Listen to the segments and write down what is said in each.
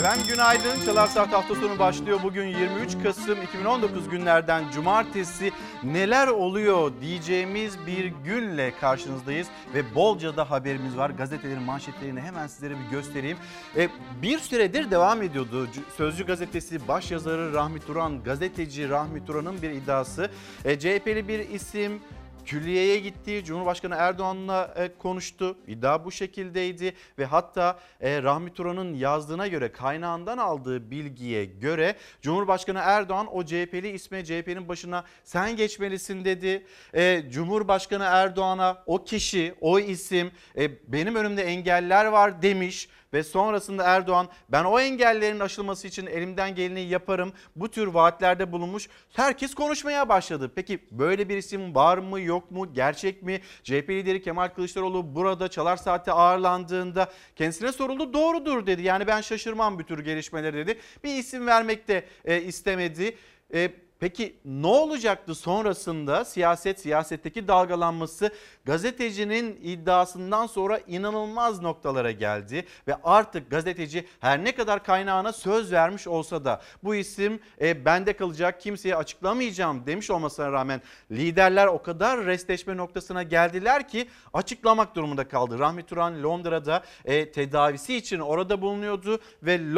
Efendim günaydın. Çalar Saat hafta sonu başlıyor. Bugün 23 Kasım 2019 günlerden cumartesi. Neler oluyor diyeceğimiz bir günle karşınızdayız. Ve bolca da haberimiz var. Gazetelerin manşetlerini hemen sizlere bir göstereyim. Bir süredir devam ediyordu. Sözcü gazetesi başyazarı Rahmi Turan, gazeteci Rahmi Turan'ın bir iddiası. CHP'li bir isim külliyeye gitti, Cumhurbaşkanı Erdoğan'la konuştu. İddia bu şekildeydi ve hatta Rahmi Turan'ın yazdığına göre, kaynağından aldığı bilgiye göre Cumhurbaşkanı Erdoğan o CHP'li isme, CHP'nin başına sen geçmelisin dedi. Cumhurbaşkanı Erdoğan'a o kişi, o isim benim önümde engeller var demiş. Ve sonrasında Erdoğan ben o engellerin aşılması için elimden geleni yaparım. Bu tür vaatlerde bulunmuş. Herkes konuşmaya başladı. Peki böyle bir isim var mı yok mu, gerçek mi? CHP lideri Kemal Kılıçdaroğlu burada Çalar Saat'te ağırlandığında kendisine soruldu, doğrudur dedi. Yani ben şaşırmam bu tür gelişmeleri dedi. Bir isim vermek de istemedi. Peki ne olacaktı sonrasında? Siyasetteki dalgalanması gazetecinin iddiasından sonra inanılmaz noktalara geldi. Ve artık gazeteci her ne kadar kaynağına söz vermiş olsa da bu isim bende kalacak, kimseye açıklamayacağım demiş olmasına rağmen liderler o kadar restleşme noktasına geldiler ki açıklamak durumunda kaldı. Rahmi Turan Londra'da tedavisi için orada bulunuyordu ve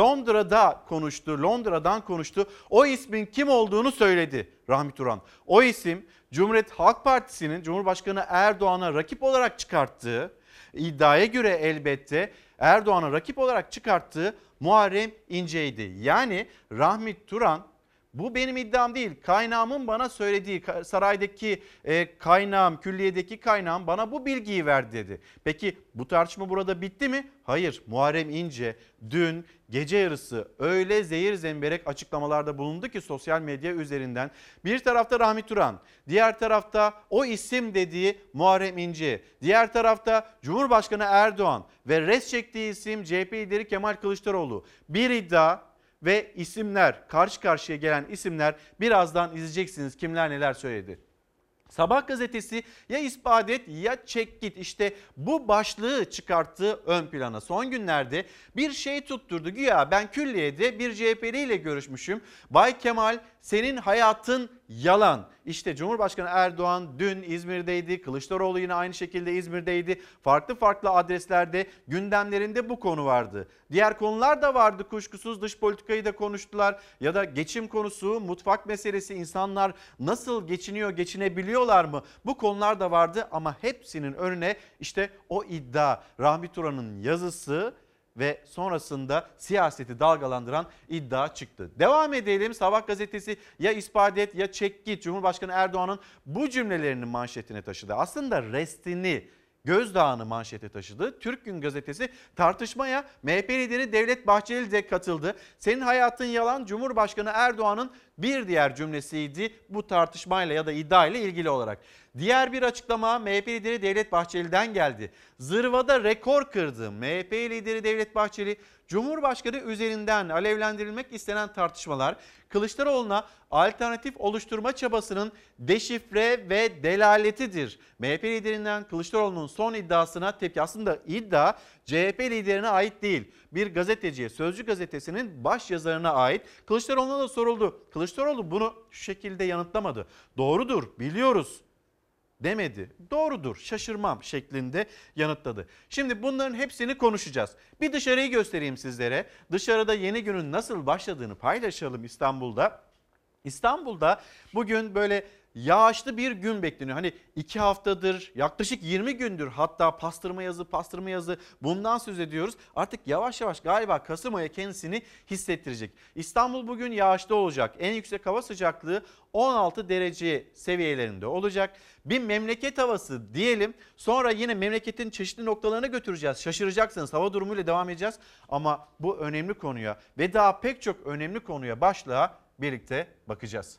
Londra'dan konuştu. O ismin kim olduğunu söyledi Rahmi Turan. O isim Cumhuriyet Halk Partisi'nin Cumhurbaşkanı Erdoğan'a rakip olarak çıkarttığı, iddiaya göre elbette Erdoğan'a rakip olarak çıkarttığı Muharrem İnce'ydi. Yani Rahmi Turan, bu benim iddiam değil, kaynağımın bana söylediği, saraydaki kaynağım, külliyedeki kaynağım bana bu bilgiyi verdi dedi. Peki bu tartışma burada bitti mi? Hayır. Muharrem İnce dün gece yarısı öyle zehir zemberek açıklamalarda bulundu ki sosyal medya üzerinden. Bir tarafta Rahmi Turan, diğer tarafta o isim dediği Muharrem İnce, diğer tarafta Cumhurbaşkanı Erdoğan ve res çektiği isim CHP lideri Kemal Kılıçdaroğlu. Bir iddia ve isimler, karşı karşıya gelen isimler, birazdan izleyeceksiniz kimler neler söyledi. Sabah gazetesi ya ispat et ya çek git, işte bu başlığı çıkarttı ön plana. Son günlerde bir şey tutturdu, güya ben külliyede bir CHP'li ile görüşmüşüm. Bay Kemal senin hayatın yalan. İşte Cumhurbaşkanı Erdoğan dün İzmir'deydi, Kılıçdaroğlu yine aynı şekilde İzmir'deydi. Farklı adreslerde gündemlerinde bu konu vardı. Diğer konular da vardı kuşkusuz, dış politikayı da konuştular. Ya da geçim konusu, mutfak meselesi, insanlar nasıl geçiniyor, geçinebiliyorlar mı? Bu konular da vardı ama hepsinin önüne işte o iddia, Rahmi Turan'ın yazısı ve sonrasında siyaseti dalgalandıran iddia çıktı. Devam edelim. Sabah gazetesi ya ispat et ya çek git Cumhurbaşkanı Erdoğan'ın bu cümlelerinin manşetine taşıdı. Aslında restini, gözdağını manşete taşıdı. Türk Gün gazetesi tartışmaya MHP lideri Devlet Bahçeli de katıldı. Senin hayatın yalan Cumhurbaşkanı Erdoğan'ın bir diğer cümlesiydi bu tartışmayla ya da iddia ile ilgili olarak. Diğer bir açıklama MHP lideri Devlet Bahçeli'den geldi. Zırvada rekor kırdı. MHP lideri Devlet Bahçeli, Cumhurbaşkanı üzerinden alevlendirilmek istenen tartışmalar Kılıçdaroğlu'na alternatif oluşturma çabasının deşifre ve delaletidir. MHP liderinden Kılıçdaroğlu'nun son iddiasına tepki, aslında iddia CHP liderine ait değil. Bir gazeteciye, Sözcü gazetesinin baş yazarına ait. Kılıçdaroğlu'na da soruldu. Kılıçdaroğlu bunu şu şekilde yanıtlamadı. Doğrudur, biliyoruz demedi. Doğrudur, şaşırmam şeklinde yanıtladı. Şimdi bunların hepsini konuşacağız. Bir dışarıyı göstereyim sizlere. Dışarıda yeni günün nasıl başladığını paylaşalım İstanbul'da. İstanbul'da bugün böyle yağışlı bir gün bekleniyor. Hani 2 haftadır, yaklaşık 20 gündür hatta pastırma yazı bundan söz ediyoruz. Artık yavaş yavaş galiba Kasım ayı kendisini hissettirecek. İstanbul bugün yağışlı olacak. En yüksek hava sıcaklığı 16 derece seviyelerinde olacak. Bir memleket havası diyelim. Sonra yine memleketin çeşitli noktalarına götüreceğiz. Şaşıracaksınız, hava durumuyla devam edeceğiz. Ama bu önemli konuya ve daha pek çok önemli konuya, başlığa birlikte bakacağız.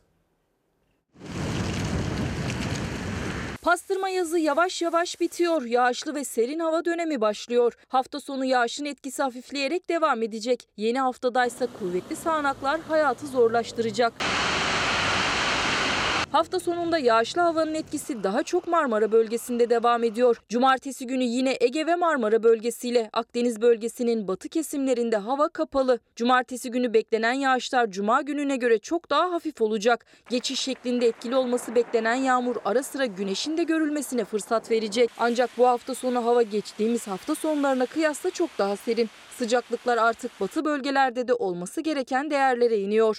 Pastırma yazı yavaş yavaş bitiyor. Yağışlı ve serin hava dönemi başlıyor. Hafta sonu yağışın etkisi hafifleyerek devam edecek. Yeni haftadaysa kuvvetli sağanaklar hayatı zorlaştıracak. Hafta sonunda yağışlı havanın etkisi daha çok Marmara bölgesinde devam ediyor. Cumartesi günü yine Ege ve Marmara bölgesiyle Akdeniz bölgesinin batı kesimlerinde hava kapalı. Cumartesi günü beklenen yağışlar Cuma gününe göre çok daha hafif olacak. Geçiş şeklinde etkili olması beklenen yağmur ara sıra güneşin de görülmesine fırsat verecek. Ancak bu hafta sonu hava geçtiğimiz hafta sonlarına kıyasla çok daha serin. Sıcaklıklar artık batı bölgelerde de olması gereken değerlere iniyor.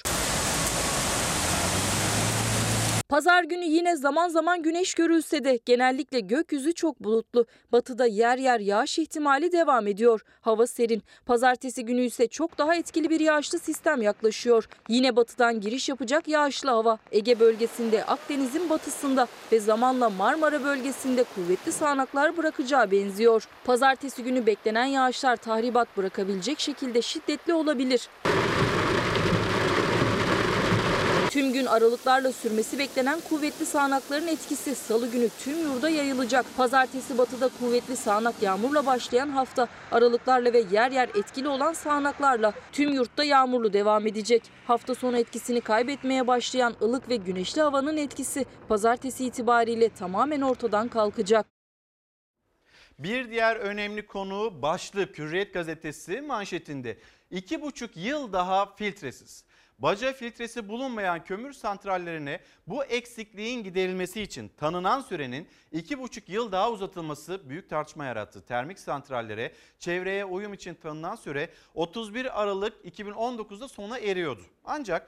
Pazar günü yine zaman zaman güneş görülse de genellikle gökyüzü çok bulutlu. Batıda yer yer yağış ihtimali devam ediyor. Hava serin. Pazartesi günü ise çok daha etkili bir yağışlı sistem yaklaşıyor. Yine batıdan giriş yapacak yağışlı hava. Ege bölgesinde, Akdeniz'in batısında ve zamanla Marmara bölgesinde kuvvetli sağanaklar bırakacağı benziyor. Pazartesi günü beklenen yağışlar tahribat bırakabilecek şekilde şiddetli olabilir. Tüm gün aralıklarla sürmesi beklenen kuvvetli sağanakların etkisi salı günü tüm yurda yayılacak. Pazartesi batıda kuvvetli sağanak yağmurla başlayan hafta aralıklarla ve yer yer etkili olan sağanaklarla tüm yurtta yağmurlu devam edecek. Hafta sonu etkisini kaybetmeye başlayan ılık ve güneşli havanın etkisi pazartesi itibariyle tamamen ortadan kalkacak. Bir diğer önemli konu başlık Hürriyet gazetesi manşetinde 2,5 yıl daha filtresiz. Baca filtresi bulunmayan kömür santrallerine bu eksikliğin giderilmesi için tanınan sürenin 2,5 yıl daha uzatılması büyük tartışma yarattı. Termik santrallere çevreye uyum için tanınan süre 31 Aralık 2019'da sona eriyordu. Ancak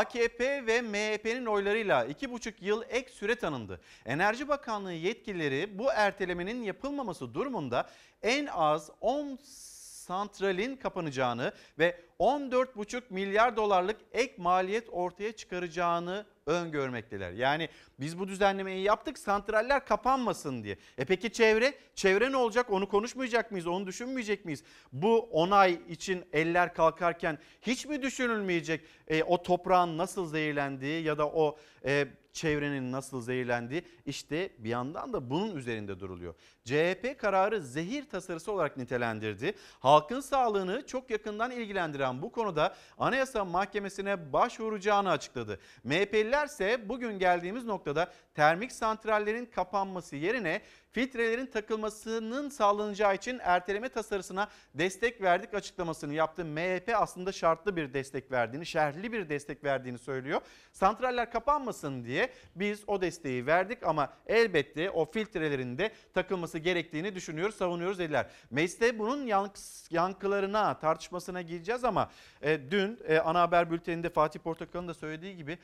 AKP ve MHP'nin oylarıyla 2,5 yıl ek süre tanındı. Enerji Bakanlığı yetkilileri bu ertelemenin yapılmaması durumunda en az 10 santralin kapanacağını ve 14,5 milyar dolarlık ek maliyet ortaya çıkaracağını öngörmekteler. Yani biz bu düzenlemeyi yaptık santraller kapanmasın diye. Peki çevre ne olacak, onu konuşmayacak mıyız, onu düşünmeyecek miyiz? Bu onay için eller kalkarken hiç mi düşünülmeyecek o toprağın nasıl zehirlendiği ya da o çevrenin nasıl zehirlendiği? İşte bir yandan da bunun üzerinde duruluyor. CHP kararı zehir tasarısı olarak nitelendirdi. Halkın sağlığını çok yakından ilgilendiren bu konuda Anayasa Mahkemesi'ne başvuracağını açıkladı. MHP'liler ise bugün geldiğimiz noktada termik santrallerin kapanması yerine filtrelerin takılmasının sağlanacağı için erteleme tasarısına destek verdik açıklamasını yaptı. MHP aslında şartlı bir destek verdiğini, şerhli bir destek verdiğini söylüyor. Santraller kapanmasın diye biz o desteği verdik ama elbette o filtrelerin de takılması gerektiğini düşünüyoruz, savunuyoruz dediler. Mecliste bunun yankılarına, tartışmasına gireceğiz ama dün ana haber bülteninde Fatih Portakal'ın da söylediği gibi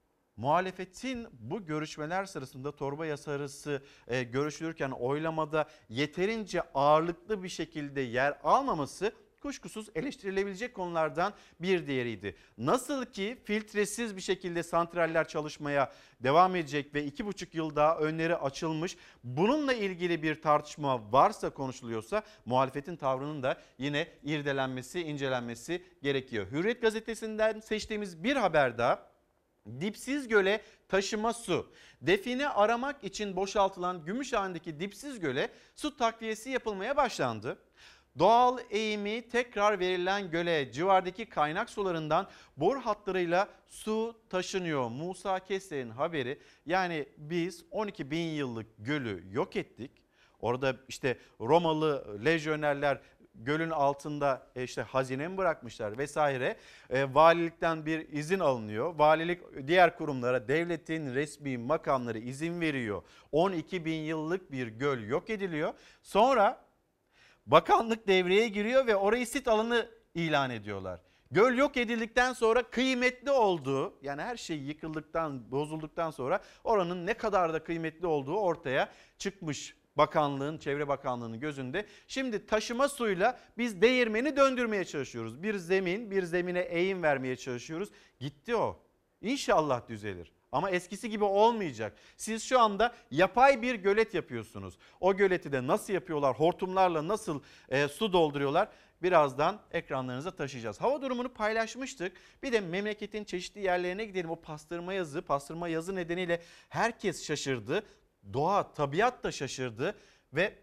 muhalefetin bu görüşmeler sırasında torba yasası görüşülürken oylamada yeterince ağırlıklı bir şekilde yer almaması kuşkusuz eleştirilebilecek konulardan bir diğeriydi. Nasıl ki filtresiz bir şekilde santraller çalışmaya devam edecek ve 2,5 yıl daha önleri açılmış, bununla ilgili bir tartışma varsa, konuşuluyorsa muhalefetin tavrının da yine irdelenmesi, incelenmesi gerekiyor. Hürriyet gazetesinden seçtiğimiz bir haber daha. Dipsiz göle taşıma su. Define aramak için boşaltılan Gümüşhane'deki dipsiz göle su takviyesi yapılmaya başlandı. Doğal eğimi tekrar verilen göle civardaki kaynak sularından boru hatlarıyla su taşınıyor. Musa Kesler'in haberi. Yani biz 12 bin yıllık gölü yok ettik. Orada işte Romalı lejyonerler gölün altında işte hazine mi bırakmışlar vesaire. Valilikten bir izin alınıyor. Valilik diğer kurumlara, devletin resmi makamları izin veriyor. 12 bin yıllık bir göl yok ediliyor. Sonra bakanlık devreye giriyor ve orayı sit alanı ilan ediyorlar. Göl yok edildikten sonra kıymetli olduğu, yani her şey yıkıldıktan, bozulduktan sonra oranın ne kadar da kıymetli olduğu ortaya çıkmış. Bakanlığın, Çevre Bakanlığı'nın gözünde. Şimdi taşıma suyla biz değirmeni döndürmeye çalışıyoruz. Bir zemine eğim vermeye çalışıyoruz. Gitti o. İnşallah düzelir. Ama eskisi gibi olmayacak. Siz şu anda yapay bir gölet yapıyorsunuz. O göleti de nasıl yapıyorlar? Hortumlarla nasıl su dolduruyorlar? Birazdan ekranlarınıza taşıyacağız. Hava durumunu paylaşmıştık. Bir de memleketin çeşitli yerlerine gidelim. O pastırma yazı nedeniyle herkes şaşırdı. Doğa, tabiat da şaşırdı ve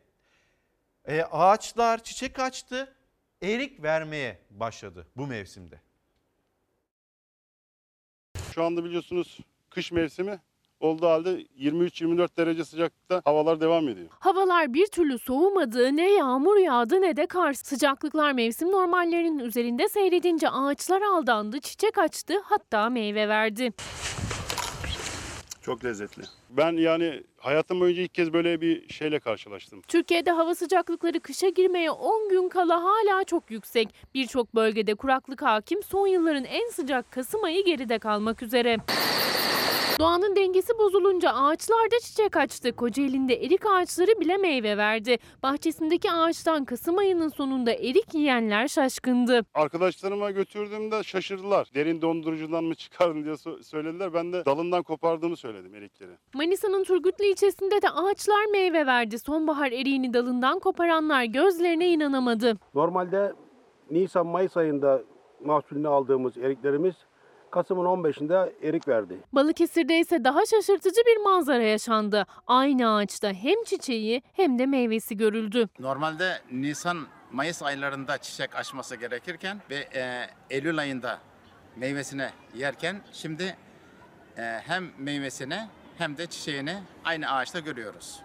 ağaçlar çiçek açtı, erik vermeye başladı bu mevsimde. Şu anda biliyorsunuz kış mevsimi. olduğu halde 23-24 derece sıcaklıkta havalar devam ediyor. Havalar bir türlü soğumadı, ne yağmur yağdı ne de kar. Sıcaklıklar mevsim normallerinin üzerinde seyredince ağaçlar aldandı, çiçek açtı, hatta meyve verdi. Çok lezzetli. Ben yani hayatım boyunca ilk kez böyle bir şeyle karşılaştım. Türkiye'de hava sıcaklıkları kışa girmeye 10 gün kala hala çok yüksek. Birçok bölgede kuraklık hakim, son yılların en sıcak Kasım ayı geride kalmak üzere. Doğanın dengesi bozulunca ağaçlar da çiçek açtı. Kocaeli'nde erik ağaçları bile meyve verdi. Bahçesindeki ağaçtan Kasım ayının sonunda erik yiyenler şaşkındı. Arkadaşlarıma götürdüğümde şaşırdılar. Derin dondurucudan mı çıkardın diye söylediler. Ben de dalından kopardığımı söyledim erikleri. Manisa'nın Turgutlu ilçesinde de ağaçlar meyve verdi. Sonbahar eriğini dalından koparanlar gözlerine inanamadı. Normalde Nisan-Mayıs ayında mahsulünü aldığımız eriklerimiz Kasım'ın 15'inde erik verdi. Balıkesir'de ise daha şaşırtıcı bir manzara yaşandı. Aynı ağaçta hem çiçeği hem de meyvesi görüldü. Normalde Nisan-Mayıs aylarında çiçek açması gerekirken ve Eylül ayında meyvesini yerken şimdi hem meyvesini hem de çiçeğini aynı ağaçta görüyoruz.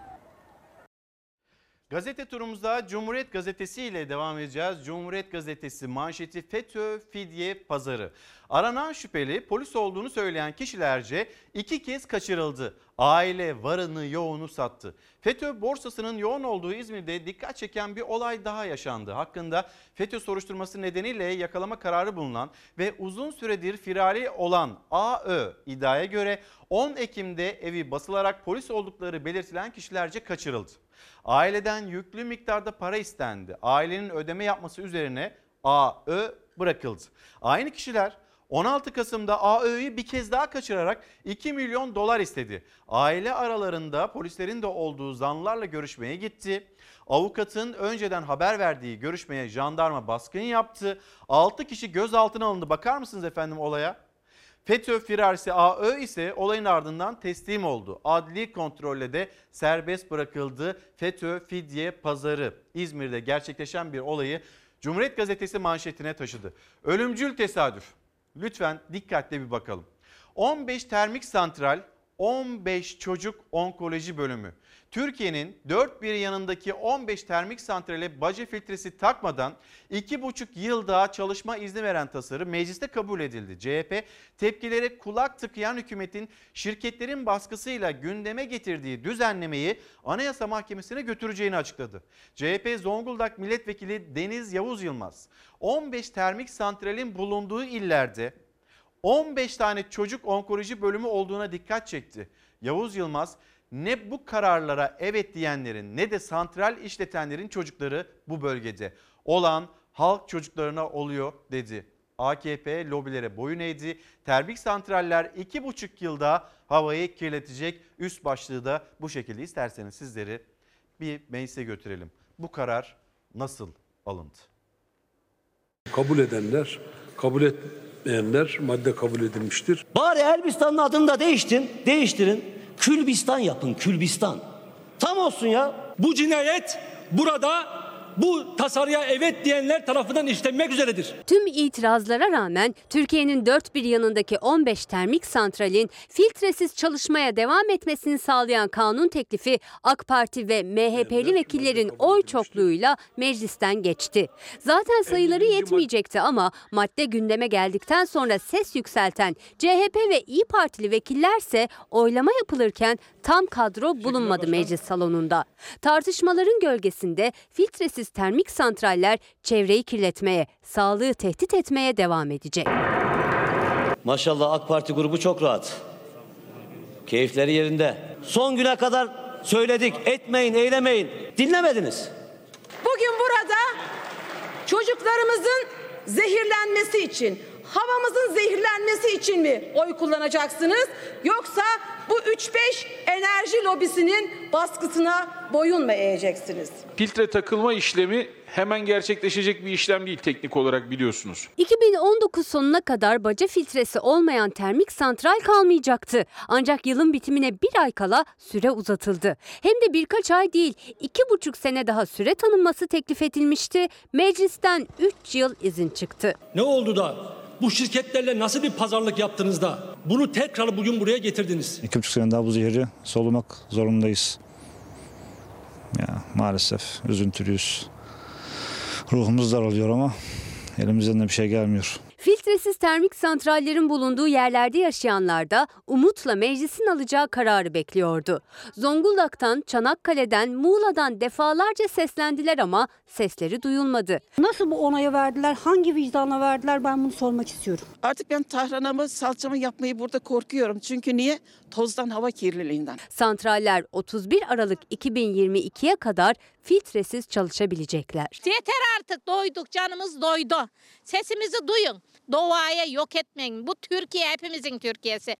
Gazete turumuzda Cumhuriyet Gazetesi ile devam edeceğiz. Cumhuriyet Gazetesi manşeti FETÖ fidye pazarı. Aranan şüpheli polis olduğunu söyleyen kişilerce 2 kez kaçırıldı. Aile varını yoğunu sattı. FETÖ borsasının yoğun olduğu İzmir'de dikkat çeken bir olay daha yaşandı. Hakkında FETÖ soruşturması nedeniyle yakalama kararı bulunan ve uzun süredir firari olan AÖ iddiaya göre 10 Ekim'de evi basılarak polis oldukları belirtilen kişilerce kaçırıldı. Aileden yüklü miktarda para istendi. Ailenin ödeme yapması üzerine AÖ bırakıldı. Aynı kişiler 16 Kasım'da AÖ'yü bir kez daha kaçırarak 2 milyon dolar istedi. Aile aralarında polislerin de olduğu zanlılarla görüşmeye gitti. Avukatın önceden haber verdiği görüşmeye jandarma baskın yaptı. 6 kişi gözaltına alındı. Bakar mısınız efendim olaya? FETÖ firarisi AÖ ise olayın ardından teslim oldu. Adli kontrolle de serbest bırakıldı. FETÖ fidye pazarı İzmir'de gerçekleşen bir olayı Cumhuriyet Gazetesi manşetine taşıdı. Ölümcül tesadüf. Lütfen dikkatle bir bakalım. 15 termik santral, 15 çocuk onkoloji bölümü. Türkiye'nin dört bir yanındaki 15 termik santrale baca filtresi takmadan 2,5 yıl daha çalışma izni veren tasarı mecliste kabul edildi. CHP tepkilere kulak tıkayan hükümetin şirketlerin baskısıyla gündeme getirdiği düzenlemeyi Anayasa Mahkemesi'ne götüreceğini açıkladı. CHP Zonguldak Milletvekili Deniz Yavuz Yılmaz 15 termik santralin bulunduğu illerde 15 tane çocuk onkoloji bölümü olduğuna dikkat çekti. Yavuz Yılmaz ne bu kararlara evet diyenlerin ne de santral işletenlerin çocukları bu bölgede. Olan halk çocuklarına oluyor dedi. AKP lobilere boyun eğdi. Termik santraller 2,5 yılda havayı kirletecek. Üst başlığı da bu şekilde. İsterseniz sizleri bir meclise götürelim. Bu karar nasıl alındı? Kabul edenler, kabul etmeyenler madde kabul edilmiştir. Bari Elbistan'ın adını da değiştirin. Külbistan yapın, Külbistan. Tam olsun ya. Bu cinayet burada bu tasarıya evet diyenler tarafından işlenmek üzeredir. Tüm itirazlara rağmen Türkiye'nin dört bir yanındaki 15 termik santralin filtresiz çalışmaya devam etmesini sağlayan kanun teklifi AK Parti ve MHP'li vekillerin oy çokluğuyla meclisten geçti. Zaten sayıları yetmeyecekti ama madde gündeme geldikten sonra ses yükselten CHP ve İYİ Partili vekillerse oylama yapılırken tam kadro bulunmadı meclis salonunda. Tartışmaların gölgesinde filtresiz termik santraller çevreyi kirletmeye, sağlığı tehdit etmeye devam edecek. Maşallah AK Parti grubu çok rahat. Keyifleri yerinde. Son güne kadar söyledik, etmeyin, eylemeyin. Dinlemediniz. Bugün burada çocuklarımızın zehirlenmesi için, havamızın zehirlenmesi için mi oy kullanacaksınız? Yoksa bu 3-5 enerji lobisinin baskısına boyun mu eğeceksiniz? Filtre takılma işlemi hemen gerçekleşecek bir işlem değil teknik olarak biliyorsunuz. 2019 sonuna kadar baca filtresi olmayan termik santral kalmayacaktı. Ancak yılın bitimine bir ay kala süre uzatıldı. Hem de birkaç ay değil, 2,5 sene daha süre tanınması teklif edilmişti. Meclisten 3 yıl izin çıktı. Ne oldu da bu şirketlerle nasıl bir pazarlık yaptınız da bunu tekrar bugün buraya getirdiniz. 2,5 sene daha bu zehri solumak zorundayız. Ya, maalesef üzüntülüyüz. Ruhumuz daralıyor ama elimizden de bir şey gelmiyor. Filtresiz termik santrallerin bulunduğu yerlerde yaşayanlar da umutla meclisin alacağı kararı bekliyordu. Zonguldak'tan, Çanakkale'den, Muğla'dan defalarca seslendiler ama sesleri duyulmadı. Nasıl bu onayı verdiler, hangi vicdanla verdiler, ben bunu sormak istiyorum. Artık ben tahranamı, salçamı yapmayı burada korkuyorum. Çünkü niye? Tozdan, hava kirliliğinden. Santraller 31 Aralık 2022'ye kadar filtresiz çalışabilecekler. Yeter artık, doyduk, canımız doydu. Sesimizi duyun. Doğaya yok etmeyin. Bu Türkiye hepimizin Türkiye'si.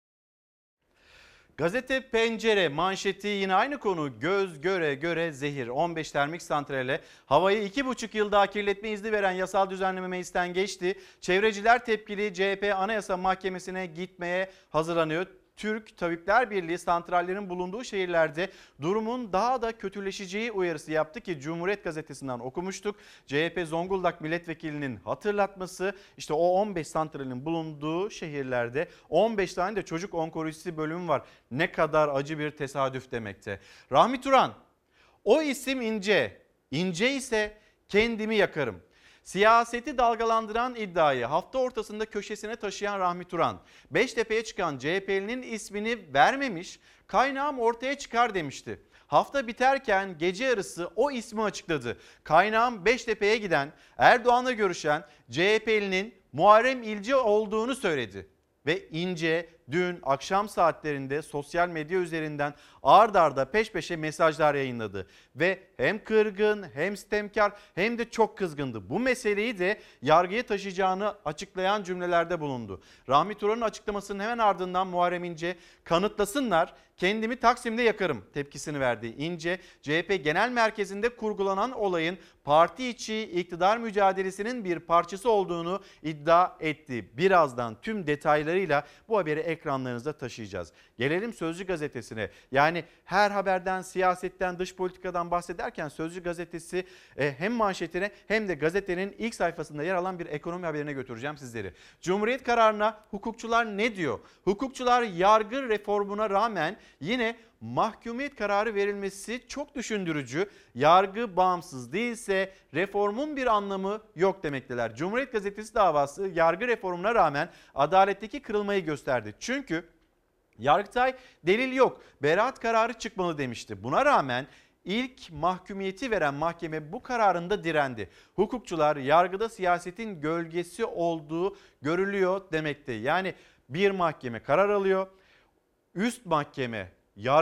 Gazete Pencere manşeti yine aynı konu. Göz göre göre zehir. 15 termik santrale havayı 2,5 yıl daha kirletme izni veren yasal düzenleme meclisten geçti. Çevreciler tepkili, CHP Anayasa Mahkemesi'ne gitmeye hazırlanıyor. Türk Tabipler Birliği santrallerin bulunduğu şehirlerde durumun daha da kötüleşeceği uyarısı yaptı ki Cumhuriyet Gazetesi'nden okumuştuk. CHP Zonguldak Milletvekilinin hatırlatması, işte o 15 santralin bulunduğu şehirlerde 15 tane de çocuk onkolojisi bölümü var. Ne kadar acı bir tesadüf demekte. Rahmi Turan, o isim ince, ince ise kendimi yakarım. Siyaseti dalgalandıran iddiayı hafta ortasında köşesine taşıyan Rahmi Turan, Beştepe'ye çıkan CHP'linin ismini vermemiş, kaynağım ortaya çıkar demişti. Hafta biterken gece yarısı o ismi açıkladı. Kaynağım Beştepe'ye giden, Erdoğan'la görüşen CHP'linin Muharrem İnce olduğunu söyledi. Ve İnce dün akşam saatlerinde sosyal medya üzerinden ard arda peş peşe mesajlar yayınladı. Ve hem kırgın hem sitemkar hem de çok kızgındı. Bu meseleyi de yargıya taşıyacağını açıklayan cümlelerde bulundu. Rahmi Turan'ın açıklamasının hemen ardından Muharrem İnce, kanıtlasınlar kendimi Taksim'de yakarım tepkisini verdi. İnce, CHP Genel Merkezi'nde kurgulanan olayın parti içi iktidar mücadelesinin bir parçası olduğunu iddia etti. Birazdan tüm detaylarıyla bu haberi ekranlarınızda taşıyacağız. Gelelim Sözcü Gazetesi'ne. Yani her haberden, siyasetten, dış politikadan bahsederken Sözcü Gazetesi hem manşetine hem de gazetenin ilk sayfasında yer alan bir ekonomi haberine götüreceğim sizleri. Cumhuriyet kararına hukukçular ne diyor? Hukukçular yargı reformuna rağmen yine mahkumiyet kararı verilmesi çok düşündürücü. Yargı bağımsız değilse reformun bir anlamı yok demekteler. Cumhuriyet Gazetesi davası yargı reformuna rağmen adaletteki kırılmayı gösterdi. Çünkü Yargıtay delil yok, beraat kararı çıkmalı demişti. Buna rağmen ilk mahkumiyeti veren mahkeme bu kararında direndi. Hukukçular yargıda siyasetin gölgesi olduğu görülüyor demekte. Yani bir mahkeme karar alıyor, üst mahkeme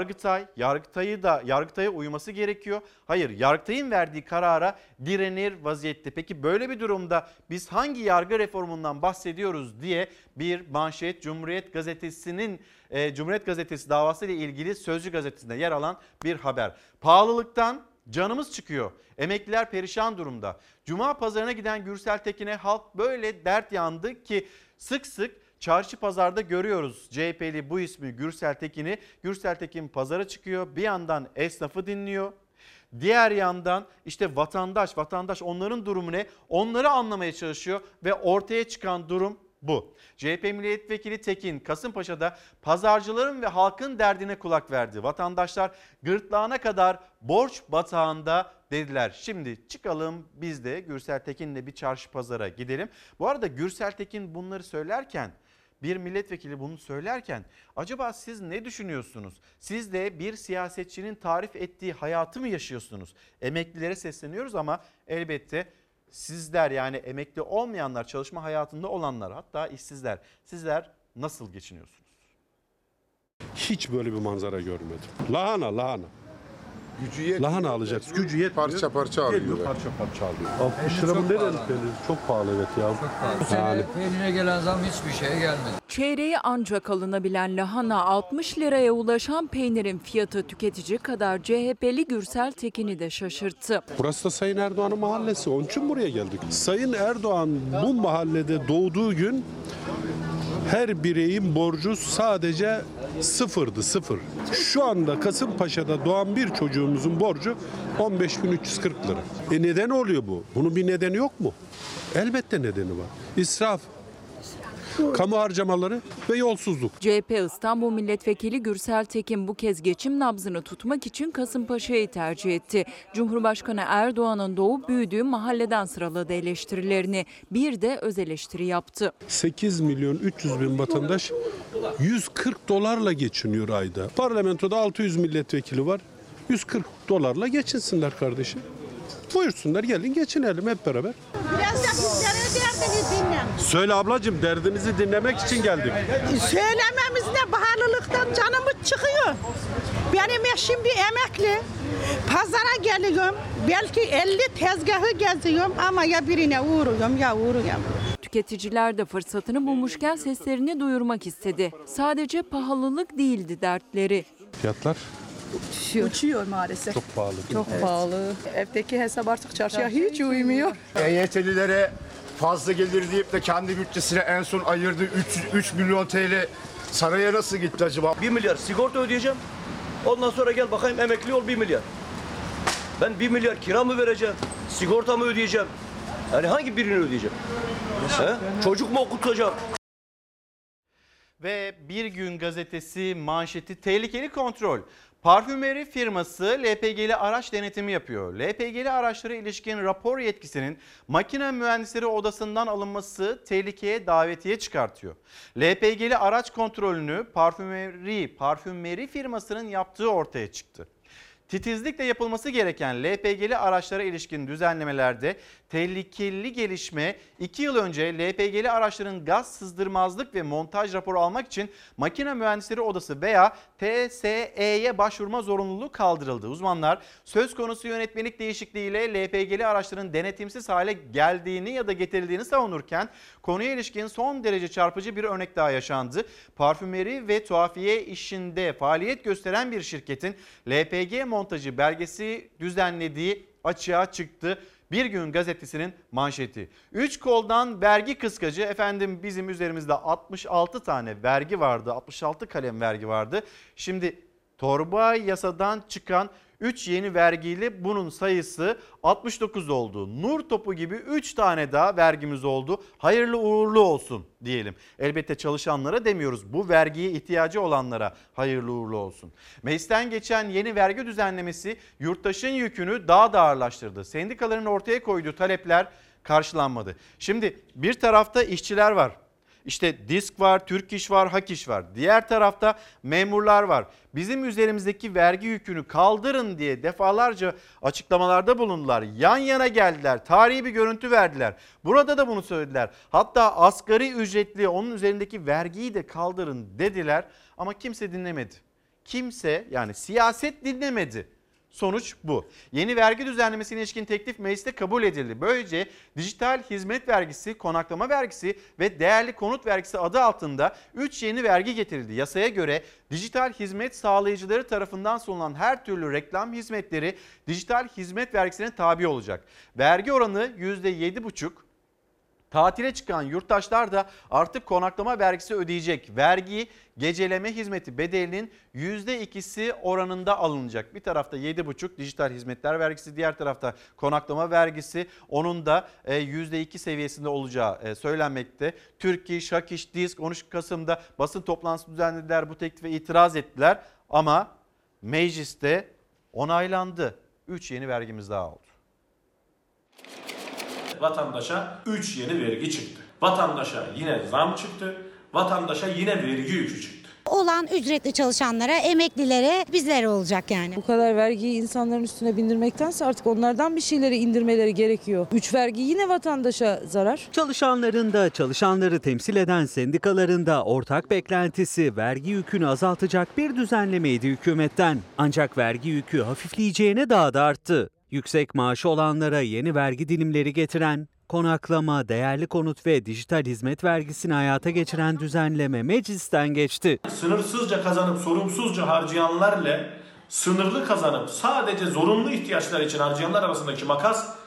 Yargıtay'a uyması gerekiyor. Hayır, Yargıtay'ın verdiği karara direnir vaziyette. Peki böyle bir durumda biz hangi yargı reformundan bahsediyoruz diye bir manşet Cumhuriyet Gazetesi davası ile ilgili Sözcü Gazetesi'nde yer alan bir haber. Pahalılıktan canımız çıkıyor. Emekliler perişan durumda. Cuma pazarına giden Gürsel Tekin'e halk böyle dert yandı ki sık sık çarşı pazarda görüyoruz CHP'li bu ismi Gürsel Tekin'i. Gürsel Tekin pazara çıkıyor, bir yandan esnafı dinliyor. Diğer yandan işte vatandaş onların durumu ne? Onları anlamaya çalışıyor ve ortaya çıkan durum bu. CHP milletvekili Tekin Kasımpaşa'da pazarcıların ve halkın derdine kulak verdi. Vatandaşlar gırtlağına kadar borç batağında dediler. Şimdi çıkalım biz de Gürsel Tekin'le bir çarşı pazara gidelim. Bu arada Gürsel Tekin bunları söylerken, bir milletvekili bunu söylerken acaba siz ne düşünüyorsunuz? Siz de bir siyasetçinin tarif ettiği hayatı mı yaşıyorsunuz? Emeklilere sesleniyoruz ama elbette sizler, yani emekli olmayanlar, çalışma hayatında olanlar, hatta işsizler, sizler nasıl geçiniyorsunuz? Hiç böyle bir manzara görmedim. Lahana. Lahana alacağız. Gücü yetmiyor. Parça parça alıyor. Parça alıyor. 60 lira bu neden peynir? Çok pahalı evet ya. Bu sene peynire gelen zam hiçbir şeye gelmedi. Çeyreği ancak alınabilen lahana 60 liraya ulaşan peynirin fiyatı tüketici kadar CHP'li Gürsel Tekin'i de şaşırttı. Burası da Sayın Erdoğan'ın mahallesi. Onun için buraya geldik. Sayın Erdoğan bu mahallede doğduğu gün her bireyin borcu sadece sıfır. Şu anda Kasımpaşa'da doğan bir çocuğumuzun borcu 15.340 lira. Neden oluyor bu? Bunun bir nedeni yok mu? Elbette nedeni var. İsraf. kamu harcamaları ve yolsuzluk. CHP İstanbul Milletvekili Gürsel Tekin bu kez geçim nabzını tutmak için Kasımpaşa'yı tercih etti. Cumhurbaşkanı Erdoğan'ın doğup büyüdüğü mahalleden sıraladı eleştirilerini. Bir de öz eleştiri yaptı. 8 milyon 300 bin vatandaş 140 dolarla geçiniyor ayda. Parlamentoda 600 milletvekili var. 140 dolarla geçinsinler kardeşim. Buyursunlar, gelin geçinelim hep beraber. Biraz da bizlerin derdini dinle. Söyle ablacığım, derdinizi dinlemek için geldik. Söylememiz ne, pahalılıktan canımız çıkıyor. Benim eşim bir emekli. Pazara geliyorum. Belki 50 tezgahı geziyorum ama ya birine uğruyorum ya uğruyorum. Tüketiciler de fırsatını bulmuşken seslerini duyurmak istedi. Sadece pahalılık değildi dertleri. Fiyatlar Uçuyor maalesef. çok pahalı. Çok pahalı. Evdeki hesap artık çarşıya hiç uymuyor. EYT'lilere fazla gelir deyip de kendi bütçesine en son ayırdığı 3 milyon TL saraya nasıl gitti acaba? 1 milyar sigorta ödeyeceğim. Ondan sonra gel bakayım emekli ol 1 milyar. Ben 1 milyar kira mı vereceğim? Sigorta mı ödeyeceğim? Yani hangi birini ödeyeceğim? Çocuk mu okutacağım? Ve Bir Gün Gazetesi manşeti tehlikeli kontrol. Parfümeri firması LPG'li araç denetimi yapıyor. LPG'li araçlara ilişkin rapor yetkisinin makine mühendisleri odasından alınması tehlikeye davetiye çıkartıyor. LPG'li araç kontrolünü parfümeri firmasının yaptığı ortaya çıktı. Titizlikle yapılması gereken LPG'li araçlara ilişkin düzenlemelerde tehlikeli gelişme 2 yıl önce LPG'li araçların gaz sızdırmazlık ve montaj raporu almak için Makine Mühendisleri Odası veya TSE'ye başvurma zorunluluğu kaldırıldı. Uzmanlar söz konusu yönetmelik değişikliğiyle LPG'li araçların denetimsiz hale geldiğini ya da getirildiğini savunurken konuya ilişkin son derece çarpıcı bir örnek daha yaşandı. Parfümeri ve tuhafiye işinde faaliyet gösteren bir şirketin LPG montajı belgesi düzenlediği açığa çıktı. Bir Gün Gazetesi'nin manşeti. 3 koldan vergi kıskacı, efendim bizim üzerimizde 66 tane vergi vardı, 66 kalem vergi vardı. Şimdi torba yasadan çıkan 3 yeni vergiyle bunun sayısı 69 oldu. Nur topu gibi 3 tane daha vergimiz oldu. Hayırlı uğurlu olsun diyelim. Elbette çalışanlara demiyoruz. Bu vergiye ihtiyacı olanlara hayırlı uğurlu olsun. Meclisten geçen yeni vergi düzenlemesi yurttaşın yükünü daha da ağırlaştırdı. Sendikaların ortaya koyduğu talepler karşılanmadı. Şimdi bir tarafta işçiler var. İşte DİSK var, Türk İş var, Hak İş var. Diğer tarafta memurlar var. Bizim üzerimizdeki vergi yükünü kaldırın diye defalarca açıklamalarda bulundular. Yan yana geldiler, tarihi bir görüntü verdiler. Burada da bunu söylediler. Hatta asgari ücretli onun üzerindeki vergiyi de kaldırın dediler ama kimse dinlemedi. Kimse, yani siyaset dinlemedi. Sonuç bu. Yeni vergi düzenlemesine ilişkin teklif mecliste kabul edildi. Böylece dijital hizmet vergisi, konaklama vergisi ve değerli konut vergisi adı altında 3 yeni vergi getirildi. Yasaya göre dijital hizmet sağlayıcıları tarafından sunulan her türlü reklam hizmetleri dijital hizmet vergisine tabi olacak. Vergi oranı %7,5. Tatile çıkan yurttaşlar da artık konaklama vergisi ödeyecek. Vergi geceleme hizmeti bedelinin %2'si oranında alınacak. Bir tarafta 7,5 dijital hizmetler vergisi, diğer tarafta konaklama vergisi, onun da %2 seviyesinde olacağı söylenmekte. Türk İş, Hak İş, DİSK 13 Kasım'da basın toplantısı düzenlediler, bu teklife itiraz ettiler ama mecliste onaylandı. 3 yeni vergimiz daha oldu. Vatandaşa 3 yeni vergi çıktı. Vatandaşa yine zam çıktı. Vatandaşa yine vergi yükü çıktı. Olan ücretli çalışanlara, emeklilere, bizlere olacak yani. Bu kadar vergiyi insanların üstüne bindirmektense artık onlardan bir şeyleri indirmeleri gerekiyor. 3 vergi yine vatandaşa zarar. Çalışanların da çalışanları temsil eden sendikaların da ortak beklentisi vergi yükünü azaltacak bir düzenlemeydi hükümetten. Ancak vergi yükü hafifleyeceğine daha da arttı. Yüksek maaşı olanlara yeni vergi dilimleri getiren, konaklama, değerli konut ve dijital hizmet vergisini hayata geçiren düzenleme meclisten geçti. Sınırsızca kazanıp sorumsuzca harcayanlarla sınırlı kazanıp sadece zorunlu ihtiyaçlar için harcayanlar arasındaki makas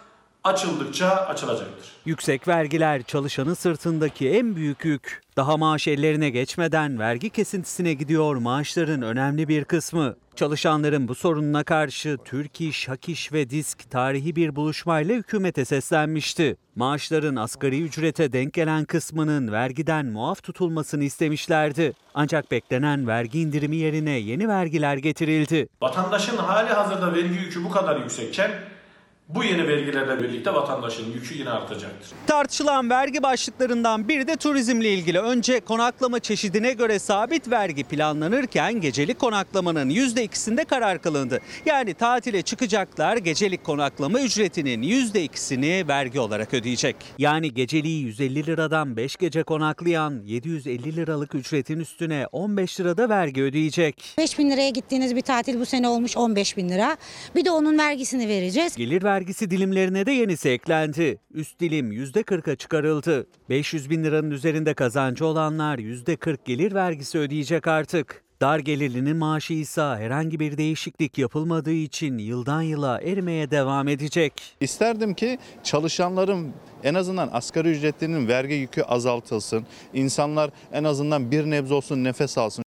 açıldıkça açılacaktır. Yüksek vergiler çalışanın sırtındaki en büyük yük. Daha maaş ellerine geçmeden vergi kesintisine gidiyor maaşların önemli bir kısmı. Çalışanların bu sorununa karşı Türk İş, Hak İş ve DİSK tarihi bir buluşmayla hükümete seslenmişti. Maaşların asgari ücrete denk gelen kısmının vergiden muaf tutulmasını istemişlerdi. Ancak beklenen vergi indirimi yerine yeni vergiler getirildi. Vatandaşın hali hazırda vergi yükü bu kadar yüksekken bu yeni vergilerle birlikte vatandaşın yükü yine artacaktır. Tartışılan vergi başlıklarından biri de turizmle ilgili. Önce konaklama çeşidine göre sabit vergi planlanırken gecelik konaklamanın %2'sinde karar kılındı. Yani tatile çıkacaklar gecelik konaklama ücretinin %2'sini vergi olarak ödeyecek. Yani geceliği 150 liradan 5 gece konaklayan 750 liralık ücretin üstüne 15 lirada vergi ödeyecek. 5.000 liraya gittiğiniz bir tatil bu sene olmuş 15.000 lira. Bir de onun vergisini vereceğiz. Gelir vergisi dilimlerine de yenisi eklendi. Üst dilim %40'a çıkarıldı. 500 bin liranın üzerinde kazancı olanlar %40 gelir vergisi ödeyecek artık. Dar gelirlinin maaşı ise herhangi bir değişiklik yapılmadığı için yıldan yıla erimeye devam edecek. İsterdim ki çalışanların en azından asgari ücretlerinin vergi yükü azaltılsın. İnsanlar en azından bir nebze olsun nefes alsın.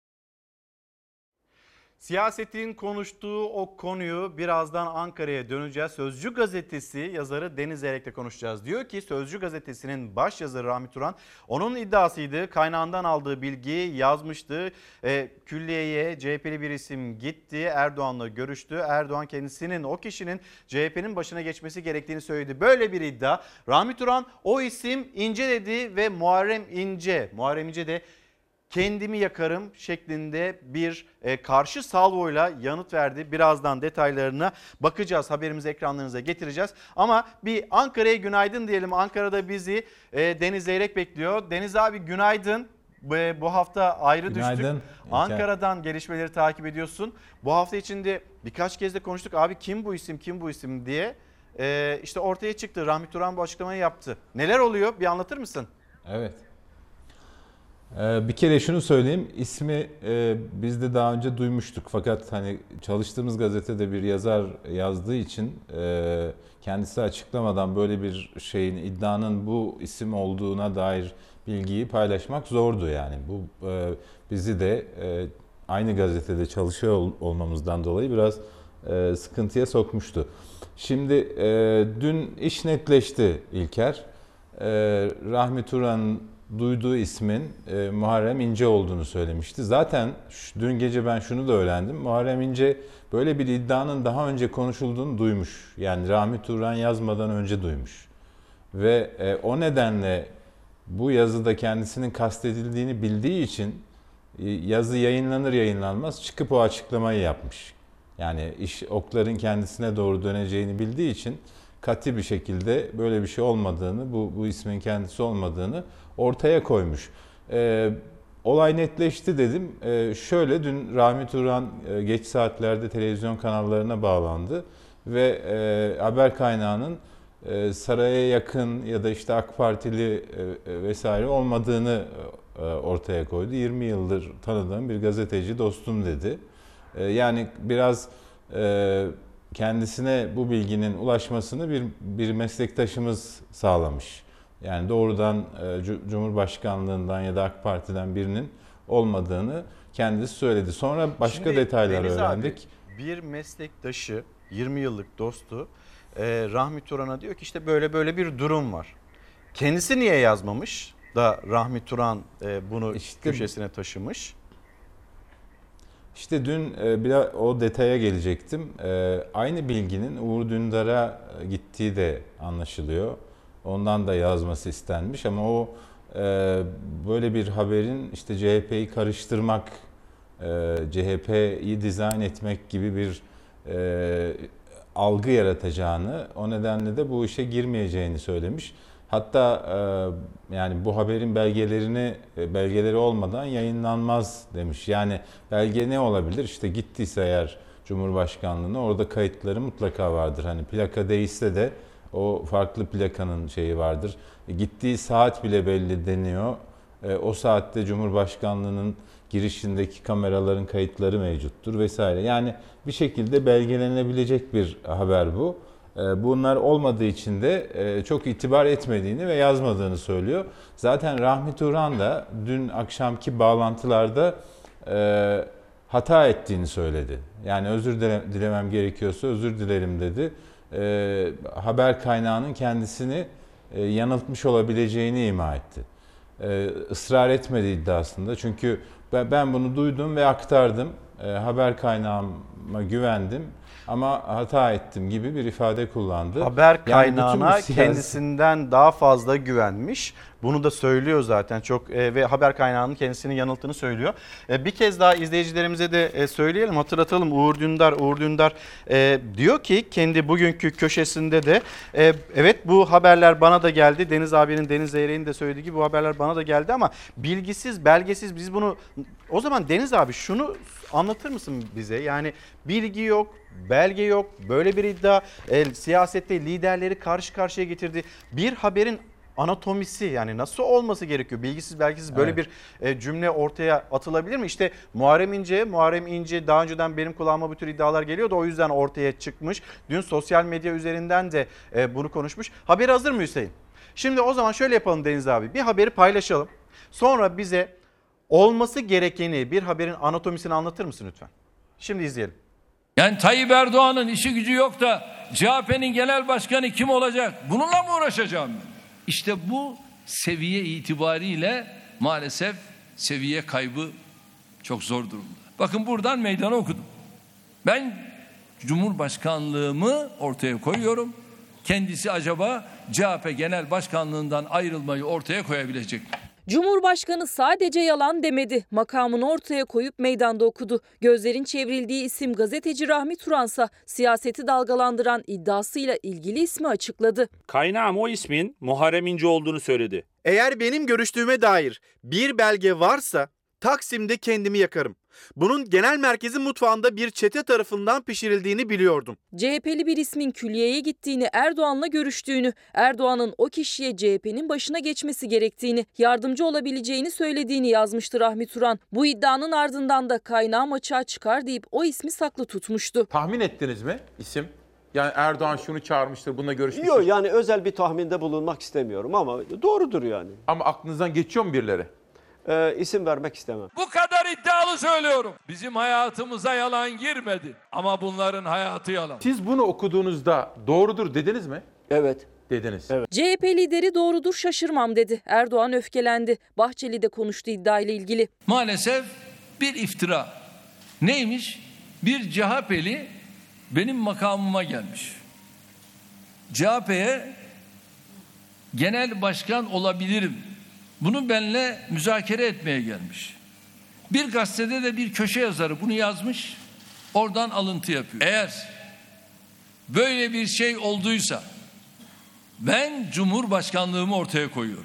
Siyasetin konuştuğu o konuyu birazdan Ankara'ya döneceğiz. Sözcü gazetesi yazarı Deniz Zeyrek'le konuşacağız. Diyor ki Sözcü gazetesinin baş yazarı Rahmi Turan, onun iddiasıydı, kaynağından aldığı bilgiyi yazmıştı. Külliyeye CHP'li bir isim gitti, Erdoğan'la görüştü. Erdoğan kendisinin, o kişinin CHP'nin başına geçmesi gerektiğini söyledi. Böyle bir iddia. Rahmi Turan o isim İnce dedi ve Muharrem İnce de kendimi yakarım şeklinde bir karşı salvoyla yanıt verdi. Birazdan detaylarına bakacağız. Haberimizi ekranlarınıza getireceğiz. Ama bir Ankara'ya günaydın diyelim. Ankara'da bizi Deniz Zeyrek bekliyor. Deniz abi günaydın. Bu hafta ayrı düştük. Ankara'dan gelişmeleri takip ediyorsun. Bu hafta içinde birkaç kez de konuştuk. Abi kim bu isim diye. İşte ortaya çıktı. Rahmi Turan bu açıklamayı yaptı. Neler oluyor? Bir anlatır mısın? Evet. Bir kere şunu söyleyeyim, ismi biz de daha önce duymuştuk fakat hani çalıştığımız gazetede bir yazar yazdığı için kendisi açıklamadan böyle bir şeyin, iddianın bu isim olduğuna dair bilgiyi paylaşmak zordu yani. Bu bizi de aynı gazetede çalışıyor olmamızdan dolayı biraz sıkıntıya sokmuştu. Şimdi dün iş netleşti İlker. Rahmi Turan'ın duyduğu ismin Muharrem İnce olduğunu söylemişti. Zaten dün gece ben şunu da öğrendim. Muharrem İnce böyle bir iddianın daha önce konuşulduğunu duymuş. Yani Rahmi Turan yazmadan önce duymuş. Ve o nedenle bu yazıda kendisinin kastedildiğini bildiği için yazı yayınlanır yayınlanmaz çıkıp o açıklamayı yapmış. Yani okların kendisine doğru döneceğini bildiği için katı bir şekilde böyle bir şey olmadığını, bu ismin kendisi olmadığını ortaya koymuş. Olay netleşti dedim. Şöyle dün Rahmi Turan geç saatlerde televizyon kanallarına bağlandı ve haber kaynağının saraya yakın ya da işte AK Partili vesaire olmadığını ortaya koydu. 20 yıldır tanıdığım bir gazeteci dostum dedi. Yani biraz kendisine bu bilginin ulaşmasını bir meslektaşımız sağlamış. Yani doğrudan Cumhurbaşkanlığından ya da AK Parti'den birinin olmadığını kendisi söyledi. Sonra başka detaylar öğrendik. Abi, bir meslektaşı, 20 yıllık dostu Rahmi Turan'a diyor ki işte böyle bir durum var. Kendisi niye yazmamış da Rahmi Turan bunu köşesine taşımış? İşte dün biraz o detaya gelecektim. Aynı bilginin Uğur Dündar'a gittiği de anlaşılıyor. Ondan da yazması istenmiş ama o böyle bir haberin işte CHP'yi karıştırmak, CHP'yi dizayn etmek gibi bir algı yaratacağını, o nedenle de bu işe girmeyeceğini söylemiş. Hatta yani bu haberin belgeleri olmadan yayınlanmaz demiş. Yani belge ne olabilir? İşte gittiyse eğer Cumhurbaşkanlığı'na orada kayıtları mutlaka vardır. Hani plaka değişse de o farklı plakanın şeyi vardır. Gittiği saat bile belli deniyor. O saatte Cumhurbaşkanlığı'nın girişindeki kameraların kayıtları mevcuttur vesaire. Yani bir şekilde belgelenebilecek bir haber bu. Bunlar olmadığı için de çok itibar etmediğini ve yazmadığını söylüyor. Zaten Rahmi Turan da dün akşamki bağlantılarda hata ettiğini söyledi. Yani özür dilemem gerekiyorsa özür dilerim dedi. Haber kaynağının kendisini yanıltmış olabileceğini ima etti. Israr etmedi iddiasında. Çünkü ben bunu duydum ve aktardım. Haber kaynağıma güvendim ama hata ettim gibi bir ifade kullandı. Haber kaynağına yani kendisinden daha fazla güvenmiş. Bunu da söylüyor zaten çok ve haber kaynağının kendisini yanılttığını söylüyor. Bir kez daha izleyicilerimize de söyleyelim, hatırlatalım. Uğur Dündar diyor ki kendi bugünkü köşesinde de evet bu haberler bana da geldi. Deniz abinin, Deniz Zeyrek'in de söylediği gibi bu haberler bana da geldi ama bilgisiz, belgesiz biz bunu... O zaman Deniz abi şunu anlatır mısın bize? Yani bilgi yok, belge yok, böyle bir iddia siyasette liderleri karşı karşıya getirdi. Bir haberin anatomisi, yani nasıl olması gerekiyor? Bilgisiz, belgesiz böyle bir cümle ortaya atılabilir mi? İşte Muharrem İnce daha önceden benim kulağıma bu tür iddialar geliyordu. O yüzden ortaya çıkmış. Dün sosyal medya üzerinden de bunu konuşmuş. Haberi hazır mı Hüseyin? Şimdi o zaman şöyle yapalım Deniz abi. Bir haberi paylaşalım. Sonra bize olması gerekeni, bir haberin anatomisini anlatır mısın lütfen? Şimdi izleyelim. Yani Tayyip Erdoğan'ın işi gücü yok da CHP'nin genel başkanı kim olacak? Bununla mı uğraşacağım ben? İşte bu seviye itibariyle maalesef seviye kaybı çok zor durumda. Bakın buradan meydanı okudum. Ben Cumhurbaşkanlığımı ortaya koyuyorum. Kendisi acaba CHP Genel Başkanlığından ayrılmayı ortaya koyabilecek mi? Cumhurbaşkanı sadece yalan demedi. Makamını ortaya koyup meydanda okudu. Gözlerin çevrildiği isim gazeteci Rahmi Turansa siyaseti dalgalandıran iddiasıyla ilgili ismi açıkladı. Kaynağım o ismin Muharrem İnce olduğunu söyledi. Eğer benim görüştüğüme dair bir belge varsa Taksim'de kendimi yakarım. Bunun genel merkezin mutfağında bir çete tarafından pişirildiğini biliyordum. CHP'li bir ismin külliyeye gittiğini, Erdoğan'la görüştüğünü, Erdoğan'ın o kişiye CHP'nin başına geçmesi gerektiğini, yardımcı olabileceğini söylediğini yazmıştı Rahmi Turan. Bu iddianın ardından da kaynağım açığa çıkar deyip o ismi saklı tutmuştu. Tahmin ettiniz mi isim? Yani Erdoğan şunu çağırmıştır, bununla görüşmüştür. Yok, yani özel bir tahminde bulunmak istemiyorum ama doğrudur yani. Ama aklınızdan geçiyor mu birileri? İsim vermek istemem. Bu kadar iddialı söylüyorum. Bizim hayatımıza yalan girmedi ama bunların hayatı yalan. Siz bunu okuduğunuzda doğrudur dediniz mi? Evet. Dediniz. Evet. CHP lideri doğrudur şaşırmam dedi. Erdoğan öfkelendi. Bahçeli de konuştu iddiayla ilgili. Maalesef bir iftira. Neymiş? Bir CHP'li benim makamıma gelmiş. CHP'ye genel başkan olabilirim. Bunu benimle müzakere etmeye gelmiş. Bir gazetede de bir köşe yazarı bunu yazmış. Oradan alıntı yapıyor. Eğer böyle bir şey olduysa ben Cumhurbaşkanlığımı ortaya koyuyorum.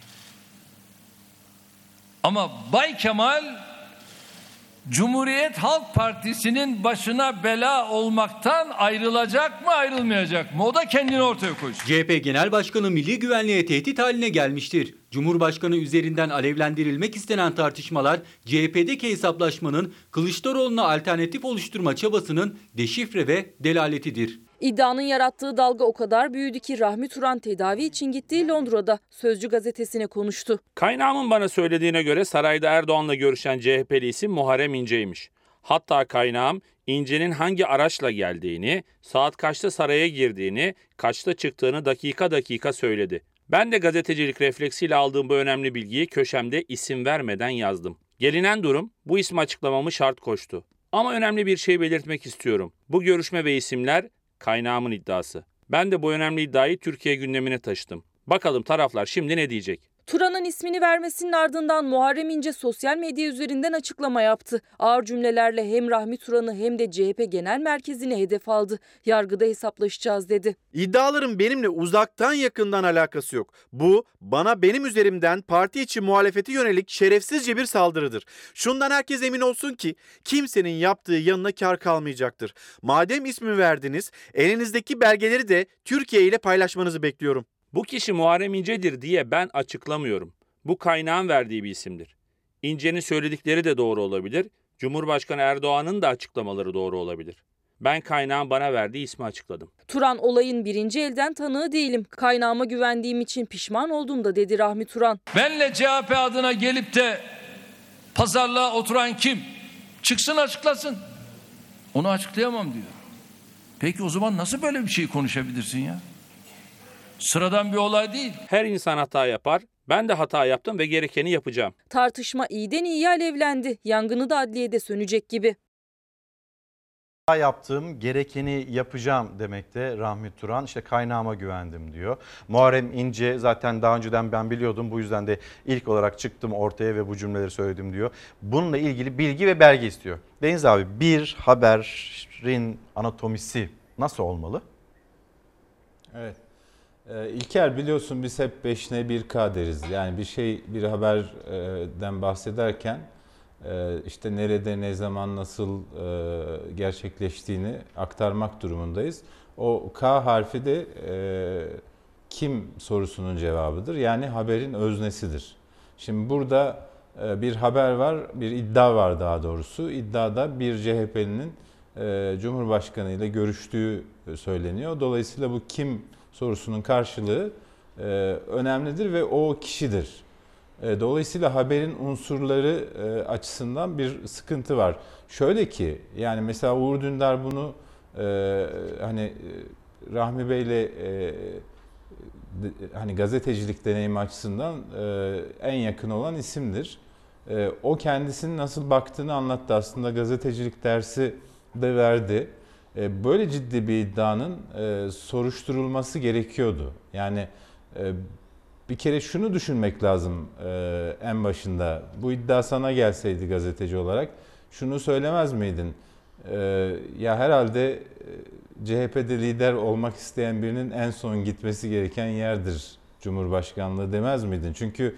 Ama Bay Kemal Cumhuriyet Halk Partisi'nin başına bela olmaktan ayrılacak mı, ayrılmayacak mı? O da kendini ortaya koyacak. CHP Genel Başkanı milli güvenliğe tehdit haline gelmiştir. Cumhurbaşkanı üzerinden alevlendirilmek istenen tartışmalar CHP'deki hesaplaşmanın Kılıçdaroğlu'na alternatif oluşturma çabasının deşifre ve delaletidir. İddianın yarattığı dalga o kadar büyüdü ki Rahmi Turan tedavi için gittiği Londra'da Sözcü gazetesine konuştu. Kaynağımın bana söylediğine göre sarayda Erdoğan'la görüşen CHP'li isim Muharrem İnce'ymiş. Hatta kaynağım İnce'nin hangi araçla geldiğini, saat kaçta saraya girdiğini, kaçta çıktığını dakika dakika söyledi. Ben de gazetecilik refleksiyle aldığım bu önemli bilgiyi köşemde isim vermeden yazdım. Gelinen durum bu ismi açıklamamı şart koştu. Ama önemli bir şey belirtmek istiyorum. Bu görüşme ve isimler kaynağımın iddiası. Ben de bu önemli iddiayı Türkiye gündemine taşıdım. Bakalım taraflar şimdi ne diyecek? Turan'ın ismini vermesinin ardından Muharrem İnce sosyal medya üzerinden açıklama yaptı. Ağır cümlelerle hem Rahmi Turan'ı hem de CHP Genel Merkezi'ni hedef aldı. Yargıda hesaplaşacağız dedi. İddiaların benimle uzaktan yakından alakası yok. Bu bana benim üzerimden parti içi muhalefeti yönelik şerefsizce bir saldırıdır. Şundan herkes emin olsun ki kimsenin yaptığı yanına kar kalmayacaktır. Madem ismi verdiniz, elinizdeki belgeleri de Türkiye ile paylaşmanızı bekliyorum. Bu kişi Muharrem İnce'dir diye ben açıklamıyorum. Bu kaynağın verdiği bir isimdir. İnce'nin söyledikleri de doğru olabilir. Cumhurbaşkanı Erdoğan'ın da açıklamaları doğru olabilir. Ben kaynağın bana verdiği ismi açıkladım. Turan olayın birinci elden tanığı değilim. Kaynağıma güvendiğim için pişman oldum da dedi Rahmi Turan. Benle CHP adına gelip de pazarlığa oturan kim? Çıksın açıklasın. Onu açıklayamam diyor. Peki o zaman nasıl böyle bir şey konuşabilirsin ya? Sıradan bir olay değil. Her insan hata yapar. Ben de hata yaptım ve gerekeni yapacağım. Tartışma iyiden iyiye alevlendi. Yangını da adliyede sönecek gibi. Yaptığım, gerekeni yapacağım demekte Rahmi Turan. İşte kaynağıma güvendim diyor. Muharrem İnce zaten daha önceden ben biliyordum. Bu yüzden de ilk olarak çıktım ortaya ve bu cümleleri söyledim diyor. Bununla ilgili bilgi ve belge istiyor. Deniz abi, bir haberin anatomisi nasıl olmalı? Evet. İlker, biliyorsun biz hep 5N1K deriz. Yani bir haberden bahsederken işte nerede, ne zaman, nasıl gerçekleştiğini aktarmak durumundayız. O K harfi de kim sorusunun cevabıdır. Yani haberin öznesidir. Şimdi burada bir haber var, bir iddia var daha doğrusu. İddiada bir CHP'linin Cumhurbaşkanı ile görüştüğü söyleniyor. Dolayısıyla bu kim sorusunun karşılığı önemlidir ve o kişidir. Dolayısıyla haberin unsurları açısından bir sıkıntı var. Şöyle ki, yani mesela Uğur Dündar bunu Rahmi Bey'le hani gazetecilik deneyimi açısından en yakın olan isimdir. O kendisinin nasıl baktığını anlattı. Aslında gazetecilik dersi de verdi. Böyle ciddi bir iddianın soruşturulması gerekiyordu. Yani bir kere şunu düşünmek lazım en başında. Bu iddia sana gelseydi gazeteci olarak şunu söylemez miydin? Ya herhalde CHP'de lider olmak isteyen birinin en son gitmesi gereken yerdir Cumhurbaşkanlığı demez miydin? Çünkü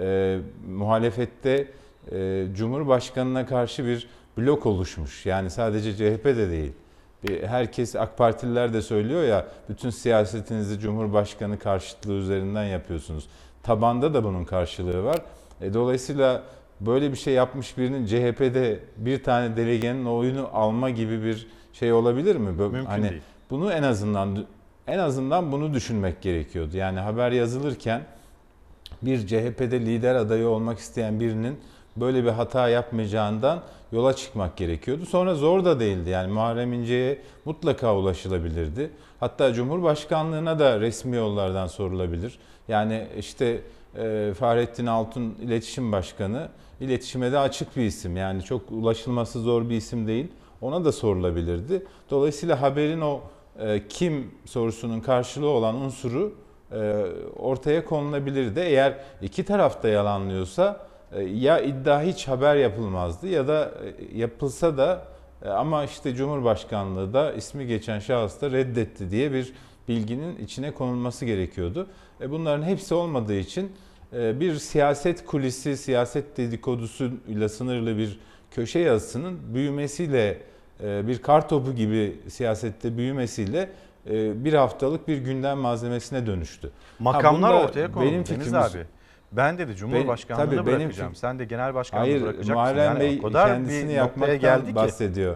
muhalefette Cumhurbaşkanına karşı bir blok oluşmuş. Yani sadece CHP'de değil. Herkes, AK Partililer de söylüyor ya, bütün siyasetinizi Cumhurbaşkanı karşıtlığı üzerinden yapıyorsunuz. Tabanda da bunun karşılığı var. Dolayısıyla böyle bir şey yapmış birinin CHP'de bir tane delegenin oyunu alma gibi bir şey olabilir mi? Mümkün değil. Bunu en azından bunu düşünmek gerekiyordu. Yani haber yazılırken bir CHP'de lider adayı olmak isteyen birinin böyle bir hata yapmayacağından yola çıkmak gerekiyordu. Sonra zor da değildi. Yani Muharrem İnce'ye mutlaka ulaşılabilirdi. Hatta Cumhurbaşkanlığına da resmi yollardan sorulabilir. Yani işte Fahrettin Altun İletişim Başkanı, iletişime de açık bir isim. Yani çok ulaşılması zor bir isim değil. Ona da sorulabilirdi. Dolayısıyla haberin o kim sorusunun karşılığı olan unsuru ortaya konulabilirdi. Eğer iki taraf da yalanlıyorsa ya iddia hiç haber yapılmazdı ya da yapılsa da ama işte Cumhurbaşkanlığı da ismi geçen şahıs da reddetti diye bir bilginin içine konulması gerekiyordu. Bunların hepsi olmadığı için bir siyaset kulisi, siyaset dedikodusuyla sınırlı bir köşe yazısının büyümesiyle, bir kartopu gibi siyasette büyümesiyle bir haftalık bir gündem malzemesine dönüştü. Makamlar ortaya konuldu benim Deniz abi. Ben dedi Cumhurbaşkanlığını bırakacağım. Sen de genel başkanlığı bırakacaksın. Muharrem Bey o kadar kendisini bir noktaya yakmaktan bahsediyor.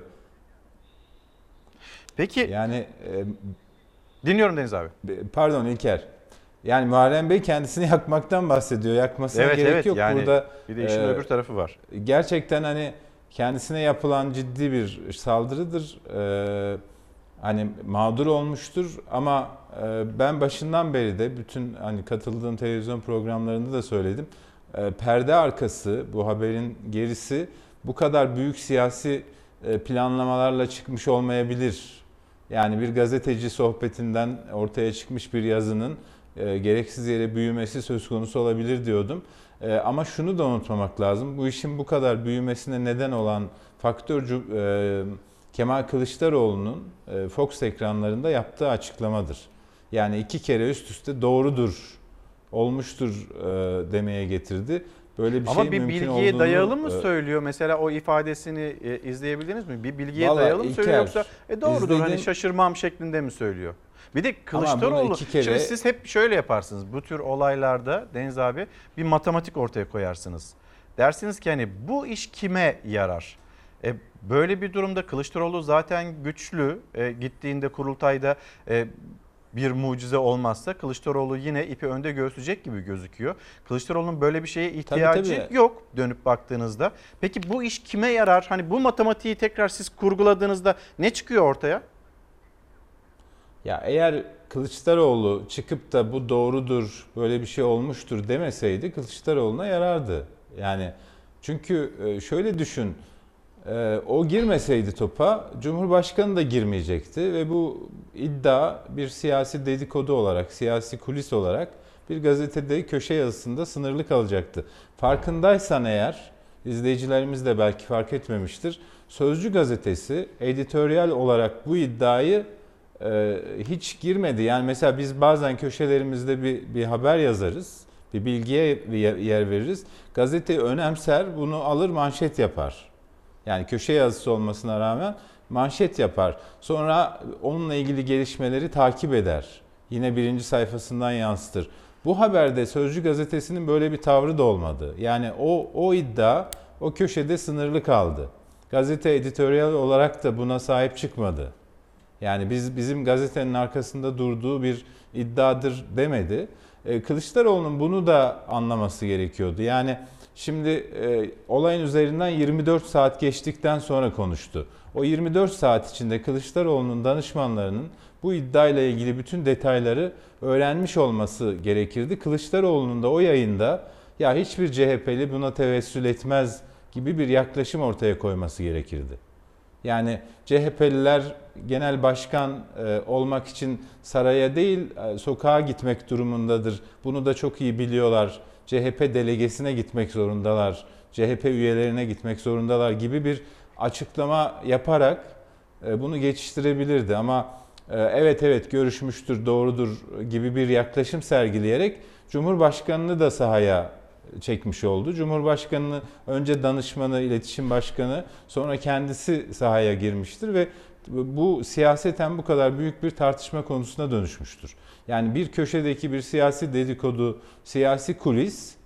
Peki. Yani dinliyorum Deniz abi. Pardon İlker. Yani Muharrem Bey kendisini yakmaktan bahsediyor. Yakmasına gerek yok. Yani burada bir de işin öbür tarafı var. Gerçekten hani kendisine yapılan ciddi bir saldırıdır. Hani mağdur olmuştur ama ben başından beri de bütün hani katıldığım televizyon programlarında da söyledim. Perde arkası, bu haberin gerisi bu kadar büyük siyasi planlamalarla çıkmış olmayabilir. Yani bir gazeteci sohbetinden ortaya çıkmış bir yazının gereksiz yere büyümesi söz konusu olabilir diyordum. Ama şunu da unutmamak lazım. Bu işin bu kadar büyümesine neden olan faktör Kemal Kılıçdaroğlu'nun Fox ekranlarında yaptığı açıklamadır. Yani 2 kere üst üste doğrudur, olmuştur demeye getirdi. Böyle bir ama şey bir mümkün bilgiye olduğunu, dayalı mı söylüyor? Mesela o ifadesini izleyebildiniz mi? Bir bilgiye Vallahi dayalı mı söylüyor yoksa doğrudur hani izledim. şaşırmam şeklinde mi söylüyor? Bir de Kılıçdaroğlu, şimdi siz hep şöyle yaparsınız bu tür olaylarda Deniz abi, bir matematik ortaya koyarsınız. Dersiniz ki hani bu iş kime yarar? Böyle bir durumda Kılıçdaroğlu zaten güçlü. Gittiğinde kurultayda bir mucize olmazsa Kılıçdaroğlu yine ipi önde göğüsleyecek gibi gözüküyor. Kılıçdaroğlu'nun böyle bir şeye ihtiyacı Tabii. yok dönüp baktığınızda. Peki bu iş kime yarar? Hani bu matematiği tekrar siz kurguladığınızda ne çıkıyor ortaya? Ya eğer Kılıçdaroğlu çıkıp da bu doğrudur, böyle bir şey olmuştur demeseydi Kılıçdaroğlu'na yarardı. Yani çünkü şöyle düşün, o girmeseydi topa Cumhurbaşkanı da girmeyecekti ve bu iddia bir siyasi dedikodu olarak, siyasi kulis olarak bir gazetede köşe yazısında sınırlı kalacaktı. Farkındaysan eğer, izleyicilerimiz de belki fark etmemiştir, Sözcü gazetesi editoryal olarak bu iddiayı hiç girmedi. Yani mesela biz bazen köşelerimizde bir haber yazarız, bir bilgiye yer veririz. Gazete önemser, bunu alır manşet yapar. Yani köşe yazısı olmasına rağmen manşet yapar. Sonra onunla ilgili gelişmeleri takip eder. Yine birinci sayfasından yansıtır. Bu haberde Sözcü gazetesinin böyle bir tavrı da olmadı. Yani o iddia o köşede sınırlı kaldı. Gazete editoryal olarak da buna sahip çıkmadı. Yani bizim gazetenin arkasında durduğu bir iddiadır demedi. Kılıçdaroğlu'nun bunu da anlaması gerekiyordu. Yani şimdi olayın üzerinden 24 saat geçtikten sonra konuştu. O 24 saat içinde Kılıçdaroğlu'nun danışmanlarının bu iddiayla ilgili bütün detayları öğrenmiş olması gerekirdi. Kılıçdaroğlu'nun da o yayında ya hiçbir CHP'li buna tevessül etmez gibi bir yaklaşım ortaya koyması gerekirdi. Yani CHP'liler genel başkan olmak için saraya değil sokağa gitmek durumundadır. Bunu da çok iyi biliyorlar. CHP delegesine gitmek zorundalar. CHP üyelerine gitmek zorundalar gibi bir açıklama yaparak bunu geçiştirebilirdi. Ama evet görüşmüştür, doğrudur gibi bir yaklaşım sergileyerek Cumhurbaşkanı'nı da sahaya çekmiş oldu. Cumhurbaşkanı önce danışmanı, iletişim başkanı, sonra kendisi sahaya girmiştir ve bu siyaseten bu kadar büyük bir tartışma konusuna dönüşmüştür. Yani bir köşedeki bir siyasi dedikodu, siyasi kulis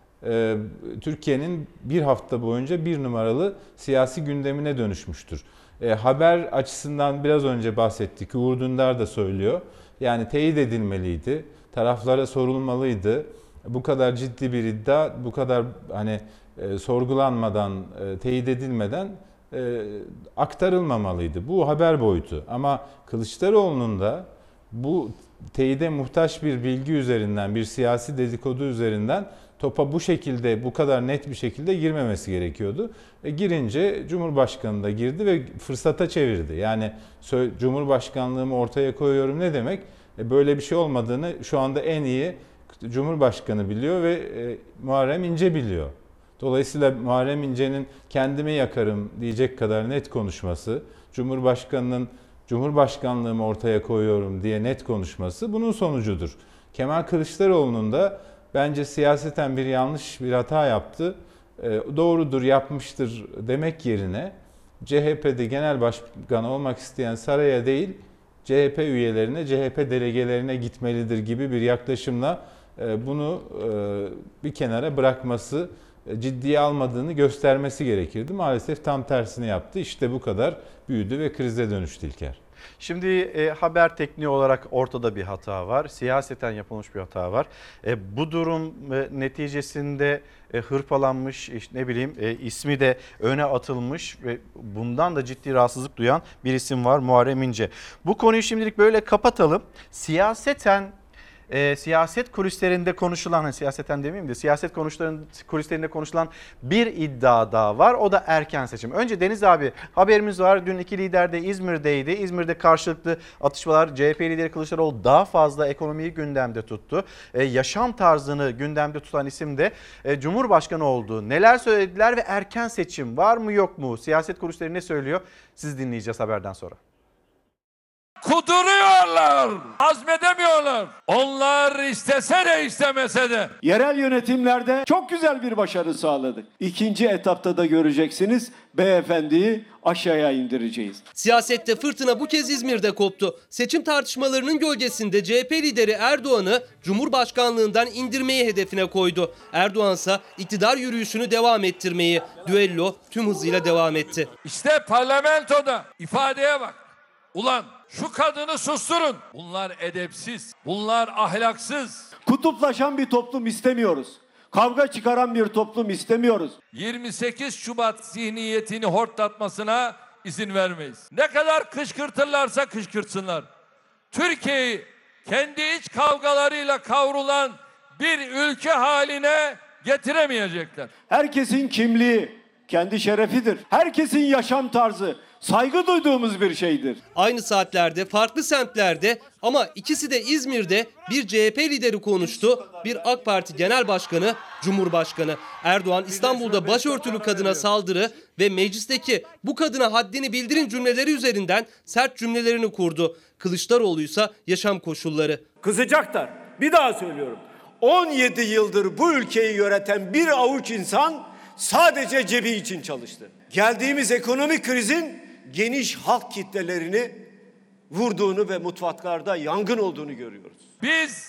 Türkiye'nin bir hafta boyunca bir numaralı siyasi gündemine dönüşmüştür. Haber açısından biraz önce bahsettik. Uğur Dündar da söylüyor. Yani teyit edilmeliydi, taraflara sorulmalıydı. Bu kadar ciddi bir iddia, bu kadar sorgulanmadan, teyit edilmeden aktarılmamalıydı. Bu haber boyutu. Ama Kılıçdaroğlu'nun da bu teyide muhtaç bir bilgi üzerinden, bir siyasi dedikodu üzerinden topa bu şekilde, bu kadar net bir şekilde girmemesi gerekiyordu. Girince Cumhurbaşkanı da girdi ve fırsata çevirdi. Yani Cumhurbaşkanlığımı ortaya koyuyorum ne demek? Böyle bir şey olmadığını şu anda en iyi Cumhurbaşkanı biliyor ve Muharrem İnce biliyor. Dolayısıyla Muharrem İnce'nin kendimi yakarım diyecek kadar net konuşması, Cumhurbaşkanı'nın Cumhurbaşkanlığımı ortaya koyuyorum diye net konuşması bunun sonucudur. Kemal Kılıçdaroğlu'nun da bence siyaseten bir yanlış, bir hata yaptı. Doğrudur, yapmıştır demek yerine CHP'de genel başkan olmak isteyen saraya değil, CHP üyelerine, CHP delegelerine gitmelidir gibi bir yaklaşımla bunu bir kenara bırakması, ciddiye almadığını göstermesi gerekirdi. Maalesef tam tersini yaptı. İşte bu kadar büyüdü ve krize dönüştü İlker. Şimdi haber tekniği olarak ortada bir hata var. Siyaseten yapılmış bir hata var. Bu durum neticesinde hırpalanmış, ismi de öne atılmış ve bundan da ciddi rahatsızlık duyan bir isim var, Muharrem İnce. Bu konuyu şimdilik böyle kapatalım. Siyaseten siyaset kulislerinde konuşulan, siyaseten demeyeyim de siyaset kulislerinde konuşulan bir iddia daha var. O da erken seçim. Önce Deniz abi, haberimiz var. Dün iki lider de İzmir'deydi. İzmir'de karşılıklı atışmalar, CHP lideri Kılıçdaroğlu daha fazla ekonomiyi gündemde tuttu. Yaşam tarzını gündemde tutan isim de Cumhurbaşkanı oldu. Neler söylediler ve erken seçim var mı yok mu? Siyaset kulisleri ne söylüyor? Siz dinleyeceğiz haberden sonra. kuduruyorlar. Hazmedemiyorlar. Onlar istese de istemese de. Yerel yönetimlerde çok güzel bir başarı sağladık. İkinci etapta da göreceksiniz, beyefendiyi aşağıya indireceğiz. Siyasette fırtına bu kez İzmir'de koptu. Seçim tartışmalarının gölgesinde CHP lideri Erdoğan'ı Cumhurbaşkanlığından indirmeyi hedefine koydu. Erdoğan ise iktidar yürüyüşünü devam ettirmeyi, düello tüm hızıyla devam etti. İşte parlamentoda ifadeye bak. Ulan şu kadını susturun. Bunlar edepsiz, bunlar ahlaksız. Kutuplaşan bir toplum istemiyoruz. Kavga çıkaran bir toplum istemiyoruz. 28 Şubat zihniyetini hortlatmasına izin vermeyiz. Ne kadar kışkırtırlarsa kışkırtsınlar. Türkiye'yi kendi iç kavgalarıyla kavrulan bir ülke haline getiremeyecekler. Herkesin kimliği kendi şerefidir. Herkesin yaşam tarzı saygı duyduğumuz bir şeydir. Aynı saatlerde farklı semtlerde ama ikisi de İzmir'de bir CHP lideri konuştu, bir AK Parti Genel Başkanı, Cumhurbaşkanı. Erdoğan İstanbul'da başörtülü kadına saldırı ve meclisteki bu kadına haddini bildirin cümleleri üzerinden sert cümlelerini kurdu. Kılıçdaroğlu ise yaşam koşulları. Kızacaklar. Bir daha söylüyorum. 17 yıldır bu ülkeyi yöneten bir avuç insan sadece cebi için çalıştı. Geldiğimiz ekonomik krizin geniş halk kitlelerini vurduğunu ve mutfaklarda yangın olduğunu görüyoruz. Biz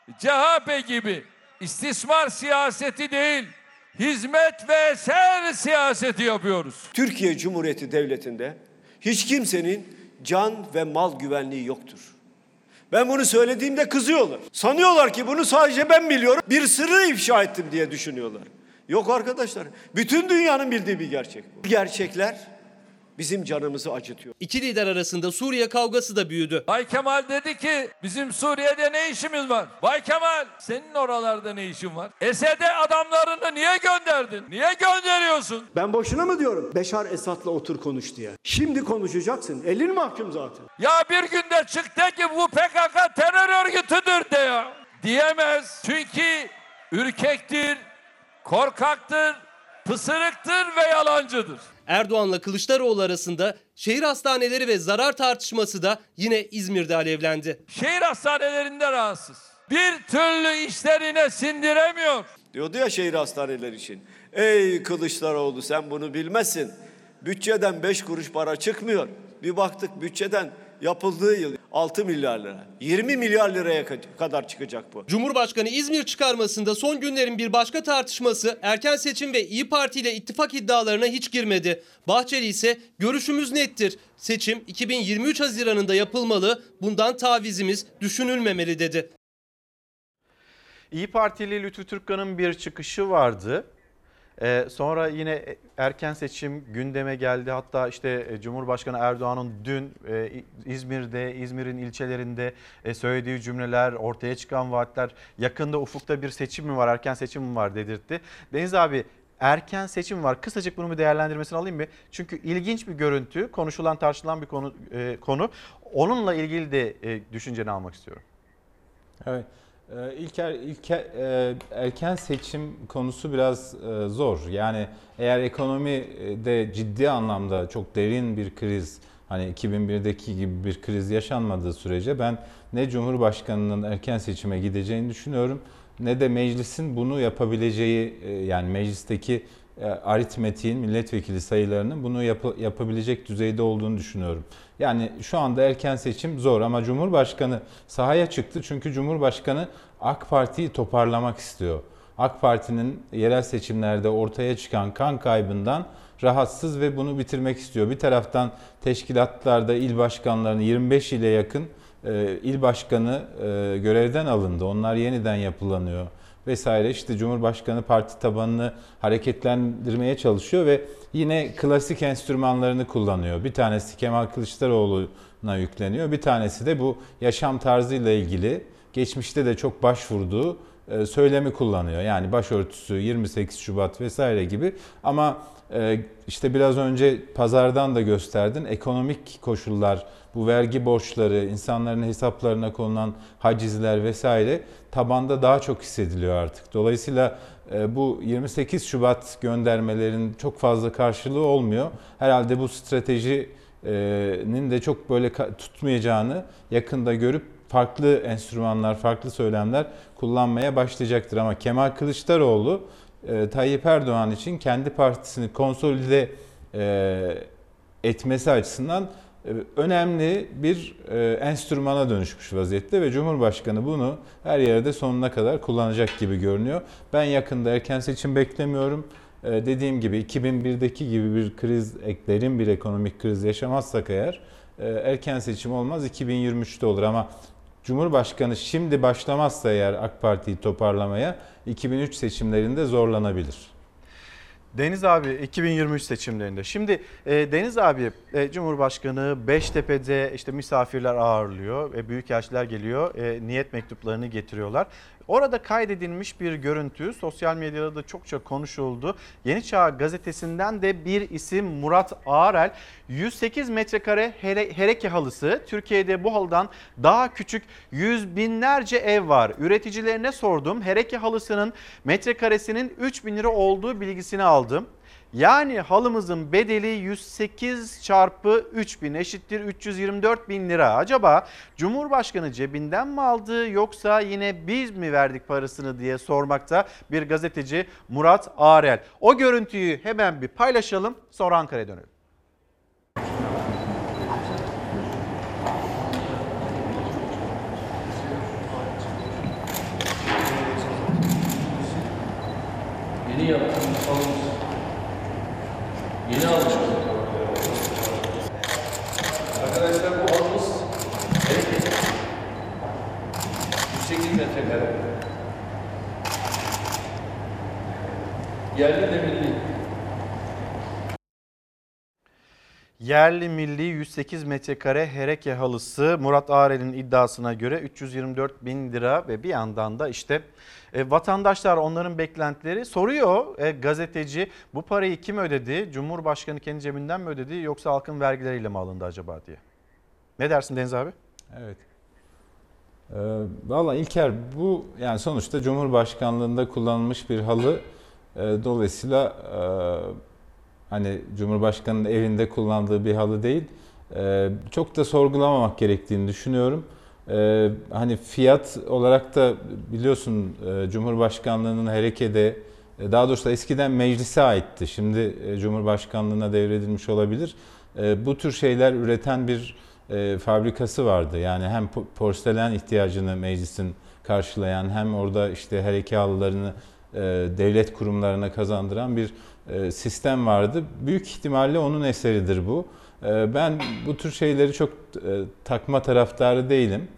CHP gibi istismar siyaseti değil, hizmet ve eser siyaseti yapıyoruz. Türkiye Cumhuriyeti Devleti'nde hiç kimsenin can ve mal güvenliği yoktur. Ben bunu söylediğimde kızıyorlar. Sanıyorlar ki bunu sadece ben biliyorum. Bir sırrı ifşa ettim diye düşünüyorlar. Yok arkadaşlar. Bütün dünyanın bildiği bir gerçek bu. Gerçekler bizim canımızı acıtıyor. İki lider arasında Suriye kavgası da büyüdü. Bay Kemal dedi ki bizim Suriye'de ne işimiz var? Bay Kemal senin oralarda ne işin var? Esed'e adamlarını niye gönderdin? Niye gönderiyorsun? Ben boşuna mı diyorum? Beşar Esad'la otur konuş diye. Şimdi konuşacaksın. Elin mahkum zaten. Ya bir günde çık de ki bu PKK terör örgütüdür de ya. Diyemez. Çünkü ürkektir, korkaktır, pısırıktır ve yalancıdır. Erdoğan'la Kılıçdaroğlu arasında şehir hastaneleri ve zarar tartışması da yine İzmir'de alevlendi. Şehir hastanelerinde rahatsız. Bir türlü işlerine sindiremiyor. Diyordu ya şehir hastaneleri için. Ey Kılıçdaroğlu sen bunu bilmezsin. Bütçeden 5 kuruş para çıkmıyor. Bir baktık bütçeden yapıldığı yıl 6 milyar lira. 20 milyar liraya kadar çıkacak bu. Cumhurbaşkanı İzmir çıkarmasında son günlerin bir başka tartışması erken seçim ve İYİ Parti ile ittifak iddialarına hiç girmedi. Bahçeli ise görüşümüz nettir. Seçim 2023 Haziran'ında yapılmalı. Bundan tavizimiz düşünülmemeli dedi. İYİ Partili Lütfü Türkkan'ın bir çıkışı vardı. Sonra yine erken seçim gündeme geldi. Hatta işte Cumhurbaşkanı Erdoğan'ın dün İzmir'de, İzmir'in ilçelerinde söylediği cümleler, ortaya çıkan vaatler, yakında ufukta bir seçim mi var, erken seçim mi var dedirtti. Deniz abi, erken seçim var. Kısacık bunu bir değerlendirmesini alayım mı? Çünkü ilginç bir görüntü, konuşulan, tartışılan bir konu. Onunla ilgili de düşünceni almak istiyorum. Evet. Erken seçim konusu biraz zor. Yani eğer ekonomide ciddi anlamda çok derin bir kriz, hani 2001'deki gibi bir kriz yaşanmadığı sürece ben ne Cumhurbaşkanı'nın erken seçime gideceğini düşünüyorum, ne de meclisin bunu yapabileceği, yani meclisteki aritmetiğin, milletvekili sayılarının bunu yapabilecek düzeyde olduğunu düşünüyorum. Yani şu anda erken seçim zor ama Cumhurbaşkanı sahaya çıktı çünkü Cumhurbaşkanı AK Parti'yi toparlamak istiyor. AK Parti'nin yerel seçimlerde ortaya çıkan kan kaybından rahatsız ve bunu bitirmek istiyor. Bir taraftan teşkilatlarda il başkanlarını 25 ile yakın il başkanı görevden alındı. Onlar yeniden yapılanıyor vesaire. İşte Cumhurbaşkanı parti tabanını hareketlendirmeye çalışıyor ve yine klasik enstrümanlarını kullanıyor. Bir tanesi Kemal Kılıçdaroğlu'na yükleniyor. Bir tanesi de bu yaşam tarzıyla ilgili geçmişte de çok başvurduğu söylemi kullanıyor. Yani başörtüsü, 28 Şubat vesaire gibi. Ama işte biraz önce pazardan da gösterdin. Ekonomik koşullar, bu vergi borçları, insanların hesaplarına konulan hacizler vesaire tabanda daha çok hissediliyor artık. Dolayısıyla bu 28 Şubat göndermelerin çok fazla karşılığı olmuyor. Herhalde bu strateji de çok böyle tutmayacağını yakında görüp farklı enstrümanlar, farklı söylemler kullanmaya başlayacaktır. Ama Kemal Kılıçdaroğlu Tayyip Erdoğan için kendi partisini konsolide etmesi açısından önemli bir enstrümana dönüşmüş vaziyette ve Cumhurbaşkanı bunu her yerde sonuna kadar kullanacak gibi görünüyor. Ben yakında erken seçim beklemiyorum. Dediğim gibi 2001'deki gibi bir kriz, derin bir ekonomik kriz yaşamazsak eğer erken seçim olmaz, 2023'te olur ama Cumhurbaşkanı şimdi başlamazsa eğer AK Parti'yi toparlamaya 2003 seçimlerinde zorlanabilir. Deniz abi 2023 seçimlerinde. Şimdi Deniz abi Cumhurbaşkanı Beştepe'de işte misafirler ağırlıyor. Büyükelçiler geliyor. Niyet mektuplarını getiriyorlar. Orada kaydedilmiş bir görüntü sosyal medyada da çokça konuşuldu. Yeni Çağ gazetesinden de bir isim Murat Ağrel 108 metrekare hereke halısı. Türkiye'de bu halıdan daha küçük yüz binlerce ev var. Üreticilerine sordum. Hereke halısının metrekaresinin 3.000 lira olduğu bilgisini aldım. Yani halımızın bedeli 108 çarpı 3000 eşittir 324.000 lira. Acaba Cumhurbaşkanı cebinden mi aldı yoksa yine biz mi verdik parasını diye sormakta bir gazeteci Murat Ağrel. O görüntüyü hemen bir paylaşalım, sonra Ankara'ya dönelim. Yeni yaptığımız halımız. Yeni aldık. Arkadaşlar bu halımız 108 metrekare. Yerli de milli. Yerli milli 108 metrekare hereke halısı Murat Ağrel'in iddiasına göre 324.000 lira ve bir yandan da işte vatandaşlar onların beklentileri soruyor gazeteci bu parayı kim ödedi? Cumhurbaşkanı kendi cebinden mi ödedi yoksa halkın vergileriyle mi alındı acaba diye. Ne dersin Deniz abi? Evet. Valla İlker bu yani sonuçta Cumhurbaşkanlığında kullanılmış bir halı. Dolayısıyla hani Cumhurbaşkanı'nın evinde kullandığı bir halı değil. Çok da sorgulamamak gerektiğini düşünüyorum. Hani fiyat olarak da biliyorsun Cumhurbaşkanlığı'nın harekede daha doğrusu eskiden meclise aitti. Şimdi Cumhurbaşkanlığı'na devredilmiş olabilir. Bu tür şeyler üreten bir fabrikası vardı. Yani hem porselen ihtiyacını meclisin karşılayan hem orada işte hareke halılarını devlet kurumlarına kazandıran bir sistem vardı. Büyük ihtimalle onun eseridir bu. Ben bu tür şeyleri çok takma taraftarı değilim.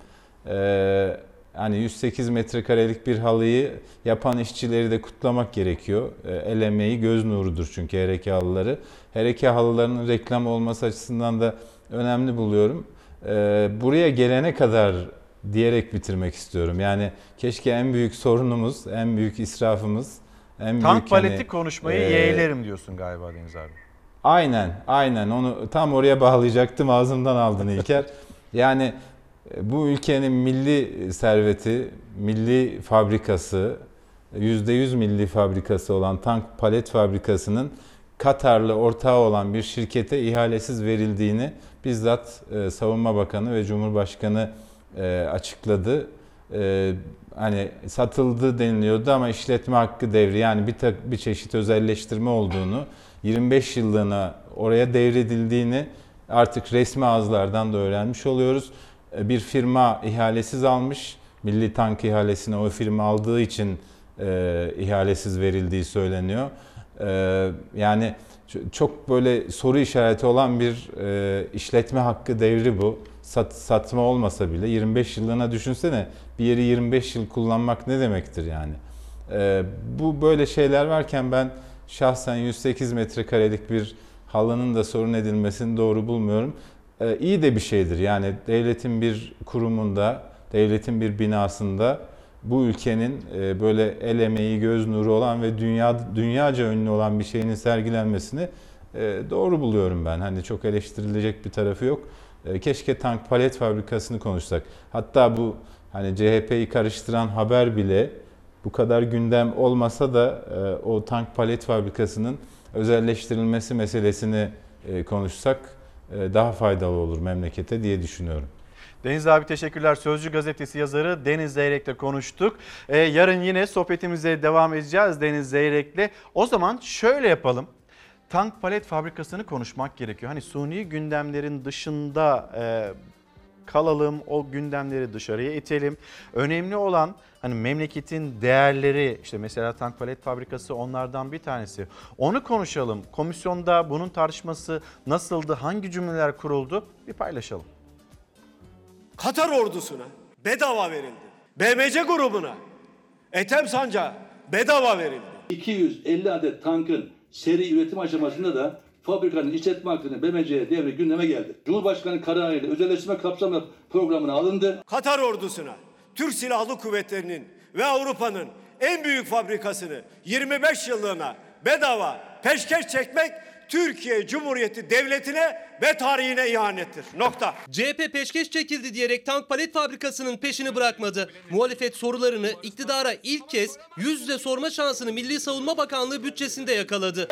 Hani 108 metrekarelik bir halıyı yapan işçileri de kutlamak gerekiyor. El emeği göz nurudur çünkü hereke halıları. Hereke halılarının reklam olması açısından da önemli buluyorum. Buraya gelene kadar diyerek bitirmek istiyorum. Yani keşke en büyük sorunumuz, en büyük israfımız, en tank büyük paleti hani, konuşmayı yeğlerim diyorsun galiba Deniz abi. Aynen onu tam oraya bağlayacaktım, ağzımdan aldın İlker. Yani bu ülkenin milli serveti, milli fabrikası, %100 milli fabrikası olan tank palet fabrikasının Katarlı ortağı olan bir şirkete ihalesiz verildiğini bizzat Savunma Bakanı ve Cumhurbaşkanı açıkladı. Hani satıldı deniliyordu ama işletme hakkı devri yani bir çeşit özelleştirme olduğunu, 25 yıllığına oraya devredildiğini artık resmi ağızlardan da öğrenmiş oluyoruz. Bir firma ihalesiz almış, milli tank ihalesini o firma aldığı için ihalesiz verildiği söyleniyor. Yani çok böyle soru işareti olan bir işletme hakkı devri bu. Satma olmasa bile 25 yıllığına düşünsene, bir yeri 25 yıl kullanmak ne demektir yani. Bu böyle şeyler varken ben şahsen 108 metrekarelik bir halının da sorun edilmesini doğru bulmuyorum. İyi de bir şeydir yani devletin bir kurumunda, devletin bir binasında bu ülkenin böyle el emeği, göz nuru olan ve dünyaca ünlü olan bir şeyinin sergilenmesini doğru buluyorum ben. Hani çok eleştirilecek bir tarafı yok. Keşke tank palet fabrikasını konuşsak. Hatta bu hani CHP'yi karıştıran haber bile bu kadar gündem olmasa da o tank palet fabrikasının özelleştirilmesi meselesini konuşsak daha faydalı olur memlekete diye düşünüyorum. Deniz abi teşekkürler. Sözcü gazetesi yazarı Deniz Zeyrek'le konuştuk. Yarın yine sohbetimize devam edeceğiz Deniz Zeyrek'le. O zaman şöyle yapalım. Tank palet fabrikasını konuşmak gerekiyor. Hani suni gündemlerin dışında kalalım, o gündemleri dışarıya itelim. Önemli olan hani memleketin değerleri, işte mesela tank palet fabrikası onlardan bir tanesi. Onu konuşalım. Komisyonda bunun tartışması nasıldı, hangi cümleler kuruldu bir paylaşalım. Katar ordusuna bedava verildi. BMC grubuna, Ethem Sancağı bedava verildi. 250 adet tankın seri üretim aşamasında da fabrikanın işletme hakkını BMC'ye devri gündeme geldi. Cumhurbaşkanı kararıyla özelleştirme kapsamlı programına alındı. Katar ordusuna, Türk Silahlı Kuvvetleri'nin ve Avrupa'nın en büyük fabrikasını 25 yıllığına bedava peşkeş çekmek Türkiye Cumhuriyeti Devleti'ne ve tarihine ihanettir. Nokta. CHP peşkeş çekildi diyerek tank palet fabrikasının peşini bırakmadı. Muhalefet sorularını iktidara ilk kez yüz yüze sorma şansını Milli Savunma Bakanlığı bütçesinde yakaladı.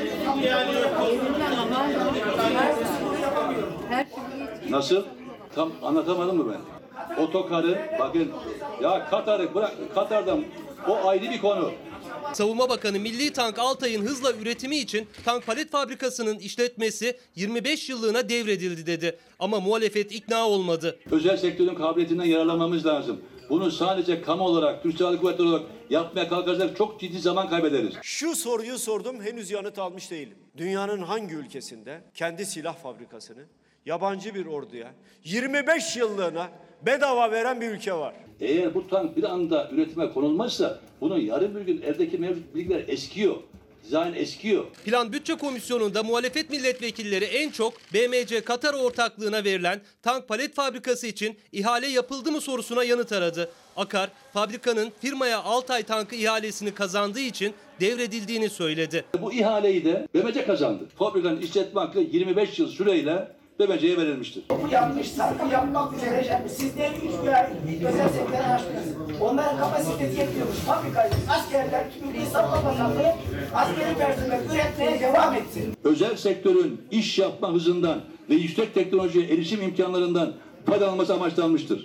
Nasıl? Tam anlatamadım mı ben? Otokarı, bakın ya Katar'ı bırak, Katar'dan o ayrı bir konu. Savunma Bakanı Milli Tank Altay'ın hızla üretimi için tank palet fabrikasının işletmesi 25 yıllığına devredildi dedi. Ama muhalefet ikna olmadı. Özel sektörün kabiliyetinden yararlanmamız lazım. Bunu sadece kamu olarak, Türk Silahlı Kuvvetleri olarak yapmaya kalkarsak çok ciddi zaman kaybederiz. Şu soruyu sordum, henüz yanıt almış değilim. Dünyanın hangi ülkesinde kendi silah fabrikasını yabancı bir orduya 25 yıllığına bedava veren bir ülke var? Eğer bu tank bir anda üretime konulmazsa bunun yarın bir gün evdeki mevcut bilgiler eskiyor. Dizayn eskiyor. Plan Bütçe Komisyonu'nda muhalefet milletvekilleri en çok BMC Katar ortaklığına verilen tank palet fabrikası için ihale yapıldı mı sorusuna yanıt aradı. Akar, fabrikanın firmaya Altay tankı ihalesini kazandığı için devredildiğini söyledi. Bu ihaleyi de BMC kazandı. Fabrikanın işletme hakkı 25 yıl süreyle BMC'ye verilmiştir. Bu yanlış sarkı yapmak üzere siz de 3 ay özel sektörü açtınız. Onların kapasitesi yetmiyormuş. Fabrikayı, askerler, Milli Savunma Bakanlığı askeri personel üretmeye devam etsin. Özel sektörün iş yapma hızından ve yüksek teknolojiye erişim imkanlarından faydalanması amaçlanmıştır.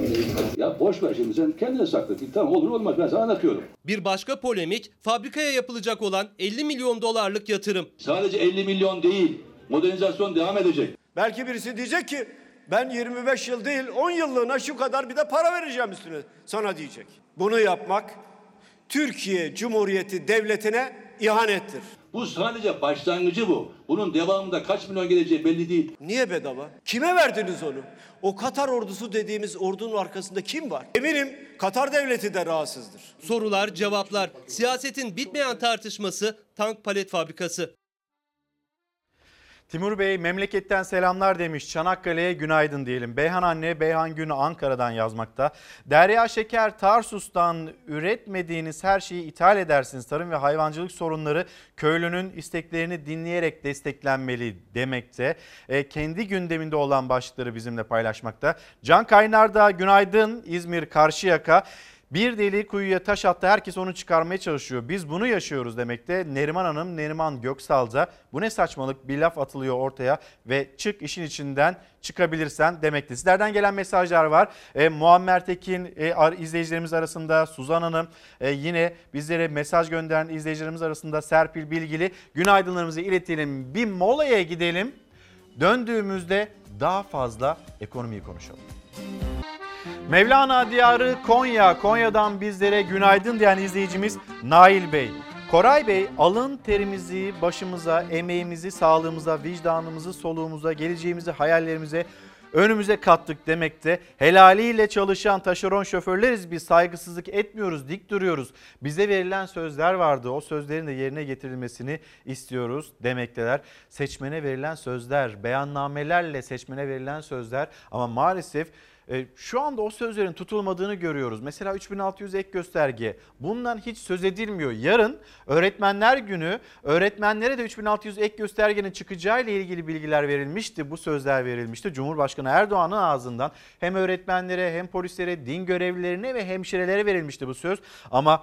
Ya boş ver şimdi, sen kendine sakla. Tamam, olur olmaz, ben sana anlatıyorum. Bir başka polemik fabrikaya yapılacak olan 50 milyon dolarlık yatırım. Sadece 50 milyon değil, modernizasyon devam edecek. Belki birisi diyecek ki ben 25 yıl değil 10 yıllığına şu kadar bir de para vereceğim üstüne sana diyecek. Bunu yapmak Türkiye Cumhuriyeti Devleti'ne ihanettir. Bu sadece başlangıcı bu. Bunun devamında kaç milyon geleceği belli değil. Niye bedava? Kime verdiniz onu? O Katar ordusu dediğimiz ordunun arkasında kim var? Eminim Katar devleti de rahatsızdır. Sorular, cevaplar, siyasetin bitmeyen tartışması tank palet fabrikası. Timur Bey memleketten selamlar demiş. Çanakkale'ye günaydın diyelim. Beyhan anne Beyhan Günü Ankara'dan yazmakta. Derya Şeker Tarsus'tan üretmediğiniz her şeyi ithal edersiniz. Tarım ve hayvancılık sorunları köylünün isteklerini dinleyerek desteklenmeli demekte. Kendi gündeminde olan başlıkları bizimle paylaşmakta. Can Kaynar da günaydın İzmir Karşıyaka. Bir deli kuyuya taş attı, herkes onu çıkarmaya çalışıyor. Biz bunu yaşıyoruz demekte. Neriman Hanım, Neriman Göksal'da bu ne saçmalık, bir laf atılıyor ortaya ve çık işin içinden çıkabilirsen demekte. Sizlerden gelen mesajlar var. Muammer Tekin izleyicilerimiz arasında, Suzan Hanım yine bizlere mesaj gönderen izleyicilerimiz arasında Serpil Bilgili. Günaydınlarımızı iletelim, bir molaya gidelim. Döndüğümüzde daha fazla ekonomiyi konuşalım. Mevlana Diyarı Konya. Konya'dan bizlere günaydın diyen izleyicimiz Nail Bey. Koray Bey, alın terimizi başımıza, emeğimizi, sağlığımıza, vicdanımızı, soluğumuza, geleceğimizi, hayallerimize, önümüze kattık demekte. Helaliyle çalışan taşeron şoförleriz biz, saygısızlık etmiyoruz, dik duruyoruz. Bize verilen sözler vardı, o sözlerin de yerine getirilmesini istiyoruz demekteler. Seçmene verilen sözler, beyannamelerle seçmene verilen sözler ama maalesef şu anda o sözlerin tutulmadığını görüyoruz. Mesela 3600 ek gösterge, bundan hiç söz edilmiyor. Yarın Öğretmenler Günü, öğretmenlere de 3600 ek göstergenin çıkacağı ile ilgili bilgiler verilmişti. Bu sözler verilmişti. Cumhurbaşkanı Erdoğan'ın ağzından hem öğretmenlere hem polislere, din görevlilerine ve hemşirelere verilmişti bu söz. Ama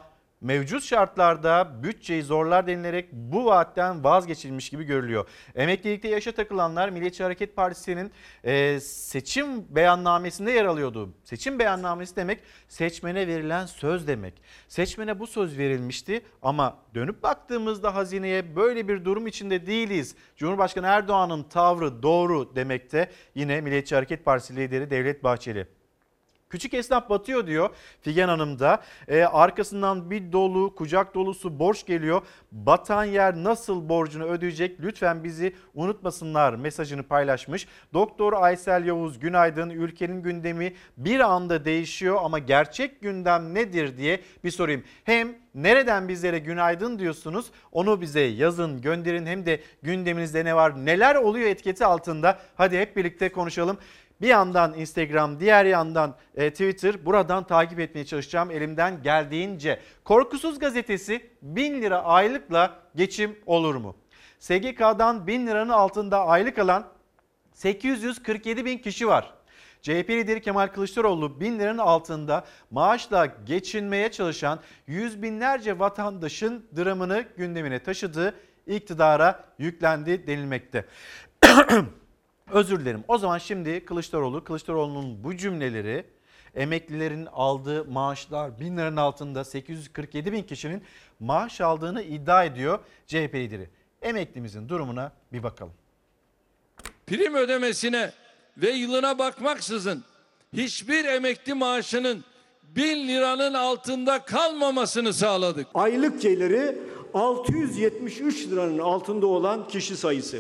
mevcut şartlarda bütçeyi zorlar denilerek bu vaatten vazgeçilmiş gibi görülüyor. Emeklilikte yaşa takılanlar Milliyetçi Hareket Partisi'nin seçim beyannamesinde yer alıyordu. Seçim beyannamesi demek seçmene verilen söz demek. Seçmene bu söz verilmişti ama dönüp baktığımızda hazineye böyle bir durum içinde değiliz. Cumhurbaşkanı Erdoğan'ın tavrı doğru demekte yine Milliyetçi Hareket Partisi lideri Devlet Bahçeli. Küçük esnaf batıyor diyor Figen Hanım da. Arkasından bir dolu kucak dolusu borç geliyor. Batan yer nasıl borcunu ödeyecek? Lütfen bizi unutmasınlar mesajını paylaşmış. Doktor Aysel Yavuz günaydın. Ülkenin gündemi bir anda değişiyor ama gerçek gündem nedir diye bir sorayım. Hem nereden bizlere günaydın diyorsunuz onu bize yazın gönderin hem de gündeminizde ne var neler oluyor etiketi altında. Hadi hep birlikte konuşalım. Bir yandan Instagram, diğer yandan Twitter. Buradan takip etmeye çalışacağım elimden geldiğince. Korkusuz gazetesi 1000 lira aylıkla geçim olur mu? SGK'dan 1000 liranın altında aylık alan 847 bin kişi var. CHP lideri Kemal Kılıçdaroğlu 1000 liranın altında maaşla geçinmeye çalışan yüz binlerce vatandaşın dramını gündemine taşıdığı iktidara yüklendi denilmekte. Özür dilerim. O zaman şimdi Kılıçdaroğlu'nun bu cümleleri emeklilerin aldığı maaşlar 1000 liranın altında 847 bin kişinin maaş aldığını iddia ediyor CHP lideri. Emeklimizin durumuna bir bakalım. Prim ödemesine ve yılına bakmaksızın hiçbir emekli maaşının 1000 liranın altında kalmamasını sağladık. Aylık geliri 673 liranın altında olan kişi sayısı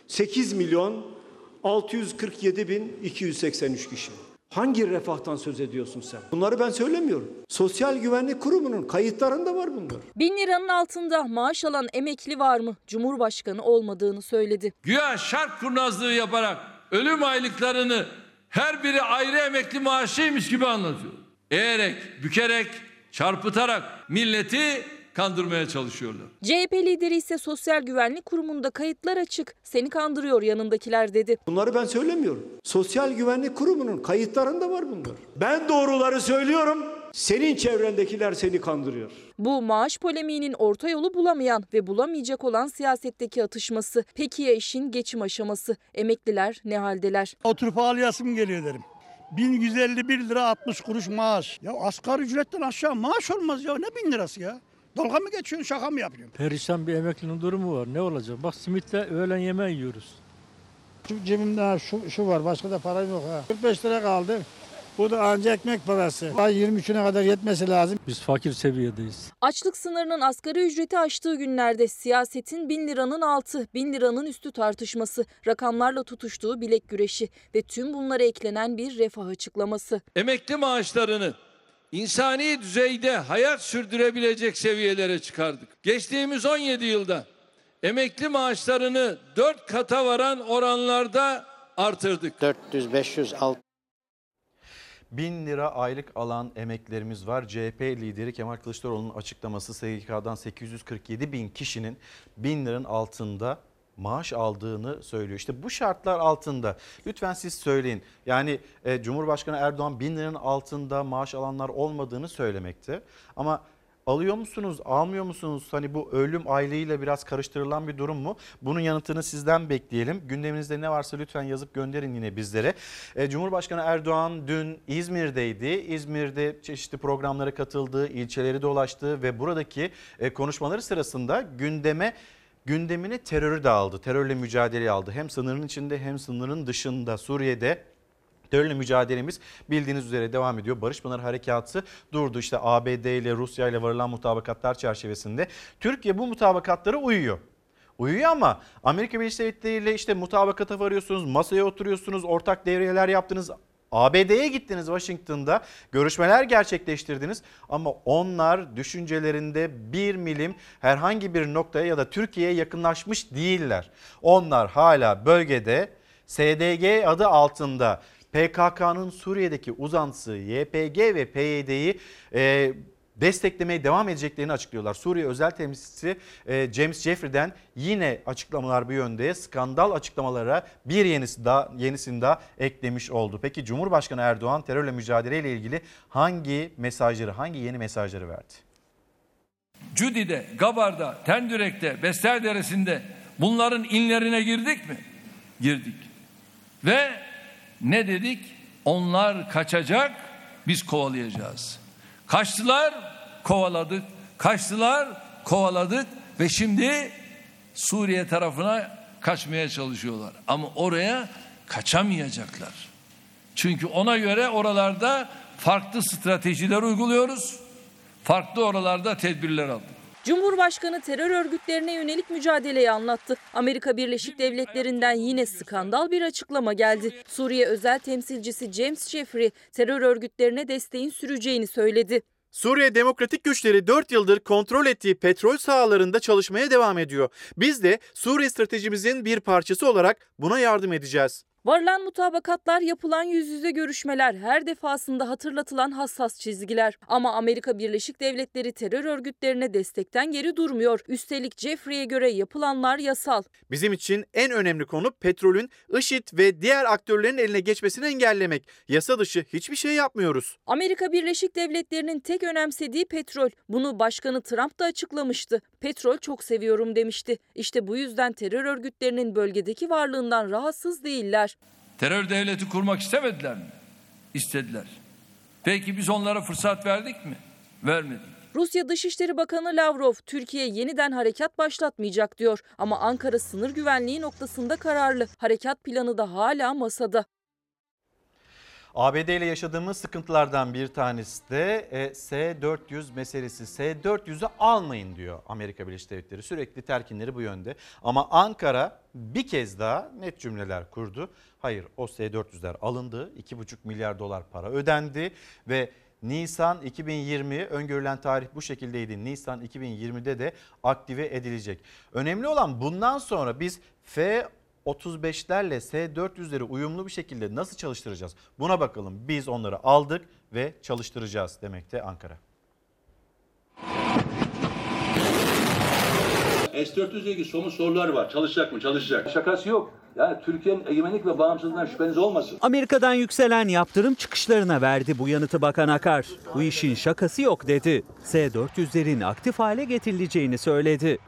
8.647.283 kişi. Hangi refahtan söz ediyorsun sen? Bunları ben söylemiyorum. Sosyal Güvenlik Kurumu'nun kayıtlarında var bunlar. 1000 liranın altında maaş alan emekli var mı? Cumhurbaşkanı olmadığını söyledi. Güya şark kurnazlığı yaparak ölüm aylıklarını her biri ayrı emekli maaşıymış gibi anlatıyor. Eğerek, bükerek, çarpıtarak milleti kandırmaya çalışıyorlar. CHP lideri ise Sosyal Güvenlik Kurumu'nda kayıtlar açık. Seni kandırıyor yanındakiler dedi. Bunları ben söylemiyorum. Sosyal Güvenlik Kurumu'nun kayıtlarında var bunlar. Ben doğruları söylüyorum. Senin çevrendekiler seni kandırıyor. Bu maaş polemiğinin orta yolu bulamayan ve bulamayacak olan siyasetteki atışması. Peki ya işin geçim aşaması? Emekliler ne haldeler? Oturup ağlayasım geliyor derim. 1151 lira 60 kuruş maaş. Ya asgari ücretten aşağı maaş olmaz ya. Ne 1000 lirası ya? Dalga mı geçiyorsun, şaka mı yapıyorsun? Perişan bir emeklinin durumu var. Ne olacak? Bak simitle öğlen yemeği yiyoruz. Cebimde şu var, başka da para yok ha. 45 lira kaldı. Bu da ancak ekmek parası. Ay 23'üne kadar yetmesi lazım. Biz fakir seviyedeyiz. Açlık sınırının asgari ücreti aştığı günlerde siyasetin 1000 liranın altı, 1000 liranın üstü tartışması, rakamlarla tutuştuğu bilek güreşi ve tüm bunlara eklenen bir refah açıklaması. Emekli maaşlarını insani düzeyde hayat sürdürebilecek seviyelere çıkardık. Geçtiğimiz 17 yılda emekli maaşlarını 4 kata varan oranlarda artırdık. 400, 500, 600. 1000 lira aylık alan emeklilerimiz var. CHP lideri Kemal Kılıçdaroğlu'nun açıklaması SGK'dan 847 bin kişinin 1000 liranın altında maaş aldığını söylüyor. İşte bu şartlar altında lütfen siz söyleyin. Yani Cumhurbaşkanı Erdoğan 1000 liranın altında maaş alanlar olmadığını söylemekte. Ama alıyor musunuz, almıyor musunuz? Hani bu ölüm aylığıyla biraz karıştırılan bir durum mu? Bunun yanıtını sizden bekleyelim. Gündeminizde ne varsa lütfen yazıp gönderin yine bizlere. Cumhurbaşkanı Erdoğan dün İzmir'deydi. İzmir'de çeşitli programlara katıldı, ilçeleri dolaştı ve buradaki konuşmaları sırasında gündemine terörü de aldı. Terörle mücadeleyi aldı. Hem sınırın içinde hem sınırın dışında Suriye'de terörle mücadelemiz bildiğiniz üzere devam ediyor. Barış Pınarı Harekatı durdu. İşte ABD ile Rusya ile varılan mutabakatlar çerçevesinde. Türkiye bu mutabakatlara uyuyor. Uyuyor ama Amerika Birleşik Devletleri ile işte mutabakata varıyorsunuz, masaya oturuyorsunuz, ortak devriyeler yaptınız. ABD'ye gittiniz, Washington'da görüşmeler gerçekleştirdiniz ama onlar düşüncelerinde bir milim herhangi bir noktaya ya da Türkiye'ye yakınlaşmış değiller. Onlar hala bölgede SDG adı altında PKK'nın Suriye'deki uzantısı YPG ve PYD'yi desteklemeye devam edeceklerini açıklıyorlar. Suriye özel temsilcisi James Jeffrey'den yine açıklamalar bu yönde. Skandal açıklamalara bir yenisini daha eklemiş oldu. Peki Cumhurbaşkanı Erdoğan terörle mücadeleyle ilgili hangi yeni mesajları verdi? Cudi'de, Gabar'da, Tendürek'te, Besler Deresi'nde bunların inlerine girdik mi? Girdik. Ve ne dedik? Onlar kaçacak, biz kovalayacağız. Kaçtılar, kovaladık. Kaçtılar, kovaladık ve şimdi Suriye tarafına kaçmaya çalışıyorlar. Ama oraya kaçamayacaklar. Çünkü ona göre oralarda farklı stratejiler uyguluyoruz. Farklı oralarda tedbirler aldık. Cumhurbaşkanı terör örgütlerine yönelik mücadeleyi anlattı. Amerika Birleşik Devletleri'nden yine skandal bir açıklama geldi. Suriye özel temsilcisi James Jeffrey terör örgütlerine desteğin süreceğini söyledi. Suriye Demokratik Güçleri 4 yıldır kontrol ettiği petrol sahalarında çalışmaya devam ediyor. Biz de Suriye stratejimizin bir parçası olarak buna yardım edeceğiz. Varılan mutabakatlar, yapılan yüz yüze görüşmeler, her defasında hatırlatılan hassas çizgiler. Ama Amerika Birleşik Devletleri terör örgütlerine destekten geri durmuyor. Üstelik Jeffrey'e göre yapılanlar yasal. Bizim için en önemli konu petrolün IŞİD ve diğer aktörlerin eline geçmesini engellemek. Yasa dışı hiçbir şey yapmıyoruz. Amerika Birleşik Devletleri'nin tek önemsediği petrol. Bunu Başkanı Trump da açıklamıştı. Petrol çok seviyorum demişti. İşte bu yüzden terör örgütlerinin bölgedeki varlığından rahatsız değiller. Terör devleti kurmak istemediler mi? İstediler. Peki biz onlara fırsat verdik mi? Vermedik. Rusya Dışişleri Bakanı Lavrov, Türkiye yeniden harekat başlatmayacak diyor. Ama Ankara sınır güvenliği noktasında kararlı. Harekat planı da hala masada. ABD ile yaşadığımız sıkıntılardan bir tanesi de S-400 meselesi. S-400'ü almayın diyor Amerika Birleşik Devletleri. Sürekli telkinleri bu yönde. Ama Ankara bir kez daha net cümleler kurdu. Hayır, o S-400'ler alındı. 2,5 milyar dolar para ödendi ve Nisan 2020 öngörülen tarih bu şekildeydi. Nisan 2020'de de aktive edilecek. Önemli olan bundan sonra biz F-35'lerle S-400'leri uyumlu bir şekilde nasıl çalıştıracağız? Buna bakalım. Biz onları aldık ve çalıştıracağız demekte Ankara. S-400 ile ilgili somut sorular var. Çalışacak mı? Çalışacak. Şakası yok. Yani Türkiye'nin egemenlik ve bağımsızlığından şüpheniz olmasın. Amerika'dan yükselen yaptırım çıkışlarına verdi bu yanıtı Bakan Akar. Bu işin şakası yok dedi. S-400'lerin aktif hale getirileceğini söyledi.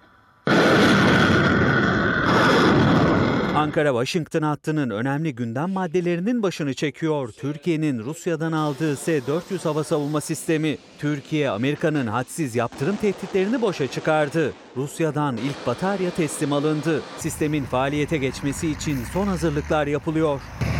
Ankara-Washington hattının önemli gündem maddelerinin başını çekiyor. Türkiye'nin Rusya'dan aldığı S-400 hava savunma sistemi. Türkiye, Amerika'nın hadsiz yaptırım tehditlerini boşa çıkardı. Rusya'dan ilk batarya teslim alındı. Sistemin faaliyete geçmesi için son hazırlıklar yapılıyor.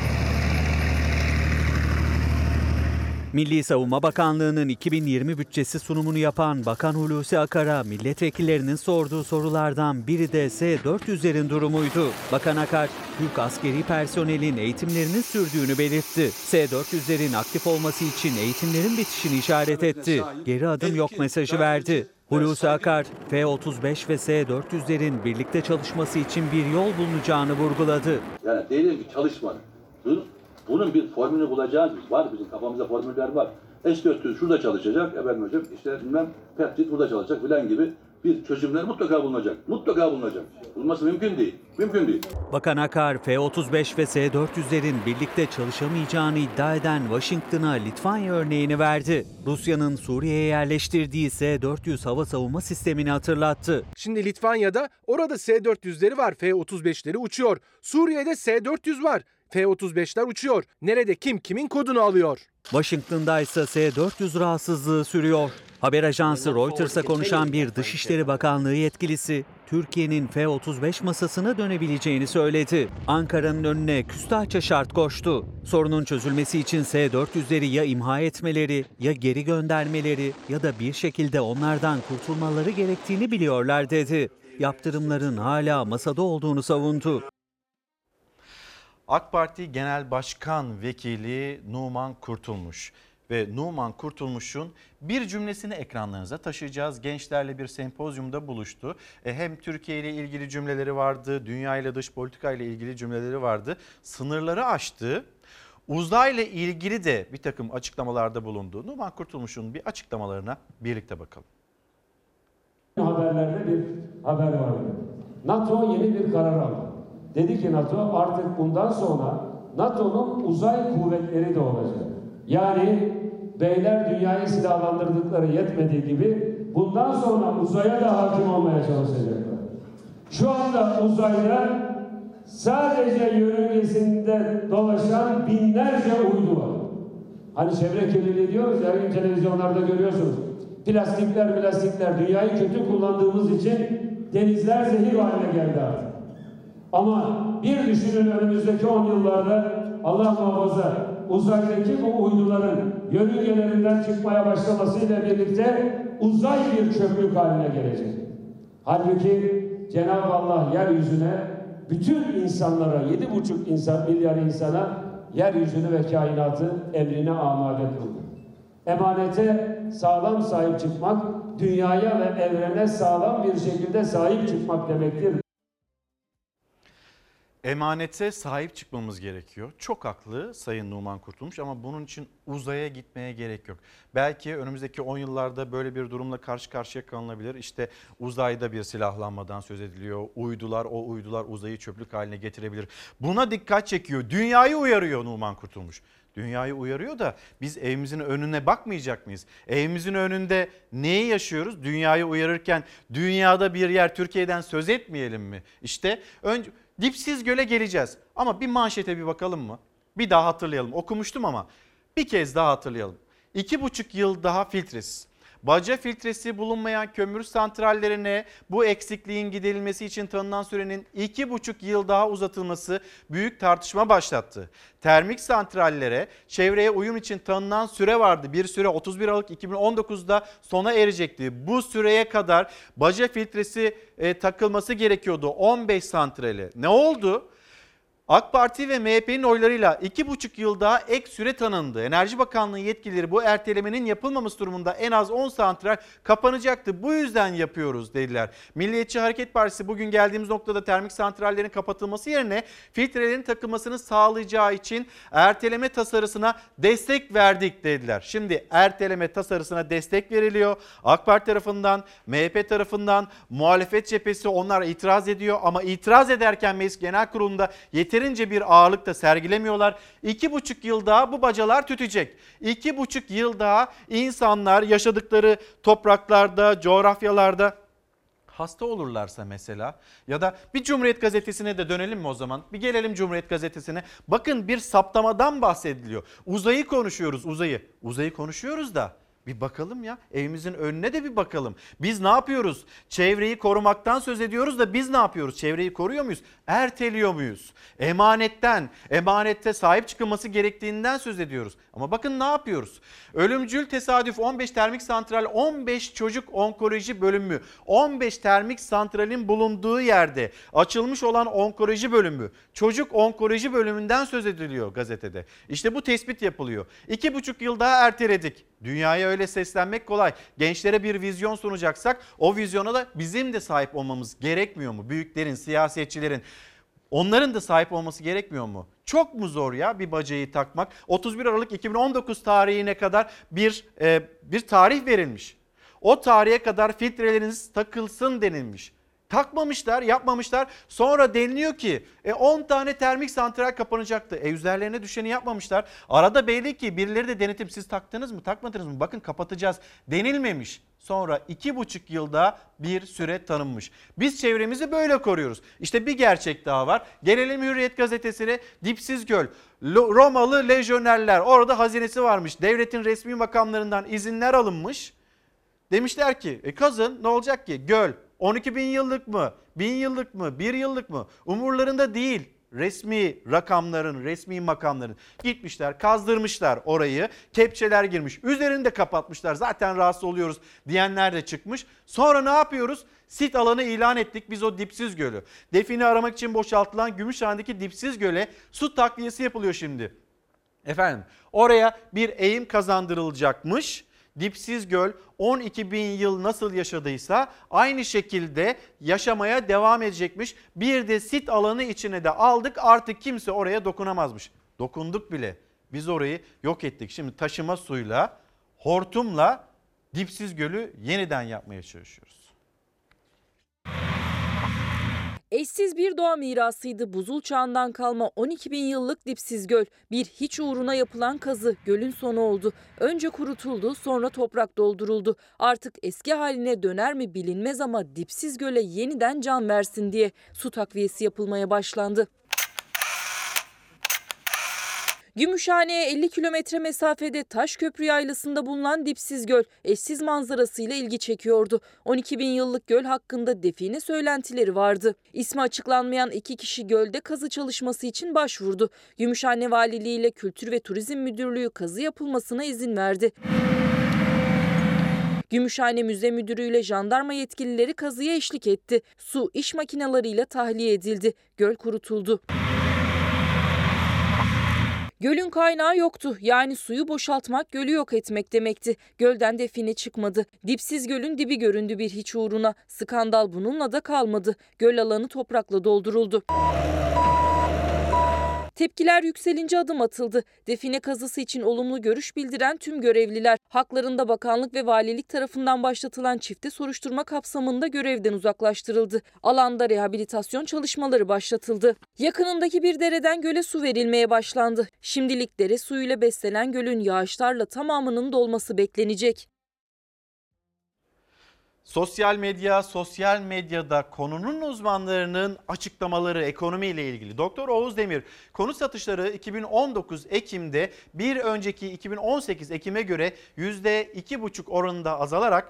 Milli Savunma Bakanlığı'nın 2020 bütçesi sunumunu yapan Bakan Hulusi Akar'a milletvekillerinin sorduğu sorulardan biri de S-400'lerin durumuydu. Bakan Akar, Türk askeri personelin eğitimlerinin sürdüğünü belirtti. S-400'lerin aktif olması için eğitimlerin bitişini işaret etti. Geri adım yok mesajı verdi. Hulusi Akar, F-35 ve S-400'lerin birlikte çalışması için bir yol bulunacağını vurguladı. Yani diyelim ki çalışmanın. Bunun bir formülünü bulacağız biz. Var bizim kafamızda formüller var. S-400 şurada çalışacak. Efendim hocam işte bilmem Peptit burada çalışacak filan gibi bir çözümler mutlaka bulunacak. Mutlaka bulunacak. Bulunması mümkün değil. Mümkün değil. Bakan Akar, F-35 ve S-400'lerin birlikte çalışamayacağını iddia eden Washington'a Litvanya örneğini verdi. Rusya'nın Suriye'ye yerleştirdiği S-400 hava savunma sistemini hatırlattı. Şimdi Litvanya'da orada S-400'leri var, F-35'leri uçuyor. Suriye'de S-400 var. F-35'ler uçuyor. Nerede kim kimin kodunu alıyor? Washington'da ise S-400 rahatsızlığı sürüyor. Haber ajansı Reuters'a konuşan bir Dışişleri Bakanlığı yetkilisi, Türkiye'nin F-35 masasına dönebileceğini söyledi. Ankara'nın önüne küstahça şart koştu. Sorunun çözülmesi için S-400'leri ya imha etmeleri, ya geri göndermeleri ya da bir şekilde onlardan kurtulmaları gerektiğini biliyorlar dedi. Yaptırımların hala masada olduğunu savundu. AK Parti Genel Başkan Vekili Numan Kurtulmuş ve Numan Kurtulmuş'un bir cümlesini ekranlarınıza taşıyacağız. Gençlerle bir sempozyumda buluştu. Hem Türkiye ile ilgili cümleleri vardı, dünya ile dış politika ile ilgili cümleleri vardı. Sınırları aştı. Uzayla ilgili de bir takım açıklamalarda bulundu. Numan Kurtulmuş'un bir açıklamalarına birlikte bakalım. Haberlerde bir haber vardı. NATO yeni bir karar aldı. Dedi ki NATO artık bundan sonra NATO'nun uzay kuvvetleri de olacak. Yani beyler dünyayı silahlandırdıkları yetmediği gibi bundan sonra uzaya da hakim olmaya çalışacaklar. Şu anda uzayda sadece yörüngesinde dolaşan binlerce uydu var. Hani çevre kirliliği diyoruz ya, televizyonlarda görüyorsunuz. Plastikler, dünyayı kötü kullandığımız için denizler zehir haline geldi artık. Ama bir düşünün, önümüzdeki 10 yıllarda Allah muhafaza uzaydaki bu uyduların yörüngelerinden çıkmaya başlamasıyla birlikte uzay bir çöplük haline gelecek. Halbuki Cenab-ı Allah yeryüzüne, bütün insanlara, 7,5 milyar insana yeryüzünü ve kainatı emrine amade kıldı. Emanete sağlam sahip çıkmak, dünyaya ve evrene sağlam bir şekilde sahip çıkmak demektir. Emanete sahip çıkmamız gerekiyor. Çok haklı Sayın Numan Kurtulmuş ama bunun için uzaya gitmeye gerek yok. Belki önümüzdeki 10 yıllarda böyle bir durumla karşı karşıya kalınabilir. İşte uzayda bir silahlanmadan söz ediliyor. O uydular uzayı çöplük haline getirebilir. Buna dikkat çekiyor. Dünyayı uyarıyor Numan Kurtulmuş. Dünyayı uyarıyor da biz evimizin önüne bakmayacak mıyız? Evimizin önünde neyi yaşıyoruz? Dünyayı uyarırken dünyada bir yer, Türkiye'den söz etmeyelim mi? İşte önce Dipsiz Göl'e geleceğiz ama bir manşete bir bakalım mı? Bir daha hatırlayalım. Okumuştum ama bir kez daha hatırlayalım. 2,5 yıl daha filtresiz. Baca filtresi bulunmayan kömür santrallerine bu eksikliğin giderilmesi için tanınan sürenin 2,5 yıl daha uzatılması büyük tartışma başlattı. Termik santrallere çevreye uyum için tanınan süre vardı. Bir süre 31 Aralık 2019'da sona erecekti. Bu süreye kadar baca filtresi takılması gerekiyordu 15 santrale. Ne oldu? AK Parti ve MHP'nin oylarıyla 2,5 yıl daha ek süre tanındı. Enerji Bakanlığı yetkilileri bu ertelemenin yapılmaması durumunda en az 10 santral kapanacaktı. Bu yüzden yapıyoruz dediler. Milliyetçi Hareket Partisi bugün geldiğimiz noktada termik santrallerin kapatılması yerine filtrelerin takılmasını sağlayacağı için erteleme tasarısına destek verdik dediler. Şimdi erteleme tasarısına destek veriliyor. AK Parti tarafından, MHP tarafından, muhalefet cephesi onlar itiraz ediyor ama itiraz ederken Meclis Genel Kurulu'nda yeterince bir ağırlık da sergilemiyorlar. 2,5 yıl daha bu bacalar tütecek. 2,5 yıl daha insanlar yaşadıkları topraklarda, coğrafyalarda hasta olurlarsa mesela, ya da bir Cumhuriyet Gazetesi'ne de dönelim mi o zaman? Bir gelelim Cumhuriyet Gazetesi'ne. Bakın bir saptamadan bahsediliyor. Uzayı konuşuyoruz, uzayı. Uzayı konuşuyoruz da bir bakalım ya, evimizin önüne de bir bakalım. Biz ne yapıyoruz? Çevreyi korumaktan söz ediyoruz da biz ne yapıyoruz? Çevreyi koruyor muyuz? Erteliyor muyuz? Emanette sahip çıkılması gerektiğinden söz ediyoruz. Ama bakın ne yapıyoruz? Ölümcül tesadüf 15 termik santral, 15 çocuk onkoloji bölümü, 15 termik santralin bulunduğu yerde açılmış olan onkoloji bölümü, çocuk onkoloji bölümünden söz ediliyor gazetede. İşte bu tespit yapılıyor. 2,5 yıl daha erteledik. Dünyaya öyle seslenmek kolay. Gençlere bir vizyon sunacaksak o vizyona da bizim de sahip olmamız gerekmiyor mu? Büyüklerin, siyasetçilerin, onların da sahip olması gerekmiyor mu? Çok mu zor ya bir bacayı takmak? 31 Aralık 2019 tarihine kadar bir tarih verilmiş. O tarihe kadar filtreleriniz takılsın denilmiş. Takmamışlar, yapmamışlar. Sonra deniliyor ki 10 tane termik santral kapanacaktı. Üzerlerine düşeni yapmamışlar. Arada belli ki birileri de denetim, siz taktınız mı, takmadınız mı? Bakın kapatacağız denilmemiş. Sonra 2,5 yılda bir süre tanınmış. Biz çevremizi böyle koruyoruz. İşte bir gerçek daha var. Gelelim Hürriyet Gazetesi'ne. Dipsiz Göl. Romalı lejyonerler, orada hazinesi varmış. Devletin resmi makamlarından izinler alınmış. Demişler ki kazın, ne olacak ki? Göl 12 bin yıllık mı? 1000 yıllık mı? 1 yıllık mı? Umurlarında değil. Resmi rakamların, resmi makamların gitmişler, kazdırmışlar orayı. Kepçeler girmiş. Üzerini de kapatmışlar. Zaten rahatsız oluyoruz diyenler de çıkmış. Sonra ne yapıyoruz? Sit alanı ilan ettik biz o Dipsiz Gölü. Define aramak için boşaltılan Gümüşhane'deki Dipsiz Göl'e su takviyesi yapılıyor şimdi. Efendim, oraya bir eğim kazandırılacakmış. Dipsiz Göl 12 bin yıl nasıl yaşadıysa aynı şekilde yaşamaya devam edecekmiş. Bir de sit alanı içine de aldık, artık kimse oraya dokunamazmış. Dokunduk bile, biz orayı yok ettik. Şimdi taşıma suyla, hortumla Dipsiz Göl'ü yeniden yapmaya çalışıyoruz. Eşsiz bir doğa mirasıydı. Buzul çağından kalma 12 bin yıllık dipsiz göl. Bir hiç uğruna yapılan kazı gölün sonu oldu. Önce kurutuldu, sonra toprak dolduruldu. Artık eski haline döner mi bilinmez ama dipsiz göle yeniden can versin diye su takviyesi yapılmaya başlandı. Gümüşhane'ye 50 kilometre mesafede Taşköprü Yaylası'nda bulunan dipsiz göl eşsiz manzarasıyla ilgi çekiyordu. 12 bin yıllık göl hakkında define söylentileri vardı. İsmi açıklanmayan 2 kişi gölde kazı çalışması için başvurdu. Gümüşhane Valiliği ile Kültür ve Turizm Müdürlüğü kazı yapılmasına izin verdi. Gümüşhane Müze Müdürü ile jandarma yetkilileri kazıya eşlik etti. Su iş makineleriyle tahliye edildi. Göl kurutuldu. Gölün kaynağı yoktu. Yani suyu boşaltmak gölü yok etmek demekti. Gölden define çıkmadı. Dipsiz gölün dibi göründü bir hiç uğruna. Skandal bununla da kalmadı. Göl alanı toprakla dolduruldu. Tepkiler yükselince adım atıldı. Define kazısı için olumlu görüş bildiren tüm görevliler, haklarında bakanlık ve valilik tarafından başlatılan çifte soruşturma kapsamında görevden uzaklaştırıldı. Alanda rehabilitasyon çalışmaları başlatıldı. Yakınındaki bir dereden göle su verilmeye başlandı. Şimdilik dere suyuyla beslenen gölün yağışlarla tamamının dolması beklenecek. Sosyal medyada konunun uzmanlarının açıklamaları ekonomiyle ilgili. Doktor Oğuz Demir, konut satışları 2019 Ekim'de bir önceki 2018 Ekim'e göre %2,5 oranında azalarak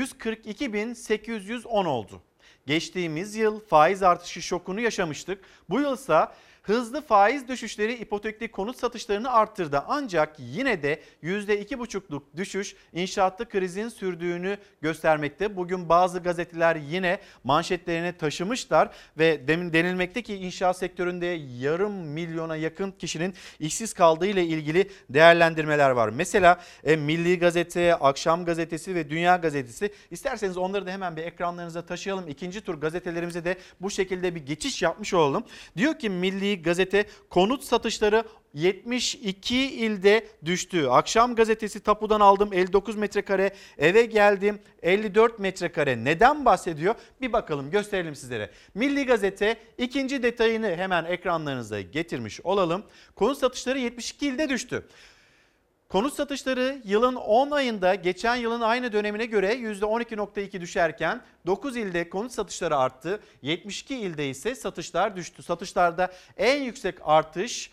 142.810 oldu. Geçtiğimiz yıl faiz artışı şokunu yaşamıştık. Bu yılsa hızlı faiz düşüşleri ipotekli konut satışlarını arttırdı. Ancak yine de %2,5'luk düşüş inşaatta krizin sürdüğünü göstermekte. Bugün bazı gazeteler yine manşetlerine taşımışlar ve demin denilmekte ki inşaat sektöründe yarım milyona yakın kişinin işsiz kaldığı ile ilgili değerlendirmeler var. Mesela Milli Gazete, Akşam Gazetesi ve Dünya Gazetesi, isterseniz onları da hemen bir ekranlarınıza taşıyalım. İkinci tur gazetelerimize de bu şekilde bir geçiş yapmış olalım. Diyor ki Milli Gazete, konut satışları 72 ilde düştü. Akşam Gazetesi, tapudan aldım 59 metrekare, eve geldim 54 metrekare. Neden bahsediyor? Bir bakalım, gösterelim sizlere. Milli Gazete ikinci detayını hemen ekranlarınıza getirmiş olalım. Konut satışları 72 ilde düştü. Konut satışları yılın 10 ayında geçen yılın aynı dönemine göre %12,2 düşerken 9 ilde konut satışları arttı. 72 ilde ise satışlar düştü. Satışlarda en yüksek artış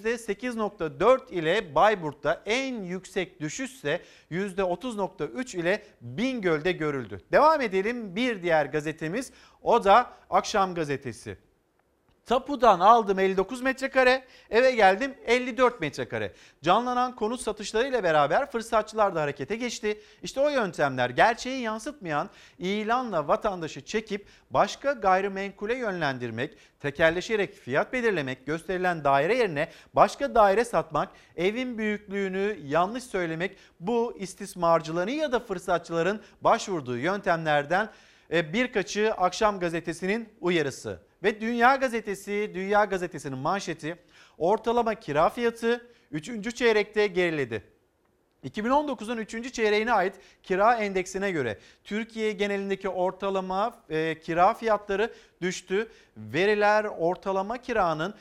%8,4 ile Bayburt'ta, en yüksek düşüşse %30,3 ile Bingöl'de görüldü. Devam edelim, bir diğer gazetemiz, o da Akşam Gazetesi. Tapudan aldım 59 metrekare, eve geldim 54 metrekare. Canlanan konut satışlarıyla beraber fırsatçılar da harekete geçti. İşte o yöntemler gerçeği yansıtmayan ilanla vatandaşı çekip başka gayrimenkule yönlendirmek, tekelleşerek fiyat belirlemek, gösterilen daire yerine başka daire satmak, evin büyüklüğünü yanlış söylemek, bu istismarcıların ya da fırsatçıların başvurduğu yöntemlerden birkaçı Akşam Gazetesi'nin uyarısı. Ve Dünya Gazetesi'nin manşeti, ortalama kira fiyatı 3. çeyrekte geriledi. 2019'un 3. çeyreğine ait kira endeksine göre Türkiye genelindeki ortalama kira fiyatları düştü. Veriler ortalama kiranın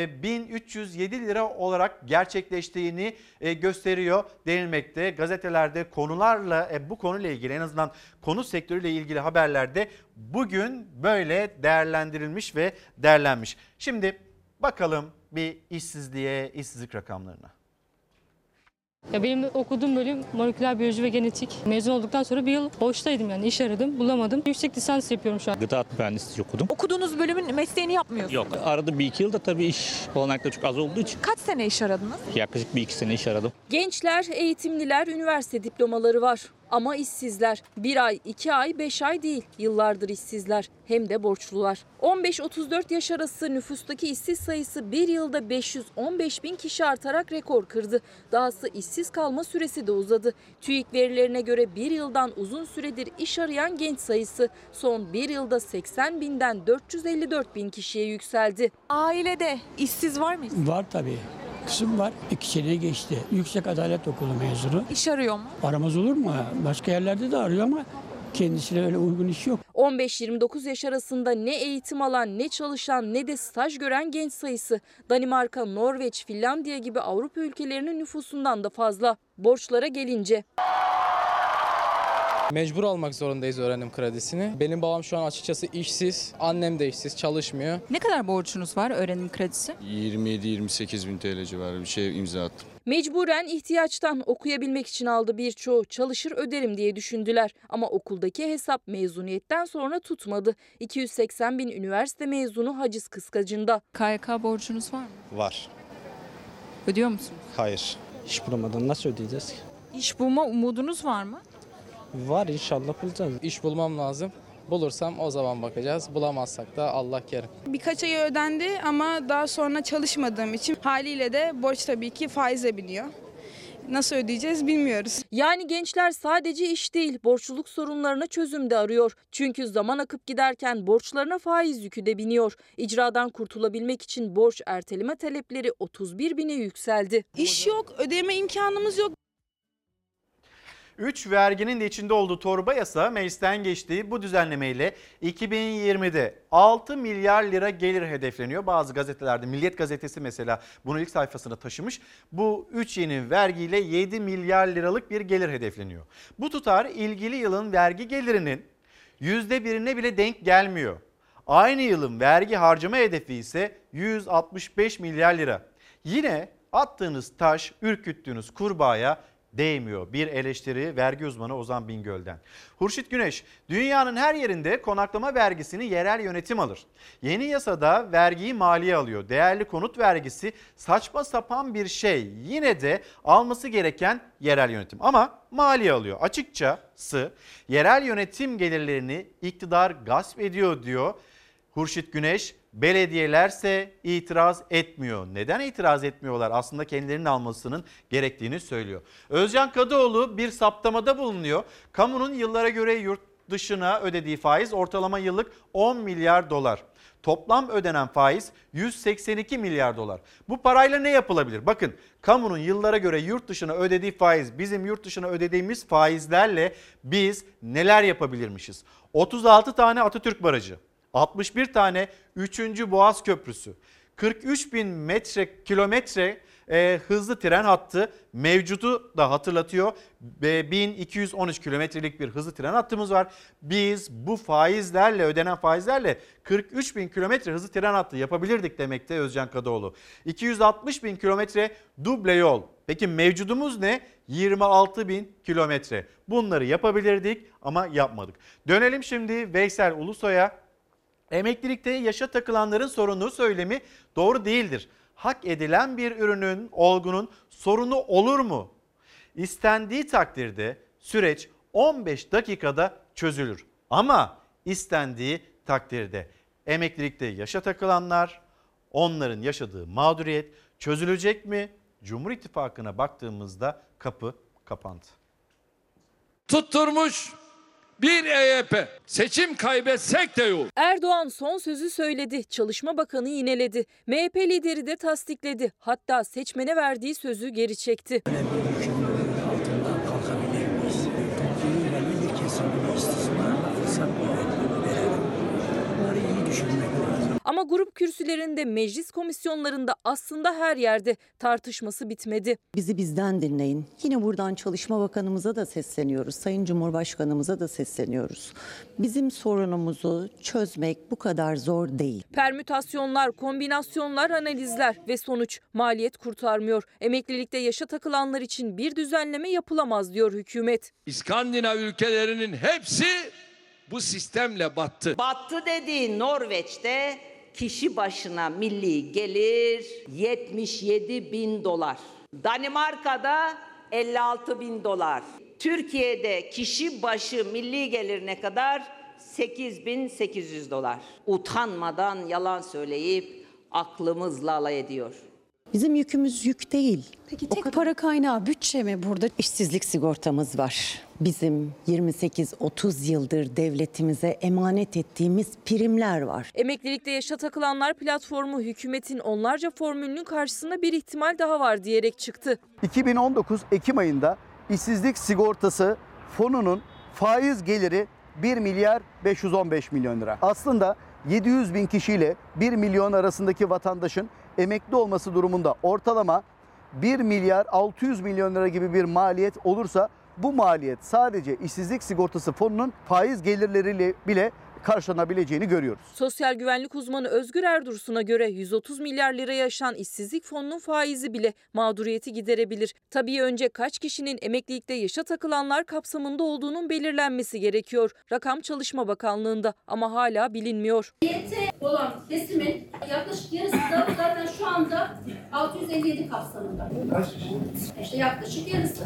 1307 lira olarak gerçekleştiğini gösteriyor denilmekte. Gazetelerde konularla bu konuyla ilgili, en azından konut sektörüyle ilgili haberlerde bugün böyle değerlendirilmiş ve derlenmiş. Şimdi bakalım bir işsizlik rakamlarına. Ya benim okuduğum bölüm moleküler biyoloji ve genetik. Mezun olduktan sonra bir yıl boştaydım, yani iş aradım, bulamadım. Yüksek lisans yapıyorum şu an. Gıda mühendisliği okudum. Okuduğunuz bölümün mesleğini yapmıyorsunuz. Yok. Arada 1-2 yılda tabii iş olanakları çok az olduğu için. Kaç sene iş aradınız? Yaklaşık 1-2 sene iş aradım. Gençler, eğitimliler, üniversite diplomaları var. Ama işsizler. 1 ay, 2 ay, 5 ay değil. Yıllardır işsizler. Hem de borçlular. 15-34 yaş arası nüfustaki işsiz sayısı bir yılda 515 bin kişi artarak rekor kırdı. Dahası işsiz kalma süresi de uzadı. TÜİK verilerine göre bir yıldan uzun süredir iş arayan genç sayısı son bir yılda 80 binden 454 bin kişiye yükseldi. Ailede işsiz var mı? Var tabii. Kızım var. 2 sene geçti. Yüksek Adalet Okulu mezunu. İş arıyor mu? Aramaz olur mu? Başka yerlerde de arıyor ama Kendisine öyle uygun iş yok. 15-29 yaş arasında ne eğitim alan, ne çalışan, ne de staj gören genç sayısı Danimarka, Norveç, Finlandiya gibi Avrupa ülkelerinin nüfusundan da fazla. Borçlara gelince. Mecbur almak zorundayız öğrenim kredisini. Benim babam şu an açıkçası işsiz, annem de işsiz, çalışmıyor. Ne kadar borcunuz var öğrenim kredisi? 27-28 bin TL civarı bir şey imza attım. Mecburen ihtiyaçtan okuyabilmek için aldı birçoğu. Çalışır öderim diye düşündüler. Ama okuldaki hesap mezuniyetten sonra tutmadı. 280 bin üniversite mezunu haciz kıskacında. KYK borcunuz var mı? Var. Ödüyor musunuz? Hayır. İş bulamadan nasıl ödeyeceğiz ki? İş bulma umudunuz var mı? Var, inşallah bulacağız. İş bulmam lazım. Bulursam o zaman bakacağız. Bulamazsak da Allah kerim. Birkaç ayı ödendi ama daha sonra çalışmadığım için haliyle de borç tabii ki faize biniyor. Nasıl ödeyeceğiz bilmiyoruz. Yani gençler sadece iş değil, borçluluk sorunlarına çözüm de arıyor. Çünkü zaman akıp giderken borçlarına faiz yükü de biniyor. İcradan kurtulabilmek için borç erteleme talepleri 31 bine yükseldi. İş yok, ödeme imkanımız yok. 3 verginin de içinde olduğu torba yasa meclisten geçti. Bu düzenlemeyle 2020'de 6 milyar lira gelir hedefleniyor. Bazı gazetelerde, Milliyet Gazetesi mesela bunu ilk sayfasına taşımış. Bu 3 yeni vergiyle 7 milyar liralık bir gelir hedefleniyor. Bu tutar ilgili yılın vergi gelirinin %1'ine bile denk gelmiyor. Aynı yılın vergi harcama hedefi ise 165 milyar lira. Yine attığınız taş, ürküttüğünüz kurbağaya değmiyor. Bir eleştiri vergi uzmanı Ozan Bingöl'den. Hurşit Güneş, dünyanın her yerinde konaklama vergisini yerel yönetim alır. Yeni yasada vergiyi maliye alıyor. Değerli konut vergisi saçma sapan bir şey. Yine de alması gereken yerel yönetim ama maliye alıyor. Açıkçası yerel yönetim gelirlerini iktidar gasp ediyor diyor Hurşit Güneş. Belediyelerse itiraz etmiyor. Neden itiraz etmiyorlar? Aslında kendilerinin almasının gerektiğini söylüyor. Özcan Kadıoğlu bir saptamada bulunuyor. Kamunun yıllara göre yurt dışına ödediği faiz ortalama yıllık 10 milyar dolar. Toplam ödenen faiz 182 milyar dolar. Bu parayla ne yapılabilir? Bakın, kamunun yıllara göre yurt dışına ödediği faiz, bizim yurt dışına ödediğimiz faizlerle biz neler yapabilirmişiz? 36 tane Atatürk Barajı, 61 tane 3. Boğaz Köprüsü, 43 bin kilometre hızlı tren hattı mevcudu da hatırlatıyor. 1213 kilometrelik bir hızlı tren hattımız var. Biz bu faizlerle, ödenen faizlerle 43 bin kilometre hızlı tren hattı yapabilirdik demekte Özcan Kadıoğlu. 260 bin kilometre duble yol. Peki mevcudumuz ne? 26 bin kilometre. Bunları yapabilirdik ama yapmadık. Dönelim şimdi Veysel Ulusoy'a. Emeklilikte yaşa takılanların sorunu söylemi doğru değildir. Hak edilen bir ürünün, olgunun sorunu olur mu? İstendiği takdirde süreç 15 dakikada çözülür. Ama istendiği takdirde emeklilikte yaşa takılanlar, onların yaşadığı mağduriyet çözülecek mi? Cumhur İttifakı'na baktığımızda kapı kapandı. Tutturmuş bir EYP. Seçim kaybetsek de yok. Erdoğan son sözü söyledi. Çalışma Bakanı yineledi. MHP lideri de tasdikledi. Hatta seçmene verdiği sözü geri çekti. Ama grup kürsülerinde, meclis komisyonlarında, aslında her yerde tartışması bitmedi. Bizi bizden dinleyin. Yine buradan Çalışma Bakanımıza da sesleniyoruz. Sayın Cumhurbaşkanımıza da sesleniyoruz. Bizim sorunumuzu çözmek bu kadar zor değil. Permütasyonlar, kombinasyonlar, analizler ve sonuç maliyet kurtarmıyor. Emeklilikte yaşa takılanlar için bir düzenleme yapılamaz diyor hükümet. İskandinav ülkelerinin hepsi bu sistemle battı. Battı dediği Norveç'te kişi başına milli gelir 77 bin dolar. Danimarka'da 56 bin dolar. Türkiye'de kişi başı milli gelir ne kadar? 8.800 dolar. Utanmadan yalan söyleyip aklımızla alay ediyor. Bizim yükümüz yük değil. Peki tek para kaynağı bütçe mi burada? İşsizlik sigortamız var. Bizim 28-30 yıldır devletimize emanet ettiğimiz primler var. Emeklilikte yaşa takılanlar platformu hükümetin onlarca formülünün karşısında bir ihtimal daha var diyerek çıktı. 2019 Ekim ayında işsizlik sigortası fonunun faiz geliri 1 milyar 515 milyon lira. Aslında 700 bin kişiyle 1 milyon arasındaki vatandaşın emekli olması durumunda ortalama 1 milyar 600 milyon lira gibi bir maliyet olursa bu maliyet sadece işsizlik sigortası fonunun faiz gelirleriyle bile karşılanabileceğini görüyoruz. Sosyal güvenlik uzmanı Özgür Erdursun'a göre 130 milyar liraya aşan işsizlik fonunun faizi bile mağduriyeti giderebilir. Tabii önce kaç kişinin emeklilikte yaşa takılanlar kapsamında olduğunun belirlenmesi gerekiyor. Rakam Çalışma Bakanlığı'nda ama hala bilinmiyor. EYT olan kesimin yaklaşık yarısı da zaten şu anda 657 kapsamında. Kaç kişi? İşte yaklaşık yarısı.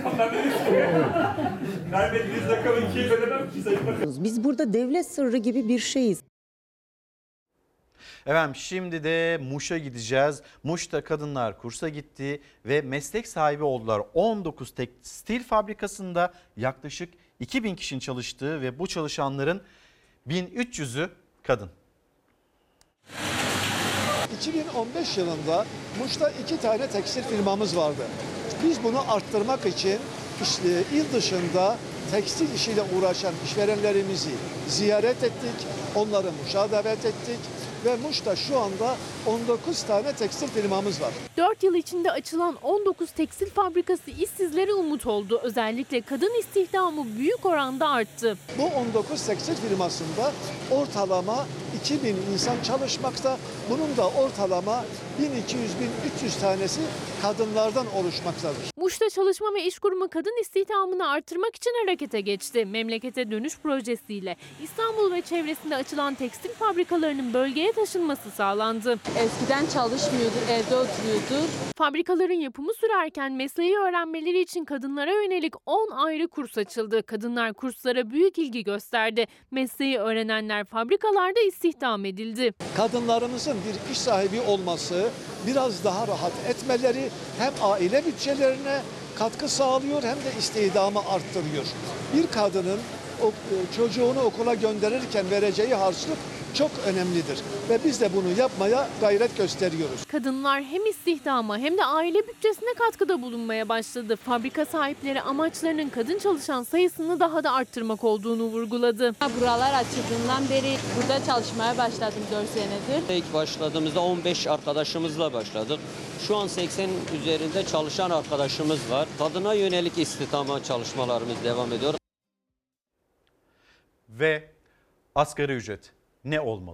Vermediğiniz rakamı 200 ödemem ki sayın. Biz burada devlet sırrı gibi bir şeyiz. Efendim şimdi de Muş'a gideceğiz. Muş'ta kadınlar kursa gitti ve meslek sahibi oldular. 19 tekstil fabrikasında yaklaşık 2000 kişinin çalıştığı ve bu çalışanların 1300'ü kadın. 2015 yılında Muş'ta 2 tane tekstil firmamız vardı. Biz bunu arttırmak için il dışında tekstil işiyle uğraşan işverenlerimizi ziyaret ettik. Onları Muş'a davet ettik. Ve Muş'ta şu anda 19 tane tekstil firmamız var. 4 yıl içinde açılan 19 tekstil fabrikası işsizlere umut oldu. Özellikle kadın istihdamı büyük oranda arttı. Bu 19 tekstil firmasında ortalama 2000 insan çalışmakta. Bunun da ortalama 1200-1300 tanesi kadınlardan oluşmaktadır. Muş'ta Çalışma ve İş Kurumu kadın istihdamını artırmak için harekete geçti. Memlekete dönüş projesiyle İstanbul ve çevresinde açılan tekstil fabrikalarının bölgeye taşınması sağlandı. Eskiden çalışmıyordu, evde oturuyordu. Fabrikaların yapımı sürerken mesleği öğrenmeleri için kadınlara yönelik 10 ayrı kurs açıldı. Kadınlar kurslara büyük ilgi gösterdi. Mesleği öğrenenler fabrikalarda istihdam edildi. Kadınlarımızın bir iş sahibi olması, biraz daha rahat etmeleri hem aile bütçelerine katkı sağlıyor hem de istihdamı arttırıyor. Bir kadının çocuğunu okula gönderirken vereceği harçlık çok önemlidir ve biz de bunu yapmaya gayret gösteriyoruz. Kadınlar hem istihdama hem de aile bütçesine katkıda bulunmaya başladı. Fabrika sahipleri amaçlarının kadın çalışan sayısını daha da arttırmak olduğunu vurguladı. Buralar açıldığından beri burada çalışmaya başladım 4 senedir. İlk başladığımızda 15 arkadaşımızla başladık. Şu an 80 üzerinde çalışan arkadaşımız var. Kadına yönelik istihdama çalışmalarımız devam ediyor. Ve asgari ücret ne olmalı?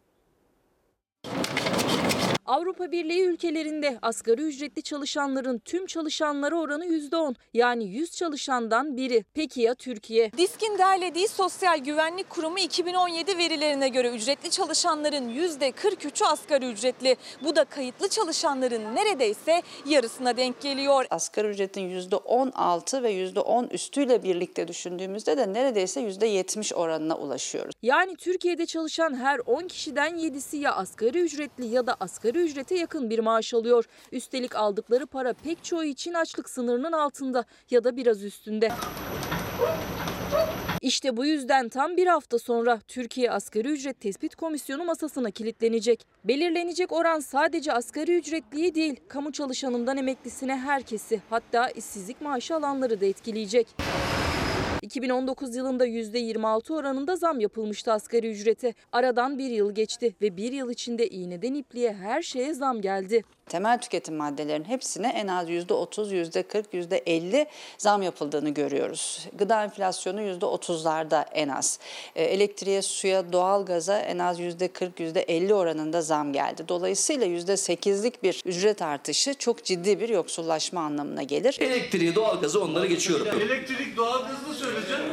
Avrupa Birliği ülkelerinde asgari ücretli çalışanların tüm çalışanlara oranı %10. Yani 100 çalışandan biri. Peki ya Türkiye? DİSK'in derlediği Sosyal Güvenlik Kurumu 2017 verilerine göre ücretli çalışanların %43'ü asgari ücretli. Bu da kayıtlı çalışanların neredeyse yarısına denk geliyor. Asgari ücretin %16 ve %10 üstüyle birlikte düşündüğümüzde de neredeyse %70 oranına ulaşıyoruz. Yani Türkiye'de çalışan her 10 kişiden 7'si ya asgari ücretli ya da asgari ücrete yakın bir maaş alıyor. Üstelik aldıkları para pek çoğu için açlık sınırının altında ya da biraz üstünde. İşte bu yüzden tam bir hafta sonra Türkiye Asgari Ücret Tespit Komisyonu masasına kilitlenecek. Belirlenecek oran sadece asgari ücretliyi değil, kamu çalışanından emeklisine herkesi, hatta işsizlik maaşı alanları da etkileyecek. 2019 yılında %26 oranında zam yapılmıştı asgari ücrete. Aradan bir yıl geçti ve bir yıl içinde iğneden ipliğe her şeye zam geldi. Temel tüketim maddelerinin hepsine en az %30, %40, %50 zam yapıldığını görüyoruz. Gıda enflasyonu %30'larda en az. Elektriğe, suya, doğalgaza en az %40, %50 oranında zam geldi. Dolayısıyla %8'lik bir ücret artışı çok ciddi bir yoksullaşma anlamına gelir. Elektriği, doğalgazı onları geçiyorum. Elektrik, doğalgazını söyleyeceğim.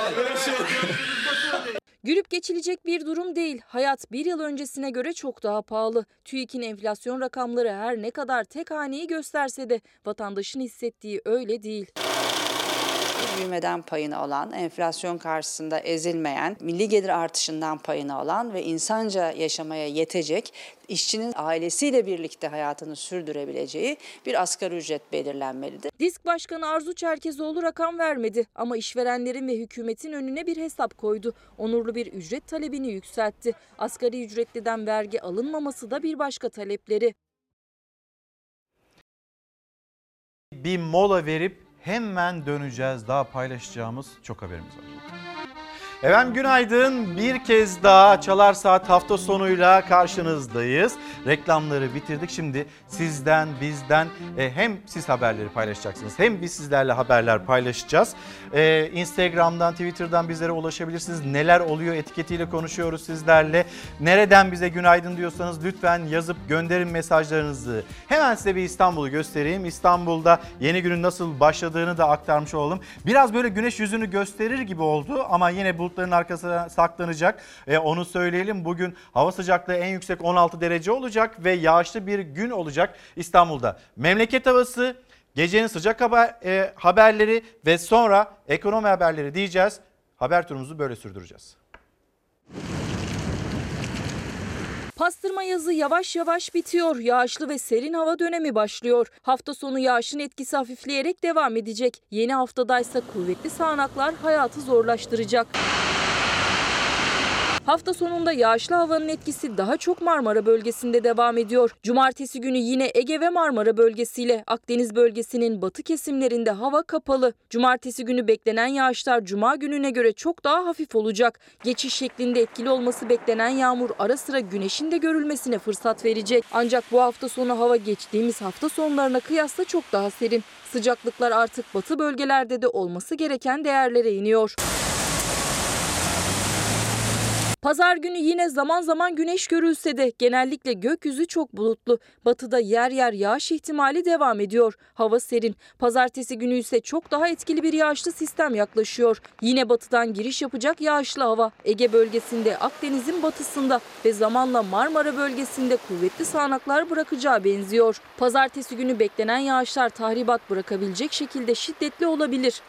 Gülüp geçilecek bir durum değil. Hayat bir yıl öncesine göre çok daha pahalı. TÜİK'in enflasyon rakamları her ne kadar tek haneyi gösterse de vatandaşın hissettiği öyle değil. Büyümeden payını alan, enflasyon karşısında ezilmeyen, milli gelir artışından payını alan ve insanca yaşamaya yetecek, işçinin ailesiyle birlikte hayatını sürdürebileceği bir asgari ücret belirlenmelidir. DİSK Başkanı Arzu Çerkezoğlu rakam vermedi ama işverenlerin ve hükümetin önüne bir hesap koydu. Onurlu bir ücret talebini yükseltti. Asgari ücretliden vergi alınmaması da bir başka talepleri. Bir mola verip hemen döneceğiz. Daha paylaşacağımız çok haberimiz var. Efendim günaydın. Bir kez daha Çalar Saat hafta sonuyla karşınızdayız. Reklamları bitirdik. Şimdi sizden, bizden hem siz haberleri paylaşacaksınız hem biz sizlerle haberler paylaşacağız. Instagram'dan, Twitter'dan bizlere ulaşabilirsiniz. Neler oluyor etiketiyle konuşuyoruz sizlerle. Nereden bize günaydın diyorsanız lütfen yazıp gönderin mesajlarınızı. Hemen size bir İstanbul'u göstereyim. İstanbul'da yeni günün nasıl başladığını da aktarmış olalım. Biraz böyle güneş yüzünü gösterir gibi oldu ama yine bulutların arkasına saklanacak. Onu söyleyelim. Bugün hava sıcaklığı en yüksek 16 derece olacak ve yağışlı bir gün olacak İstanbul'da. Memleket havası, gecenin sıcak haberleri ve sonra ekonomi haberleri diyeceğiz. Haber turumuzu böyle sürdüreceğiz. Pastırma yazı yavaş yavaş bitiyor. Yağışlı ve serin hava dönemi başlıyor. Hafta sonu yağışın etkisi hafifleyerek devam edecek. Yeni haftadaysa kuvvetli sağanaklar hayatı zorlaştıracak. Hafta sonunda yağışlı havanın etkisi daha çok Marmara bölgesinde devam ediyor. Cumartesi günü yine Ege ve Marmara bölgesiyle Akdeniz bölgesinin batı kesimlerinde hava kapalı. Cumartesi günü beklenen yağışlar Cuma gününe göre çok daha hafif olacak. Geçiş şeklinde etkili olması beklenen yağmur ara sıra güneşin de görülmesine fırsat verecek. Ancak bu hafta sonu hava geçtiğimiz hafta sonlarına kıyasla çok daha serin. Sıcaklıklar artık batı bölgelerde de olması gereken değerlere iniyor. Pazar günü yine zaman zaman güneş görülse de genellikle gökyüzü çok bulutlu. Batıda yer yer yağış ihtimali devam ediyor. Hava serin. Pazartesi günü ise çok daha etkili bir yağışlı sistem yaklaşıyor. Yine batıdan giriş yapacak yağışlı hava. Ege bölgesinde, Akdeniz'in batısında ve zamanla Marmara bölgesinde kuvvetli sağanaklar bırakacağı benziyor. Pazartesi günü beklenen yağışlar tahribat bırakabilecek şekilde şiddetli olabilir.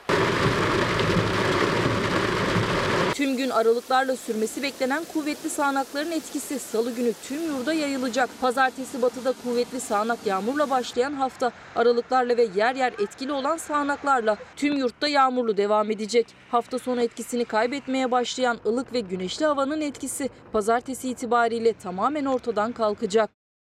Tüm gün aralıklarla sürmesi beklenen kuvvetli sağanakların etkisi salı günü tüm yurda yayılacak. Pazartesi batıda kuvvetli sağanak yağmurla başlayan hafta aralıklarla ve yer yer etkili olan sağanaklarla tüm yurtta yağmurlu devam edecek. Hafta sonu etkisini kaybetmeye başlayan ılık ve güneşli havanın etkisi pazartesi itibariyle tamamen ortadan kalkacak.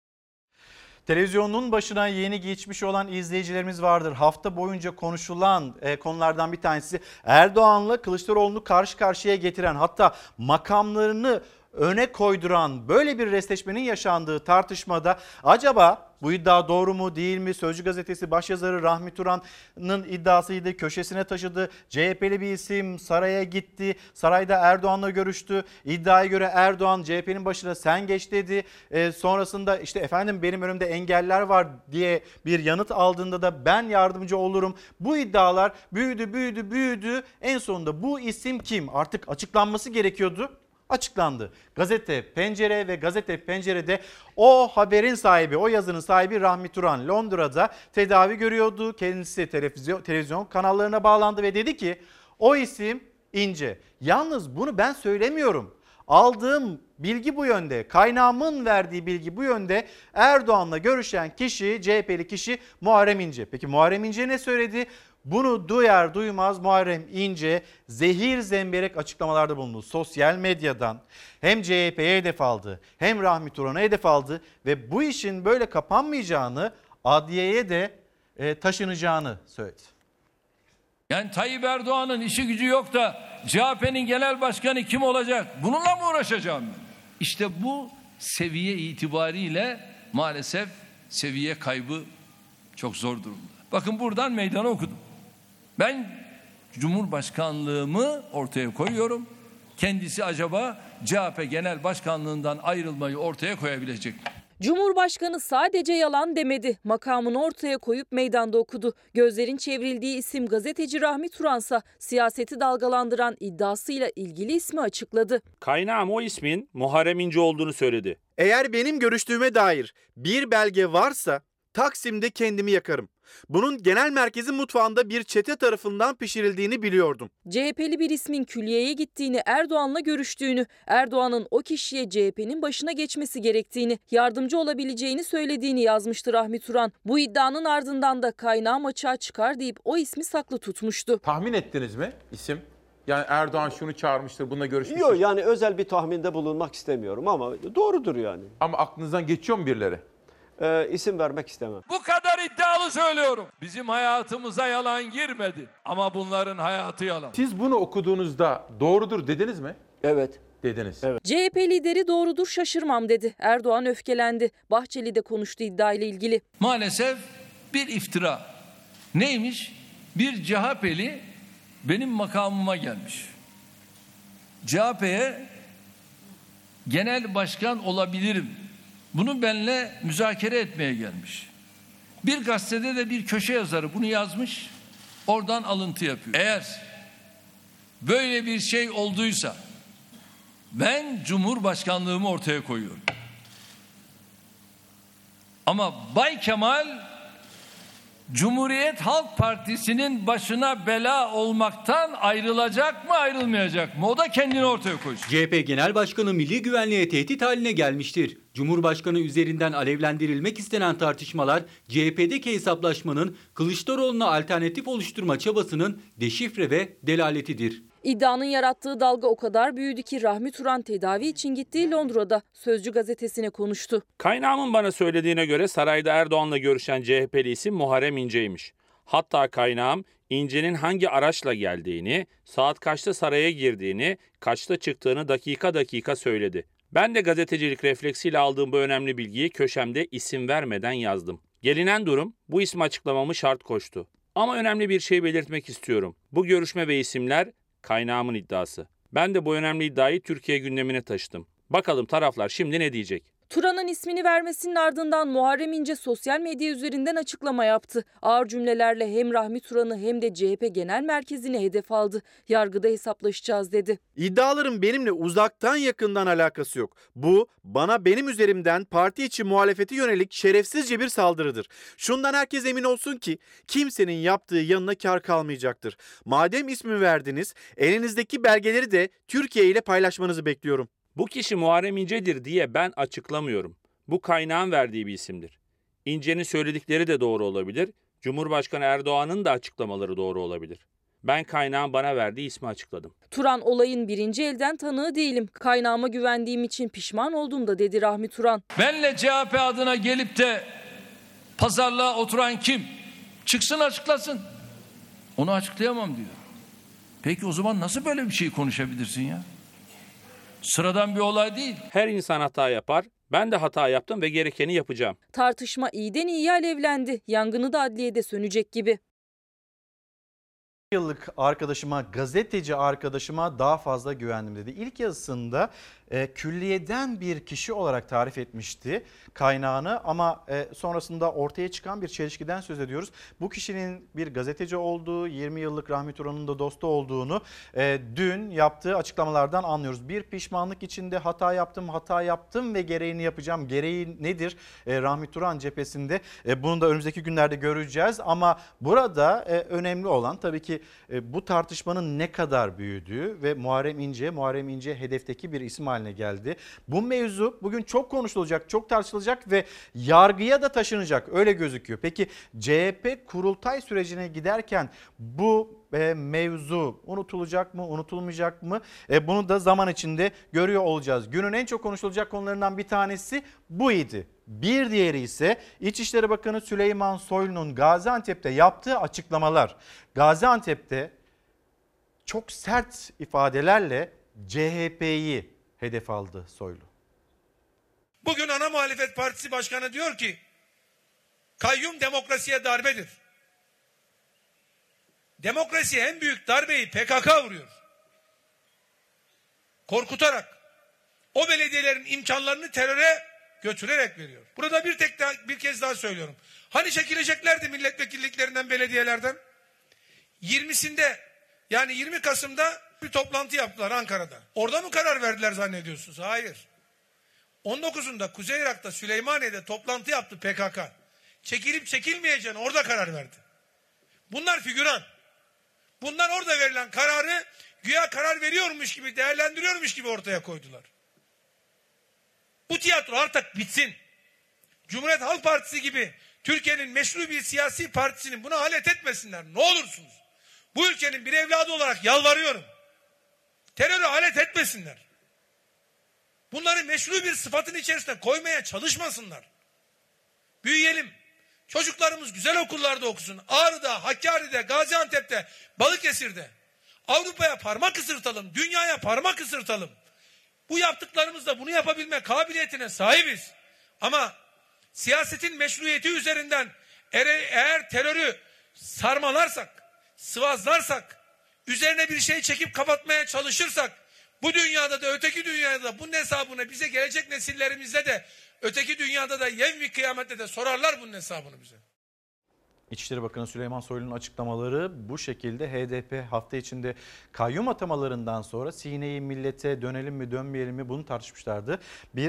Televizyonun başına yeni geçmiş olan izleyicilerimiz vardır. Hafta boyunca konuşulan konulardan bir tanesi Erdoğan'la Kılıçdaroğlu'nu karşı karşıya getiren, hatta makamlarını öne koyduran böyle bir restleşmenin yaşandığı tartışmada acaba bu iddia doğru mu değil mi? Sözcü gazetesi başyazarı Rahmi Turan'ın iddiasıydı. Köşesine taşıdı. CHP'li bir isim saraya gitti. Sarayda Erdoğan'la görüştü. İddiaya göre Erdoğan CHP'nin başına sen geç dedi. Sonrasında işte efendim benim önümde engeller var diye bir yanıt aldığında da ben yardımcı olurum. Bu iddialar büyüdü. En sonunda bu isim kim? Artık açıklanması gerekiyordu. Açıklandı. Gazete Pencere ve Gazete Pencere'de o haberin sahibi, o yazının sahibi Rahmi Turan Londra'da tedavi görüyordu. Kendisi televizyon kanallarına bağlandı ve dedi ki o isim İnce. Yalnız bunu ben söylemiyorum. Aldığım bilgi bu yönde, kaynağımın verdiği bilgi bu yönde. Erdoğan'la görüşen kişi, CHP'li kişi Muharrem İnce. Peki Muharrem İnce ne söyledi? Bunu duyar duymaz Muharrem İnce zehir zemberek açıklamalarda bulundu. Sosyal medyadan hem CHP'ye hedef aldı hem Rahmi Turan'a hedef aldı ve bu işin böyle kapanmayacağını, adliyeye de taşınacağını söyledi. Yani Tayyip Erdoğan'ın işi gücü yok da CHP'nin genel başkanı kim olacak? Bununla mı uğraşacağım ben? İşte bu seviye itibariyle maalesef seviye kaybı çok zor durumda. Bakın buradan meydanı okudum. Ben Cumhurbaşkanlığımı ortaya koyuyorum. Kendisi acaba CHP Genel Başkanlığından ayrılmayı ortaya koyabilecek mi? Cumhurbaşkanı sadece yalan demedi. Makamını ortaya koyup meydanda okudu. Gözlerin çevrildiği isim gazeteci Rahmi Turansa siyaseti dalgalandıran iddiasıyla ilgili ismi açıkladı. Kaynağım o ismin Muharrem İnce olduğunu söyledi. Eğer benim görüştüğüme dair bir belge varsa Taksim'de kendimi yakarım. Bunun genel merkezin mutfağında bir çete tarafından pişirildiğini biliyordum. CHP'li bir ismin külliyeye gittiğini, Erdoğan'la görüştüğünü, Erdoğan'ın o kişiye CHP'nin başına geçmesi gerektiğini, yardımcı olabileceğini söylediğini yazmıştı Rahmi Turan. Bu iddianın ardından da kaynağım açığa çıkar deyip o ismi saklı tutmuştu. Tahmin ettiniz mi isim? Yani Erdoğan şunu çağırmıştır, bununla görüşmüştür. Yok, yani özel bir tahminde bulunmak istemiyorum ama doğrudur yani. Ama aklınızdan geçiyor mu birileri? İsim vermek istemem. Bu kadar iddia iddialı söylüyorum. Bizim hayatımıza yalan girmedi. Ama bunların hayatı yalan. Siz bunu okuduğunuzda doğrudur dediniz mi? Evet. Dediniz. CHP lideri doğrudur şaşırmam dedi. Erdoğan öfkelendi. Bahçeli de konuştu iddiayla ilgili. Maalesef bir iftira. Neymiş? Bir CHP'li benim makamıma gelmiş. CHP'ye genel başkan olabilirim. Bunu benimle müzakere etmeye gelmiş. Bir gazetede de bir köşe yazarı bunu yazmış. Oradan alıntı yapıyor. Eğer böyle bir şey olduysa ben Cumhurbaşkanlığımı ortaya koyuyorum. Ama Bay Kemal Cumhuriyet Halk Partisi'nin başına bela olmaktan ayrılacak mı ayrılmayacak mı? O da kendini ortaya koysun. CHP Genel Başkanı milli güvenliğe tehdit haline gelmiştir. Cumhurbaşkanı üzerinden alevlendirilmek istenen tartışmalar CHP'deki hesaplaşmanın Kılıçdaroğlu'na alternatif oluşturma çabasının deşifre ve delaletidir. İddianın yarattığı dalga o kadar büyüdü ki Rahmi Turan tedavi için gittiği Londra'da Sözcü gazetesine konuştu. Kaynağımın bana söylediğine göre sarayda Erdoğan'la görüşen CHP'li isim Muharrem İnce'ymiş. Hatta kaynağım İnce'nin hangi araçla geldiğini, saat kaçta saraya girdiğini, kaçta çıktığını dakika dakika söyledi. Ben de gazetecilik refleksiyle aldığım bu önemli bilgiyi köşemde isim vermeden yazdım. Gelinen durum bu ismi açıklamamı şart koştu. Ama önemli bir şey belirtmek istiyorum. Bu görüşme ve isimler kaynağımın iddiası. Ben de bu önemli iddiayı Türkiye gündemine taşıdım. Bakalım taraflar şimdi ne diyecek? Turan'ın ismini vermesinin ardından Muharrem İnce sosyal medya üzerinden açıklama yaptı. Ağır cümlelerle hem Rahmi Turan'ı hem de CHP Genel Merkezi'ni hedef aldı. Yargıda hesaplaşacağız dedi. İddiaların benimle uzaktan yakından alakası yok. Bu bana benim üzerimden parti içi muhalefeti yönelik şerefsizce bir saldırıdır. Şundan herkes emin olsun ki kimsenin yaptığı yanına kar kalmayacaktır. Madem ismi verdiniz, elinizdeki belgeleri de Türkiye ile paylaşmanızı bekliyorum. Bu kişi Muharrem İnce'dir diye ben açıklamıyorum. Bu kaynağın verdiği bir isimdir. İnce'nin söyledikleri de doğru olabilir. Cumhurbaşkanı Erdoğan'ın da açıklamaları doğru olabilir. Ben kaynağın bana verdiği ismi açıkladım. Turan olayın birinci elden tanığı değilim. Kaynağıma güvendiğim için pişman oldum da dedi Rahmi Turan. Benle CHP adına gelip de pazarlığa oturan kim? Çıksın açıklasın. Onu açıklayamam diyor. Peki o zaman nasıl böyle bir şey konuşabilirsin ya? Sıradan bir olay değil. Her insan hata yapar. Ben de hata yaptım ve gerekeni yapacağım. Tartışma iyiden iyiye alevlendi. Yangını da adliyede sönecek gibi. Yıllık arkadaşıma, gazeteci arkadaşıma daha fazla güvendim dedi. İlk yazısında külliyeden bir kişi olarak tarif etmişti kaynağını ama sonrasında ortaya çıkan bir çelişkiden söz ediyoruz. Bu kişinin bir gazeteci olduğu, 20 yıllık Rahmi Turan'ın da dostu olduğunu dün yaptığı açıklamalardan anlıyoruz. Bir pişmanlık içinde hata yaptım ve gereğini yapacağım. Gereği nedir Rahmi Turan cephesinde? Bunu da önümüzdeki günlerde göreceğiz ama burada önemli olan tabii ki bu tartışmanın ne kadar büyüdüğü ve Muharrem İnce hedefteki bir isim haline geldi. Bu mevzu bugün çok konuşulacak, çok tartışılacak ve yargıya da taşınacak öyle gözüküyor. Peki CHP kurultay sürecine giderken bu mevzu unutulacak mı, unutulmayacak mı? Bunu da zaman içinde görüyor olacağız. Günün en çok konuşulacak konularından bir tanesi bu idi. Bir diğeri ise İçişleri Bakanı Süleyman Soylu'nun Gaziantep'te yaptığı açıklamalar. Gaziantep'te çok sert ifadelerle CHP'yi hedef aldı Soylu. Bugün ana muhalefet partisi başkanı diyor ki kayyum demokrasiye darbedir. Demokrasiye en büyük darbeyi PKK vuruyor. Korkutarak o belediyelerin imkanlarını teröre götürerek veriyor. Burada bir kez daha söylüyorum. Hani çekileceklerdi milletvekilliklerinden, belediyelerden? 20'sinde yani 20 Kasım'da bir toplantı yaptılar Ankara'da. Orada mı karar verdiler zannediyorsunuz? Hayır. 19'unda Kuzey Irak'ta Süleymaniye'de toplantı yaptı PKK. Çekilip çekilmeyeceğine orada karar verdi. Bunlar figüran. Bunlar orada verilen kararı güya karar veriyormuş gibi, değerlendiriyormuş gibi ortaya koydular. Bu tiyatro artık bitsin. Cumhuriyet Halk Partisi gibi Türkiye'nin meşru bir siyasi partisinin buna alet etmesinler. Ne olursunuz. Bu ülkenin bir evladı olarak yalvarıyorum. Teröre alet etmesinler. Bunları meşru bir sıfatın içerisine koymaya çalışmasınlar. Büyüyelim. Çocuklarımız güzel okullarda okusun. Ağrı'da, Hakkari'de, Gaziantep'te, Balıkesir'de. Avrupa'ya parmak ısırtalım, dünyaya parmak ısırtalım. Bu yaptıklarımızda bunu yapabilme kabiliyetine sahibiz. Ama siyasetin meşruiyeti üzerinden eğer terörü sarmalarsak, sıvazlarsak, üzerine bir şey çekip kapatmaya çalışırsak, bu dünyada da öteki dünyada da bunun hesabını bize gelecek nesillerimizde de öteki dünyada da yevmi kıyamette de sorarlar bunun hesabını bize. İçişleri Bakanı Süleyman Soylu'nun açıklamaları bu şekilde. HDP hafta içinde kayyum atamalarından sonra sineyi millete dönelim mi dönmeyelim mi bunu tartışmışlardı. Bir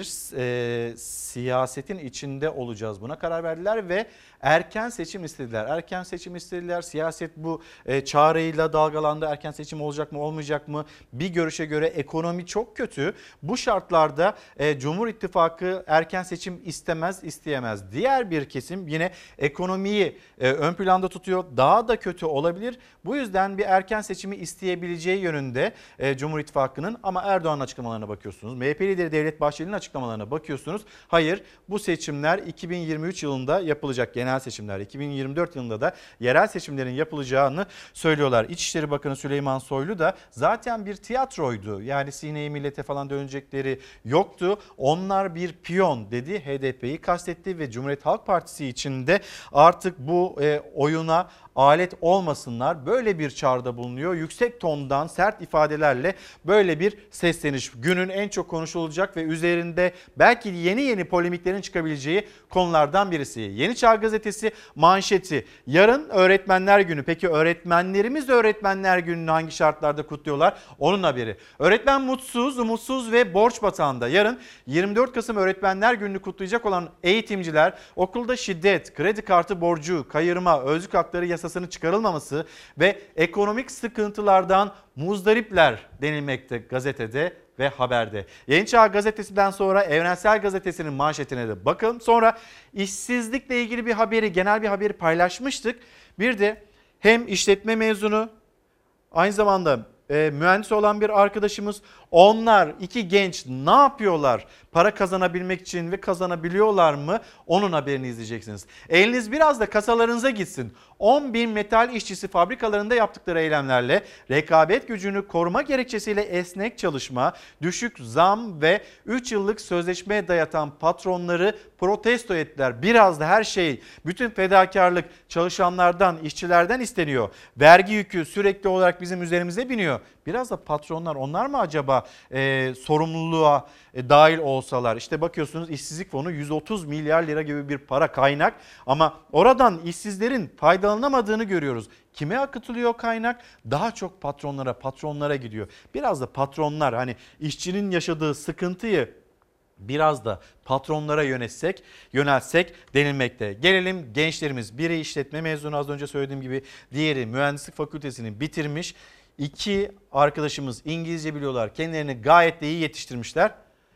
siyasetin içinde olacağız, buna karar verdiler ve erken seçim istediler. Erken seçim istediler. Siyaset bu çağrıyla dalgalandı. Erken seçim olacak mı olmayacak mı? Bir görüşe göre ekonomi çok kötü. Bu şartlarda Cumhur İttifakı erken seçim istemez, isteyemez. Diğer bir kesim yine ekonomiyi ön planda tutuyor. Daha da kötü olabilir. Bu yüzden bir erken seçimi isteyebileceği yönünde Cumhur İttifakı'nın, ama Erdoğan'ın açıklamalarına bakıyorsunuz. MHP lideri Devlet Bahçeli'nin açıklamalarına bakıyorsunuz. Hayır, bu seçimler 2023 yılında yapılacak, genel seçimler. 2024 yılında da yerel seçimlerin yapılacağını söylüyorlar. İçişleri Bakanı Süleyman Soylu da zaten bir tiyatroydu. Yani sineyi millete falan dönecekleri yoktu. Onlar bir piyon dedi. HDP'yi kastetti ve Cumhuriyet Halk Partisi içinde artık bu oyuna alet olmasınlar. Böyle bir çağrıda bulunuyor. Yüksek tondan sert ifadelerle böyle bir sesleniş. Günün en çok konuşulacak ve üzerinde belki yeni polemiklerin çıkabileceği konulardan birisi. Yeni Çağ Gazetesi manşeti. Yarın Öğretmenler Günü. Peki öğretmenlerimiz Öğretmenler Günü'nü hangi şartlarda kutluyorlar? Onun haberi. Öğretmen mutsuz, umutsuz ve borç batağında. Yarın 24 Kasım Öğretmenler Günü'nü kutlayacak olan eğitimciler okulda şiddet, kredi kartı borcu, kayırma, özlük hakları yasasının çıkarılmaması ve ekonomik sıkıntılardan muzdaripler denilmekte gazetede ve haberde. Yeni Çağ Gazetesi'nden sonra Evrensel Gazetesi'nin manşetine de bakın. Sonra işsizlikle ilgili bir haberi, genel bir haberi paylaşmıştık. Bir de hem işletme mezunu, aynı zamanda mühendis olan bir arkadaşımız, onlar iki genç ne yapıyorlar para kazanabilmek için ve kazanabiliyorlar mı, onun haberini izleyeceksiniz. Eliniz biraz da kasalarınıza gitsin. 10.000 metal işçisi fabrikalarında yaptıkları eylemlerle rekabet gücünü koruma gerekçesiyle esnek çalışma, düşük zam ve 3 yıllık sözleşmeye dayatan patronları protesto ettiler. Biraz da her şey, bütün fedakarlık çalışanlardan, işçilerden isteniyor. Vergi yükü sürekli olarak bizim üzerimize biniyor. Biraz da patronlar, onlar mı acaba sorumluluğa dahil olsalar? İşte bakıyorsunuz işsizlik fonu 130 milyar lira gibi bir para, kaynak, ama oradan işsizlerin faydalanamadığını görüyoruz. Kime akıtılıyor kaynak? Daha çok patronlara gidiyor. Biraz da patronlar, hani işçinin yaşadığı sıkıntıyı biraz da patronlara yöneltsek denilmekte. Gelelim gençlerimiz. Biri işletme mezunu, az önce söylediğim gibi, diğeri mühendislik fakültesini bitirmiş. İki arkadaşımız İngilizce biliyorlar. Kendilerini gayet de iyi yetiştirmişler.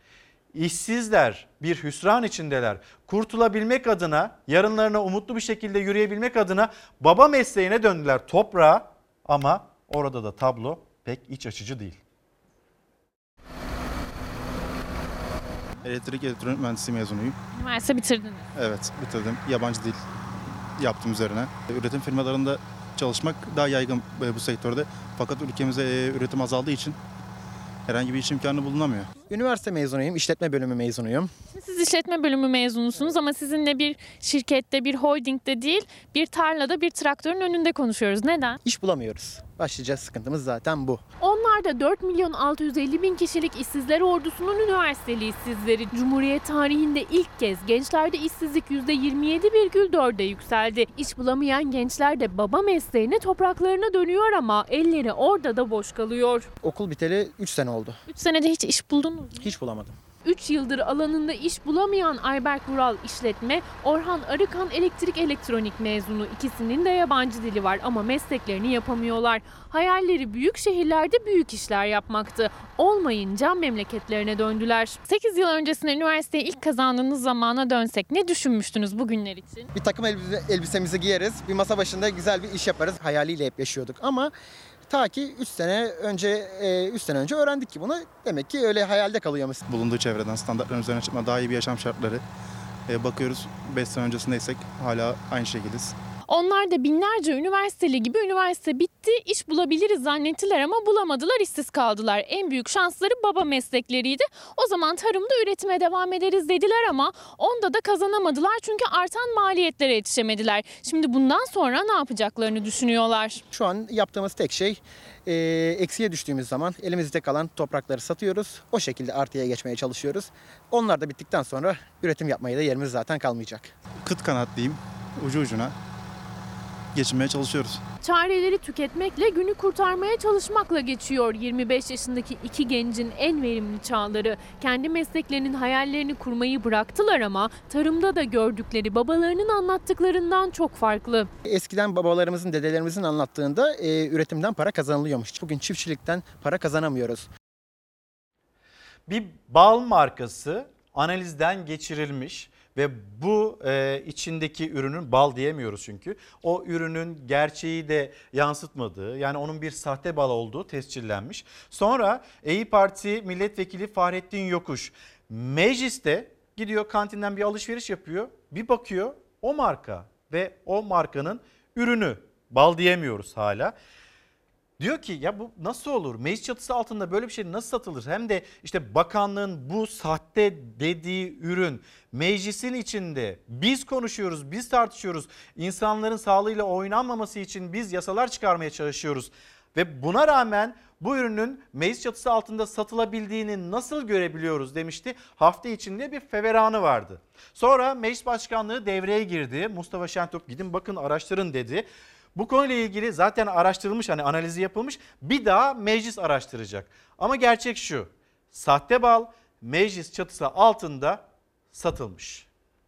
İşsizler, bir hüsran içindeler. Kurtulabilmek adına, yarınlarına umutlu bir şekilde yürüyebilmek adına baba mesleğine döndüler, toprağa, ama orada da tablo pek iç açıcı değil. Elektrik elektronik mühendisliği mezunuyum. Üniversite bitirdiniz. Evet, bitirdim. Yabancı dil yaptım üzerine. Üretim firmalarında çalışmak daha yaygın bu sektörde. Fakat ülkemizde üretim azaldığı için herhangi bir iş imkanı bulunamıyor. Üniversite mezunuyum, işletme bölümü mezunuyum. Siz işletme bölümü mezunusunuz ama sizinle bir şirkette, bir holdingde değil, bir tarlada, bir traktörün önünde konuşuyoruz. Neden? İş bulamıyoruz. Başlıca sıkıntımız zaten bu. Onlar da 4.650.000 kişilik işsizler ordusunun üniversiteli işsizleri. Cumhuriyet tarihinde ilk kez gençlerde işsizlik %27,4'e yükseldi. İş bulamayan gençler de baba mesleğine, topraklarına dönüyor ama elleri orada da boş kalıyor. Okul biteli 3 sene oldu. 3 senede hiç iş buldunuz mu? Hiç bulamadım. 3 yıldır alanında iş bulamayan Ayberk Vural işletme, Orhan Arıkan elektrik elektronik mezunu. İkisinin de yabancı dili var ama mesleklerini yapamıyorlar. Hayalleri büyük şehirlerde büyük işler yapmaktı. Olmayınca memleketlerine döndüler. 8 yıl öncesinde üniversiteyi ilk kazandığınız zamana dönsek ne düşünmüştünüz bugünler için? Bir takım elbisemizi giyeriz, bir masa başında güzel bir iş yaparız hayaliyle hep yaşıyorduk ama ta ki 3 sene önce öğrendik ki bunu. Demek ki öyle hayalde kalıyormuş. Bulunduğu çevreden standartların üzerine çıkma, daha iyi bir yaşam şartları, Bakıyoruz 5 sene öncesindeysek hala aynı şekildeyiz. Onlar da binlerce üniversiteli gibi üniversite bitti, iş bulabiliriz zannettiler ama bulamadılar, işsiz kaldılar. En büyük şansları baba meslekleriydi. O zaman tarımda üretime devam ederiz dediler ama onda da kazanamadılar çünkü artan maliyetlere yetişemediler. Şimdi bundan sonra ne yapacaklarını düşünüyorlar. Şu an yaptığımız tek şey eksiye düştüğümüz zaman elimizde kalan toprakları satıyoruz. O şekilde artıya geçmeye çalışıyoruz. Onlar da bittikten sonra üretim yapmaya da yerimiz zaten kalmayacak. Kıt kanat diyeyim, ucu ucuna geçinmeye çalışıyoruz. Çareleri tüketmekle, günü kurtarmaya çalışmakla geçiyor 25 yaşındaki iki gencin en verimli çağları. Kendi mesleklerinin hayallerini kurmayı bıraktılar ama tarımda da gördükleri babalarının anlattıklarından çok farklı. Eskiden babalarımızın, dedelerimizin anlattığında üretimden para kazanılıyormuş. Bugün çiftçilikten para kazanamıyoruz. Bir bal markası analizden geçirilmiş ve bu içindeki ürünün, bal diyemiyoruz çünkü, o ürünün gerçeği de yansıtmadığı, yani onun bir sahte bal olduğu tescillenmiş. Sonra İYİ Parti Milletvekili Fahrettin Yokuş mecliste gidiyor, kantinden bir alışveriş yapıyor, bir bakıyor o marka ve o markanın ürünü, bal diyemiyoruz hala. Diyor ki ya bu nasıl olur? Meclis çatısı altında böyle bir şey nasıl satılır? Hem de işte bakanlığın bu sahte dediği ürün meclisin içinde, biz konuşuyoruz, biz tartışıyoruz. İnsanların sağlığıyla oynanmaması için biz yasalar çıkarmaya çalışıyoruz. Ve buna rağmen bu ürünün meclis çatısı altında satılabildiğini nasıl görebiliyoruz demişti. Hafta içinde bir feveranı vardı. Sonra meclis başkanlığı devreye girdi. Mustafa Şentop gidin bakın araştırın dedi. Bu konuyla ilgili zaten araştırılmış, hani analizi yapılmış, bir daha meclis araştıracak. Ama gerçek şu, sahte bal meclis çatısı altında satılmış.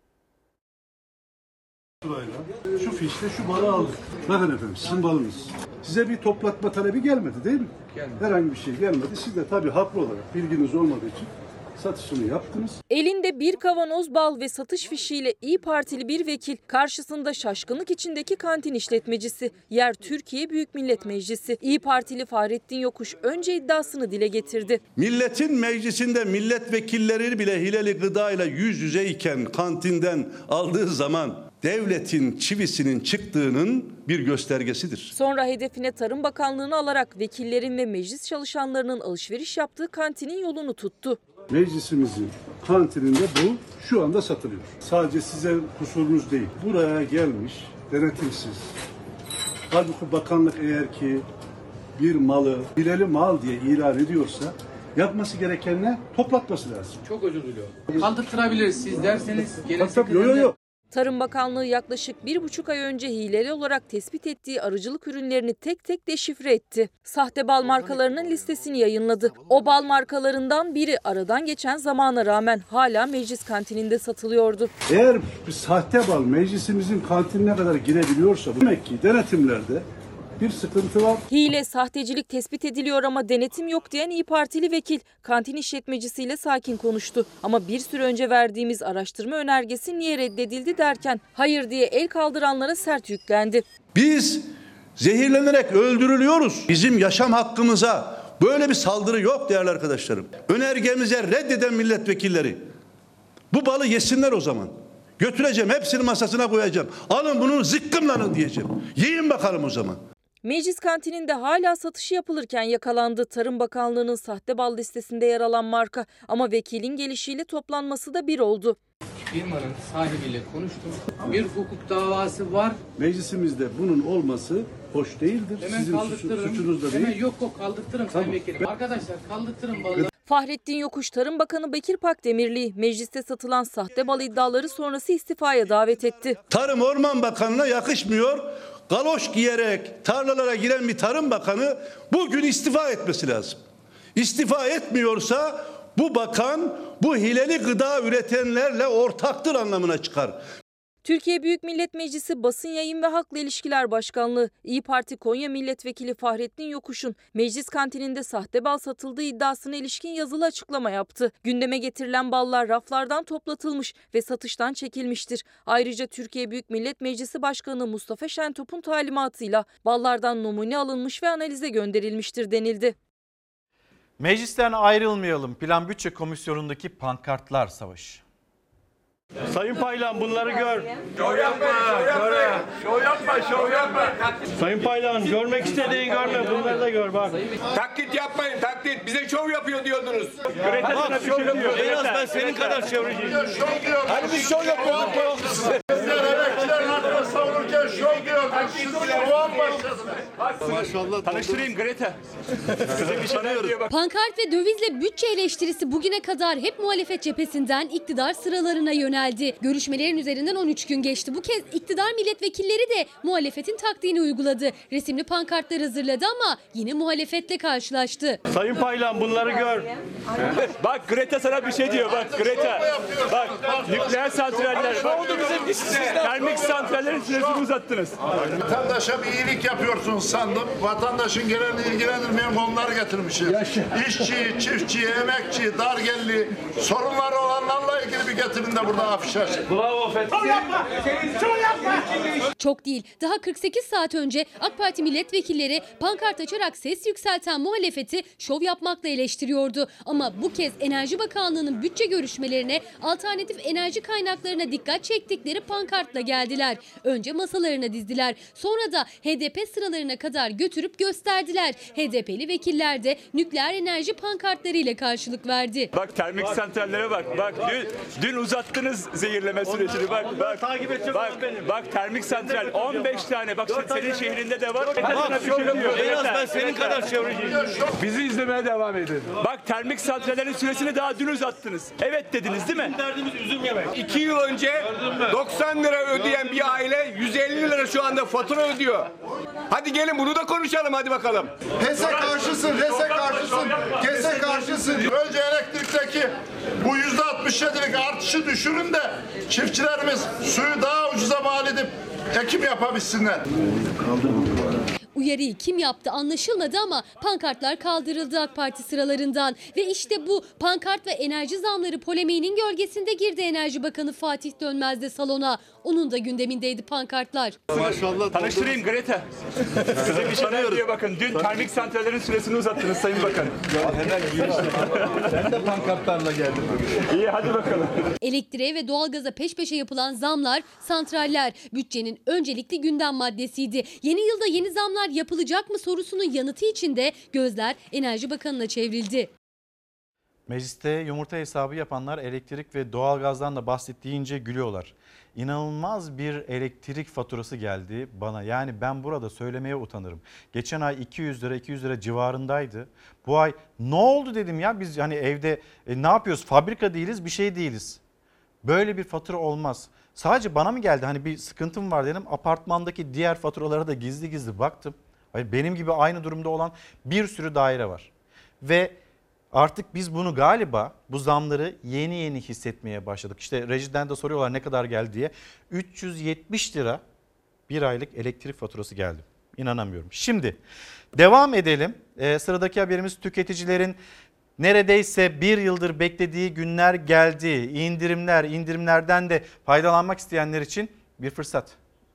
Şu fişte şu balı aldık. Bakın efendim sizin balınız. Size bir toplatma talebi gelmedi değil mi? Gelmedi. Herhangi bir şey gelmedi. Siz de tabii haklı olarak bilginiz olmadığı için satışını yaptınız. Elinde bir kavanoz bal ve satış fişiyle İYİ Partili bir vekil, karşısında şaşkınlık içindeki kantin işletmecisi, yer Türkiye Büyük Millet Meclisi. İYİ Partili Fahrettin Yokuş önce iddiasını dile getirdi. Milletin meclisinde milletvekilleri bile hileli gıdayla yüz yüzeyken kantinden aldığı zaman devletin çivisinin çıktığının bir göstergesidir. Sonra hedefine Tarım Bakanlığı'nı alarak vekillerin ve meclis çalışanlarının alışveriş yaptığı kantinin yolunu tuttu. Meclisimizin kantininde bu şu anda satılıyor. Sadece size kusurunuz değil. Buraya gelmiş denetimsiz. Halbuki bakanlık eğer ki bir malı hileli mal diye ilan ediyorsa yapması gereken ne? Toplatması lazım. Çok özür diliyorum. Kaldırtırabiliriz siz derseniz. Yok. Tarım Bakanlığı yaklaşık 1,5 ay önce hileli olarak tespit ettiği arıcılık ürünlerini tek tek deşifre etti. Sahte bal markalarının listesini yayınladı. O bal markalarından biri aradan geçen zamana rağmen hala meclis kantininde satılıyordu. Eğer bir sahte bal meclisimizin kantinine kadar girebiliyorsa demek ki denetimlerde bir sıkıntı var. Hile, sahtecilik tespit ediliyor ama denetim yok diyen İYİ Partili vekil kantin işletmecisiyle sakin konuştu. Ama bir süre önce verdiğimiz araştırma önergesi niye reddedildi derken hayır diye el kaldıranlara sert yüklendi. Biz zehirlenerek öldürülüyoruz. Bizim yaşam hakkımıza böyle bir saldırı yok değerli arkadaşlarım. Önergemize reddeden milletvekilleri bu balı yesinler o zaman. Götüreceğim, hepsini masasına koyacağım. Alın bunu zıkkımlanın diyeceğim. Yiyin bakalım o zaman. Meclis kantininde hala satışı yapılırken yakalandı. Tarım Bakanlığı'nın sahte bal listesinde yer alan marka ama vekilin gelişiyle toplanması da bir oldu. Firmanın sahibiyle konuştum. Bir hukuk davası var. Meclisimizde bunun olması hoş değildir. Hemen sizin suçunuz da değil. Hemen yok kaldırtırım Sayın Vekilim. Arkadaşlar kaldırtırım balı. Fahrettin Yokuş, Tarım Bakanı Bekir Pakdemirli'yi mecliste satılan sahte bal iddiaları sonrası istifaya davet etti. Tarım Orman Bakanı'na yakışmıyor. Galoş giyerek tarlalara giren bir Tarım Bakanı bugün istifa etmesi lazım. İstifa etmiyorsa bu bakan bu hileli gıda üretenlerle ortaktır anlamına çıkar. Türkiye Büyük Millet Meclisi Basın Yayın ve Halkla İlişkiler Başkanlığı, İYİ Parti Konya Milletvekili Fahrettin Yokuş'un meclis kantininde sahte bal satıldığı iddiasına ilişkin yazılı açıklama yaptı. Gündeme getirilen ballar raflardan toplatılmış ve satıştan çekilmiştir. Ayrıca Türkiye Büyük Millet Meclisi Başkanı Mustafa Şentop'un talimatıyla ballardan numune alınmış ve analize gönderilmiştir denildi. Meclisten ayrılmayalım. Plan Bütçe Komisyonu'ndaki pankartlar savaşı. Sayın Paylan bunları gör. Şov yapma, şov yapma. Sayın Paylan görmek istediğin görme, bunları da gör bak. Taklit yapmayın, taklit. Bize şov yapıyor diyordunuz. Greta sana bir şey diyor. En az ben senin kadar çevriciyim. Hani biz şov yapıyorduk size. Emekçilerin hakkını savunurken şov diyor. Şovan başlasın. Maşallah. Tanıştırayım Greta. Size bir şey tanıyoruz. Pankart ve dövizle bütçe eleştirisi bugüne kadar hep muhalefet cephesinden iktidar sıralarına yöneldi. Görüşmelerin üzerinden 13 gün geçti. Bu kez iktidar milletvekilleri de muhalefetin taktiğini uyguladı. Resimli pankartlar hazırladı ama yine muhalefetle karşılaştı. Sayın Paylan bunları gör. Bak Greta sana bir şey diyor. Bak Greta. Bak nükleer santraller. Termik santrallerin süresini uzattınız. Vatandaşa bir iyilik yapıyorsunuz sandım. Vatandaşın genelini ilgilendirmeyen konuları getirmişiz. İşçi, çiftçi, emekçi, dargelli sorunları olanlarla ilgili bir getirin de burada afiş açın. Bravo Fethi. Çok değil. Daha 48 saat önce AK Parti milletvekilleri pankart açarak ses yükselten muhalefeti şov yapmakla eleştiriyordu. Ama bu kez Enerji Bakanlığı'nın bütçe görüşmelerine alternatif enerji kaynaklarına dikkat çektikleri pankartla geldiler. Önce masalarına dizdiler. Sonra da HDP sıralarına kadar götürüp gösterdiler. HDP'li vekiller de nükleer enerji pankartlarıyla karşılık verdi. Bak termik santrallere bak. Bak dün uzattınız zehirleme sürecini. Bak termik santral 15 tane. Bak senin şehrinde de var. En az ben senin kadar çevriciyim. Bizi izlemeye devam edin. Bak termik santrallerin süresini daha dün uzattınız. Evet dediniz değil mi? Derdimiz üzüm yemek. 2 yıl önce 90 lira ödeyen bir aile 150 lira şu anda fatura ödüyor. Hadi gelin bunu da konuşalım hadi bakalım. HES'e karşısın, RES'e karşısın, GES'e karşısın. Önce elektrikteki bu %67'lik artışı düşürün de çiftçilerimiz suyu daha ucuza mal edip ekim yapabilsinler. Uyarıyı kim yaptı anlaşılmadı ama pankartlar kaldırıldı AK Parti sıralarından. Ve işte bu pankart ve enerji zamları polemiğinin gölgesinde girdi Enerji Bakanı Fatih Dönmez de salona. Onun da gündemindeydi pankartlar. Maşallah. Tanıştırayım Greta. Size bir şey tanıyoruz. Bakın dün termik santrallerin süresini uzattınız Sayın Bakan. Ben de pankartlarla geldim. İyi hadi bakalım. Elektriğe ve doğalgaza peş peşe yapılan zamlar, santraller bütçenin öncelikli gündem maddesiydi. Yeni yılda yeni zamlar yapılacak mı sorusunun yanıtı için de gözler Enerji Bakanı'na çevrildi. Mecliste yumurta hesabı yapanlar elektrik ve doğalgazdan da bahsettiğince gülüyorlar. İnanılmaz bir elektrik faturası geldi bana. Yani ben burada söylemeye utanırım. Geçen ay 200 lira civarındaydı. Bu ay ne oldu dedim ya, biz hani evde ne yapıyoruz? Fabrika değiliz, bir şey değiliz. Böyle bir fatura olmaz. Sadece bana mı geldi? Hani bir sıkıntım var dedim. Apartmandaki diğer faturalara da gizli gizli baktım. Hayır, benim gibi aynı durumda olan bir sürü daire var. Ve artık biz bunu galiba bu zamları yeni hissetmeye başladık. İşte rejiden de soruyorlar ne kadar geldi diye. 370 lira bir aylık elektrik faturası geldi. İnanamıyorum. Şimdi devam edelim. Sıradaki haberimiz tüketicilerin neredeyse bir yıldır beklediği günler geldi. İndirimlerden de faydalanmak isteyenler için bir fırsat.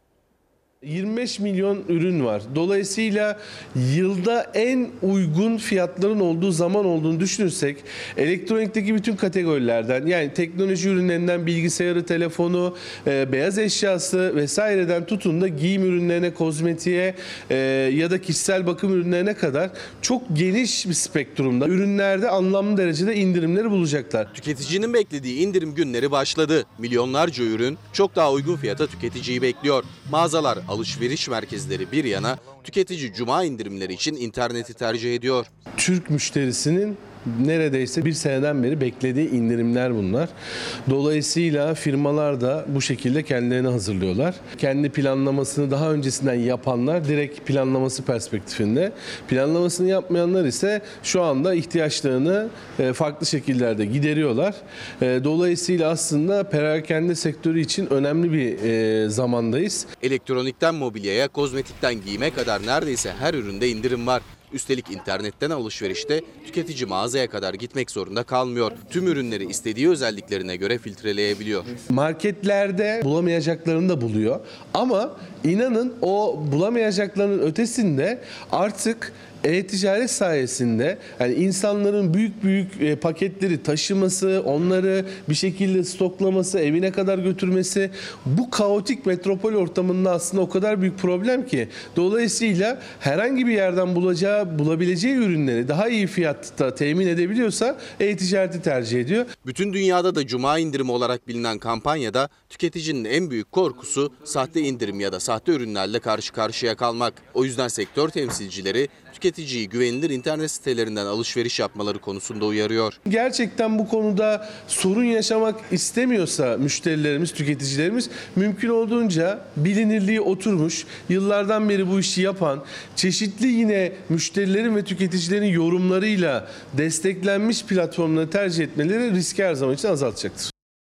25 milyon ürün var. Dolayısıyla yılda en uygun fiyatların olduğu zaman olduğunu düşünürsek elektronikteki bütün kategorilerden, yani teknoloji ürünlerinden bilgisayarı, telefonu, beyaz eşyası vesaireden tutun da giyim ürünlerine, kozmetiğe ya da kişisel bakım ürünlerine kadar çok geniş bir spektrumda ürünlerde anlamlı derecede indirimleri bulacaklar. Tüketicinin beklediği indirim günleri başladı. Milyonlarca ürün çok daha uygun fiyata tüketiciyi bekliyor. Mağazalar, alışveriş merkezleri bir yana tüketici cuma indirimleri için interneti tercih ediyor. Türk müşterisinin neredeyse bir seneden beri beklediği indirimler bunlar. Dolayısıyla firmalar da bu şekilde kendilerini hazırlıyorlar. Kendi planlamasını daha öncesinden yapanlar direkt planlaması perspektifinde. Planlamasını yapmayanlar ise şu anda ihtiyaçlarını farklı şekillerde gideriyorlar. Dolayısıyla aslında perakende sektörü için önemli bir zamandayız. Elektronikten mobilyaya, kozmetikten giyime kadar neredeyse her üründe indirim var. Üstelik internetten alışverişte tüketici mağazaya kadar gitmek zorunda kalmıyor. Tüm ürünleri istediği özelliklerine göre filtreleyebiliyor. Marketlerde bulamayacaklarını da buluyor. Ama inanın o bulamayacaklarının ötesinde artık E-ticaret sayesinde yani insanların büyük paketleri taşıması, onları bir şekilde stoklaması, evine kadar götürmesi, bu kaotik metropol ortamında aslında o kadar büyük problem ki. Dolayısıyla herhangi bir yerden bulabileceği ürünleri daha iyi fiyatta temin edebiliyorsa e-ticareti tercih ediyor. Bütün dünyada da Cuma indirimi olarak bilinen kampanyada tüketicinin en büyük korkusu sahte indirim ya da sahte ürünlerle karşı karşıya kalmak. O yüzden sektör temsilcileri tüketiciyi güvenilir internet sitelerinden alışveriş yapmaları konusunda uyarıyor. Gerçekten bu konuda sorun yaşamak istemiyorsa müşterilerimiz, tüketicilerimiz mümkün olduğunca bilinirliği oturmuş, yıllardan beri bu işi yapan, çeşitli yine müşterilerin ve tüketicilerin yorumlarıyla desteklenmiş platformları tercih etmeleri riski her zaman için azaltacaktır.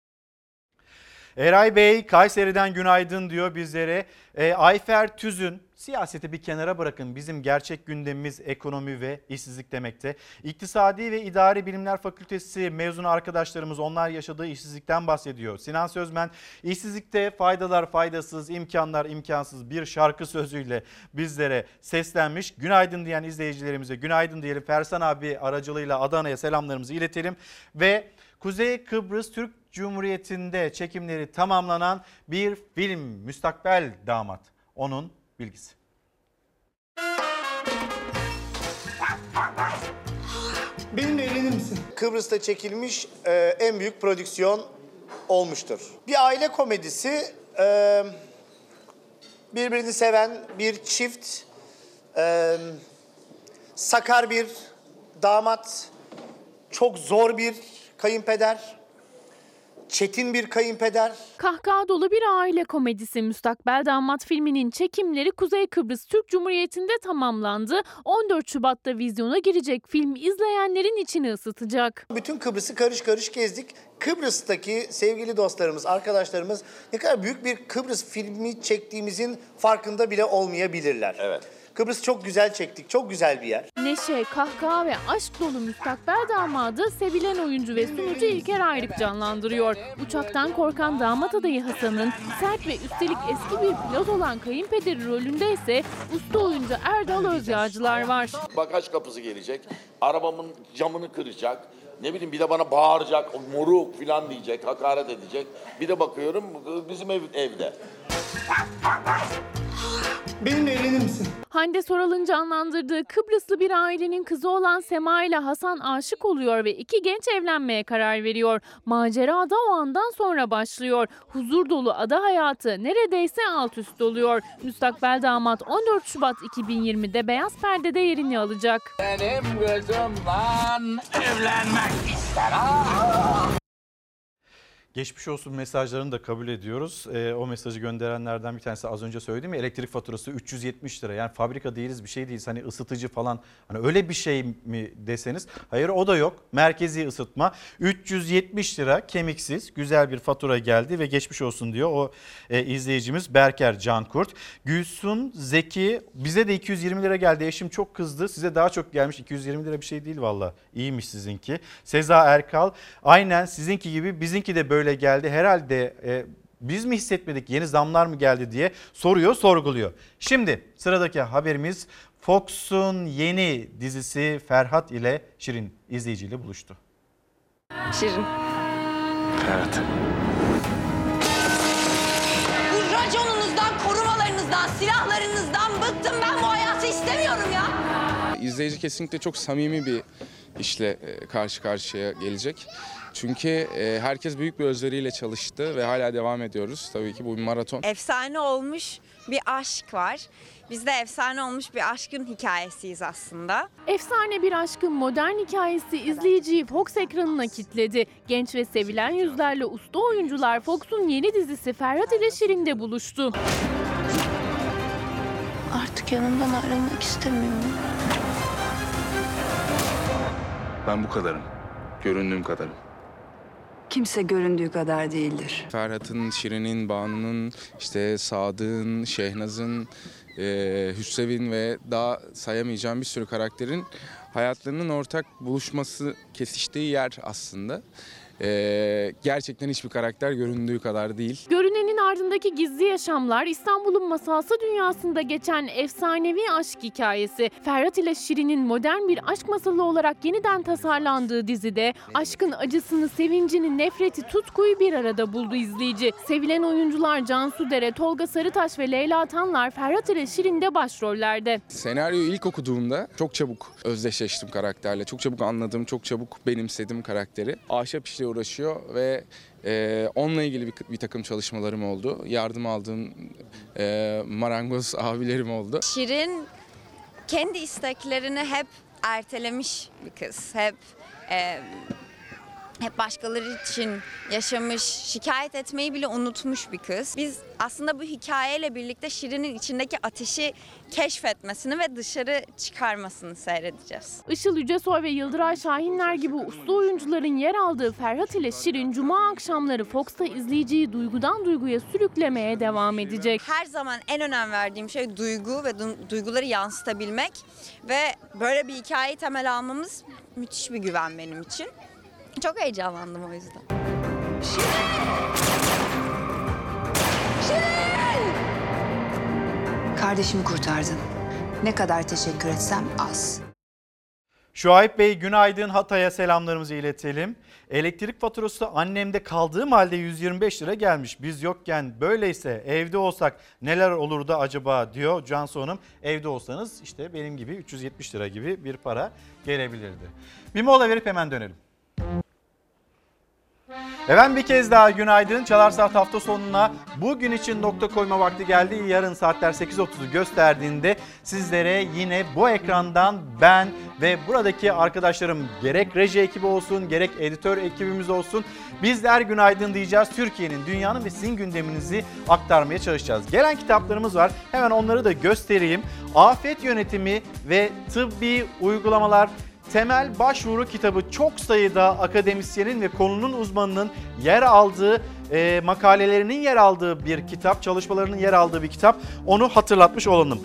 Eray Bey Kayseri'den günaydın diyor bizlere. Ayfer Tüzün, siyaseti bir kenara bırakın, bizim gerçek gündemimiz ekonomi ve işsizlik demekte. İktisadi ve İdari Bilimler Fakültesi mezunu arkadaşlarımız, onlar yaşadığı işsizlikten bahsediyor. Sinan Sözmen, işsizlikte faydalar faydasız, imkanlar imkansız bir şarkı sözüyle bizlere seslenmiş. Günaydın diyen izleyicilerimize günaydın diyelim. Fersan abi aracılığıyla Adana'ya selamlarımızı iletelim ve Kuzey Kıbrıs Türk Cumhuriyeti'nde çekimleri tamamlanan bir film Müstakbel Damat. Onun bilgisi. Benimle evlenir misin? Kıbrıs'ta çekilmiş en büyük prodüksiyon olmuştur. Bir aile komedisi, birbirini seven bir çift, sakar bir damat, çok zor bir kayınpeder, çetin bir kayınpeder. Kahkaha dolu bir aile komedisi Müstakbel Damat filminin çekimleri Kuzey Kıbrıs Türk Cumhuriyeti'nde tamamlandı. 14 Şubat'ta vizyona girecek film izleyenlerin içini ısıtacak. Bütün Kıbrıs'ı karış karış gezdik. Kıbrıs'taki sevgili dostlarımız, arkadaşlarımız ne kadar büyük bir Kıbrıs filmi çektiğimizin farkında bile olmayabilirler. Evet. Kıbrıs çok güzel çektik, çok güzel bir yer. Neşe, kahkaha ve aşk dolu Müstakbel Damadı sevilen oyuncu ve sunucu İlker Ayrık canlandırıyor. Uçaktan korkan damat adayı Hasan'ın sert ve üstelik eski bir pilot olan kayınpederi rolünde ise usta oyuncu Erdal Özyağcılar var. Bagaj kapısı gelecek, arabamın camını kıracak, ne bileyim bir de bana bağıracak, moruk falan diyecek, hakaret edecek. Bir de bakıyorum bizim evde. Benimle evlenir misin? Hande Soral'ın canlandırdığı Kıbrıslı bir ailenin kızı olan Sema ile Hasan aşık oluyor ve iki genç evlenmeye karar veriyor. Macera da o andan sonra başlıyor. Huzur dolu ada hayatı neredeyse alt üst oluyor. Müstakbel Damat 14 Şubat 2020'de Beyaz Perde'de yerini alacak. Benim gözümden evlenmek ister. Geçmiş olsun mesajlarını da kabul ediyoruz. O mesajı gönderenlerden bir tanesi az önce söyledim ya, elektrik faturası 370 lira. Yani fabrika değiliz, bir şey değiliz. Hani ısıtıcı falan, hani öyle bir şey mi deseniz. Hayır, o da yok. Merkezi ısıtma 370 lira kemiksiz güzel bir fatura geldi ve geçmiş olsun diyor o izleyicimiz Berker Cankurt. Gülsün Zeki, bize de 220 lira geldi. Eşim çok kızdı. Size daha çok gelmiş. 220 lira bir şey değil valla. İyiymiş sizinki. Seza Erkal, aynen sizinki gibi bizimki de böyle geldi. Herhalde biz mi hissetmedik, yeni zamlar mı geldi diye sorguluyor. Şimdi sıradaki haberimiz, Fox'un yeni dizisi Ferhat ile Şirin izleyiciyle buluştu. Şirin. Evet. Bu raconunuzdan, korumalarınızdan, silahlarınızdan bıktım. Ben bu hayatı istemiyorum ya. İzleyici kesinlikle çok samimi bir işle karşı karşıya gelecek. Çünkü herkes büyük bir özveriyle çalıştı ve hala devam ediyoruz. Tabii ki bu bir maraton. Efsane olmuş bir aşk var. Biz de efsane olmuş bir aşkın hikayesiyiz aslında. Efsane bir aşkın modern hikayesi izleyiciyi Fox ekranına kilitledi. Genç ve sevilen yüzlerle usta oyuncular Fox'un yeni dizisi Ferhat ile Şirin'de buluştu. Artık yanımdan ayrılmak istemiyorum. Ben bu kadarım. Göründüğüm kadarım. Kimse göründüğü kadar değildir. Ferhat'ın, Şirin'in, Banu'nun, işte Sadık'ın, Şehnaz'ın, Hüsrev'in ve daha sayamayacağım bir sürü karakterin hayatlarının ortak buluşması, kesiştiği yer aslında. Gerçekten hiçbir karakter göründüğü kadar değil. Görünen Şirine'nin ardındaki gizli yaşamlar İstanbul'un masalsı dünyasında geçen efsanevi aşk hikayesi. Ferhat ile Şirin'in modern bir aşk masalı olarak yeniden tasarlandığı dizide aşkın acısını, sevincini, nefreti, tutkuyu bir arada buldu izleyici. Sevilen oyuncular Cansu Dere, Tolga Sarıtaş ve Leyla Tanlar Ferhat ile Şirin'de başrollerde. Senaryoyu ilk okuduğumda çok çabuk özdeşleştim karakterle. Çok çabuk anladım, çok çabuk benimsedim karakteri. Ahşap işle uğraşıyor ve onunla ilgili bir takım çalışmalarım oldu. Yardım aldığım marangoz abilerim oldu. Şirin kendi isteklerini hep ertelemiş bir kız. Hep başkaları için yaşamış, şikayet etmeyi bile unutmuş bir kız. Biz aslında bu hikayeyle birlikte Şirin'in içindeki ateşi keşfetmesini ve dışarı çıkarmasını seyredeceğiz. Işıl Yücesoy ve Yıldıray Şahinler gibi uslu oyuncuların yer aldığı Ferhat ile Şirin Cuma akşamları Fox'ta izleyiciyi duygudan duyguya sürüklemeye devam edecek. Her zaman en önem verdiğim şey duygu ve duyguları yansıtabilmek ve böyle bir hikayeyi temel almamız müthiş bir güven benim için. Çok heyecanlandım o yüzden. Kardeşimi kurtardın. Ne kadar teşekkür etsem az. Şuayb Bey günaydın, Hatay'a selamlarımızı iletelim. Elektrik faturası annemde kaldığım halde 125 lira gelmiş. Biz yokken böyleyse evde olsak neler olurdu acaba diyor Cansu Hanım. Evde olsanız işte benim gibi 370 lira gibi bir para gelebilirdi. Bir mola verip hemen dönelim. Efendim bir kez daha günaydın. Çalar Saat hafta sonuna bugün için nokta koyma vakti geldi. Yarın saatler 8.30'u gösterdiğinde sizlere yine bu ekrandan ben ve buradaki arkadaşlarım gerek reji ekibi olsun gerek editör ekibimiz olsun bizler günaydın diyeceğiz. Türkiye'nin, dünyanın ve sizin gündeminizi aktarmaya çalışacağız. Gelen kitaplarımız var. Hemen onları da göstereyim. Afet Yönetimi ve Tıbbi Uygulamalar Temel Başvuru kitabı çok sayıda akademisyenin ve konunun uzmanının yer aldığı, makalelerinin yer aldığı bir kitap, çalışmalarının yer aldığı bir kitap. Onu hatırlatmış olalım.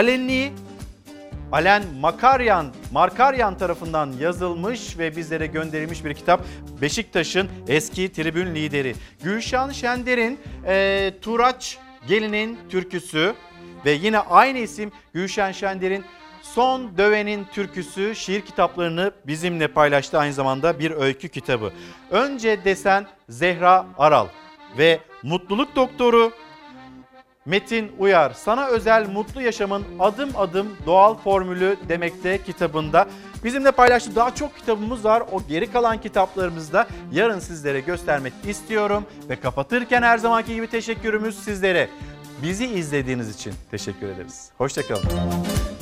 Alen Markaryan tarafından yazılmış ve bizlere gönderilmiş bir kitap. Beşiktaş'ın eski tribün lideri. Gülşen Şender'in Turaç Gelin'in türküsü ve yine aynı isim Gülşen Şender'in Son Döve'nin türküsü şiir kitaplarını bizimle paylaştı, aynı zamanda bir öykü kitabı. Önce desen Zehra Aral ve Mutluluk Doktoru Metin Uyar sana özel mutlu yaşamın adım adım doğal formülü demekte kitabında. Bizimle paylaştığı daha çok kitabımız var. O geri kalan kitaplarımızı da yarın sizlere göstermek istiyorum. Ve kapatırken her zamanki gibi teşekkürümüz sizlere. Bizi izlediğiniz için teşekkür ederiz. Hoşça kalın.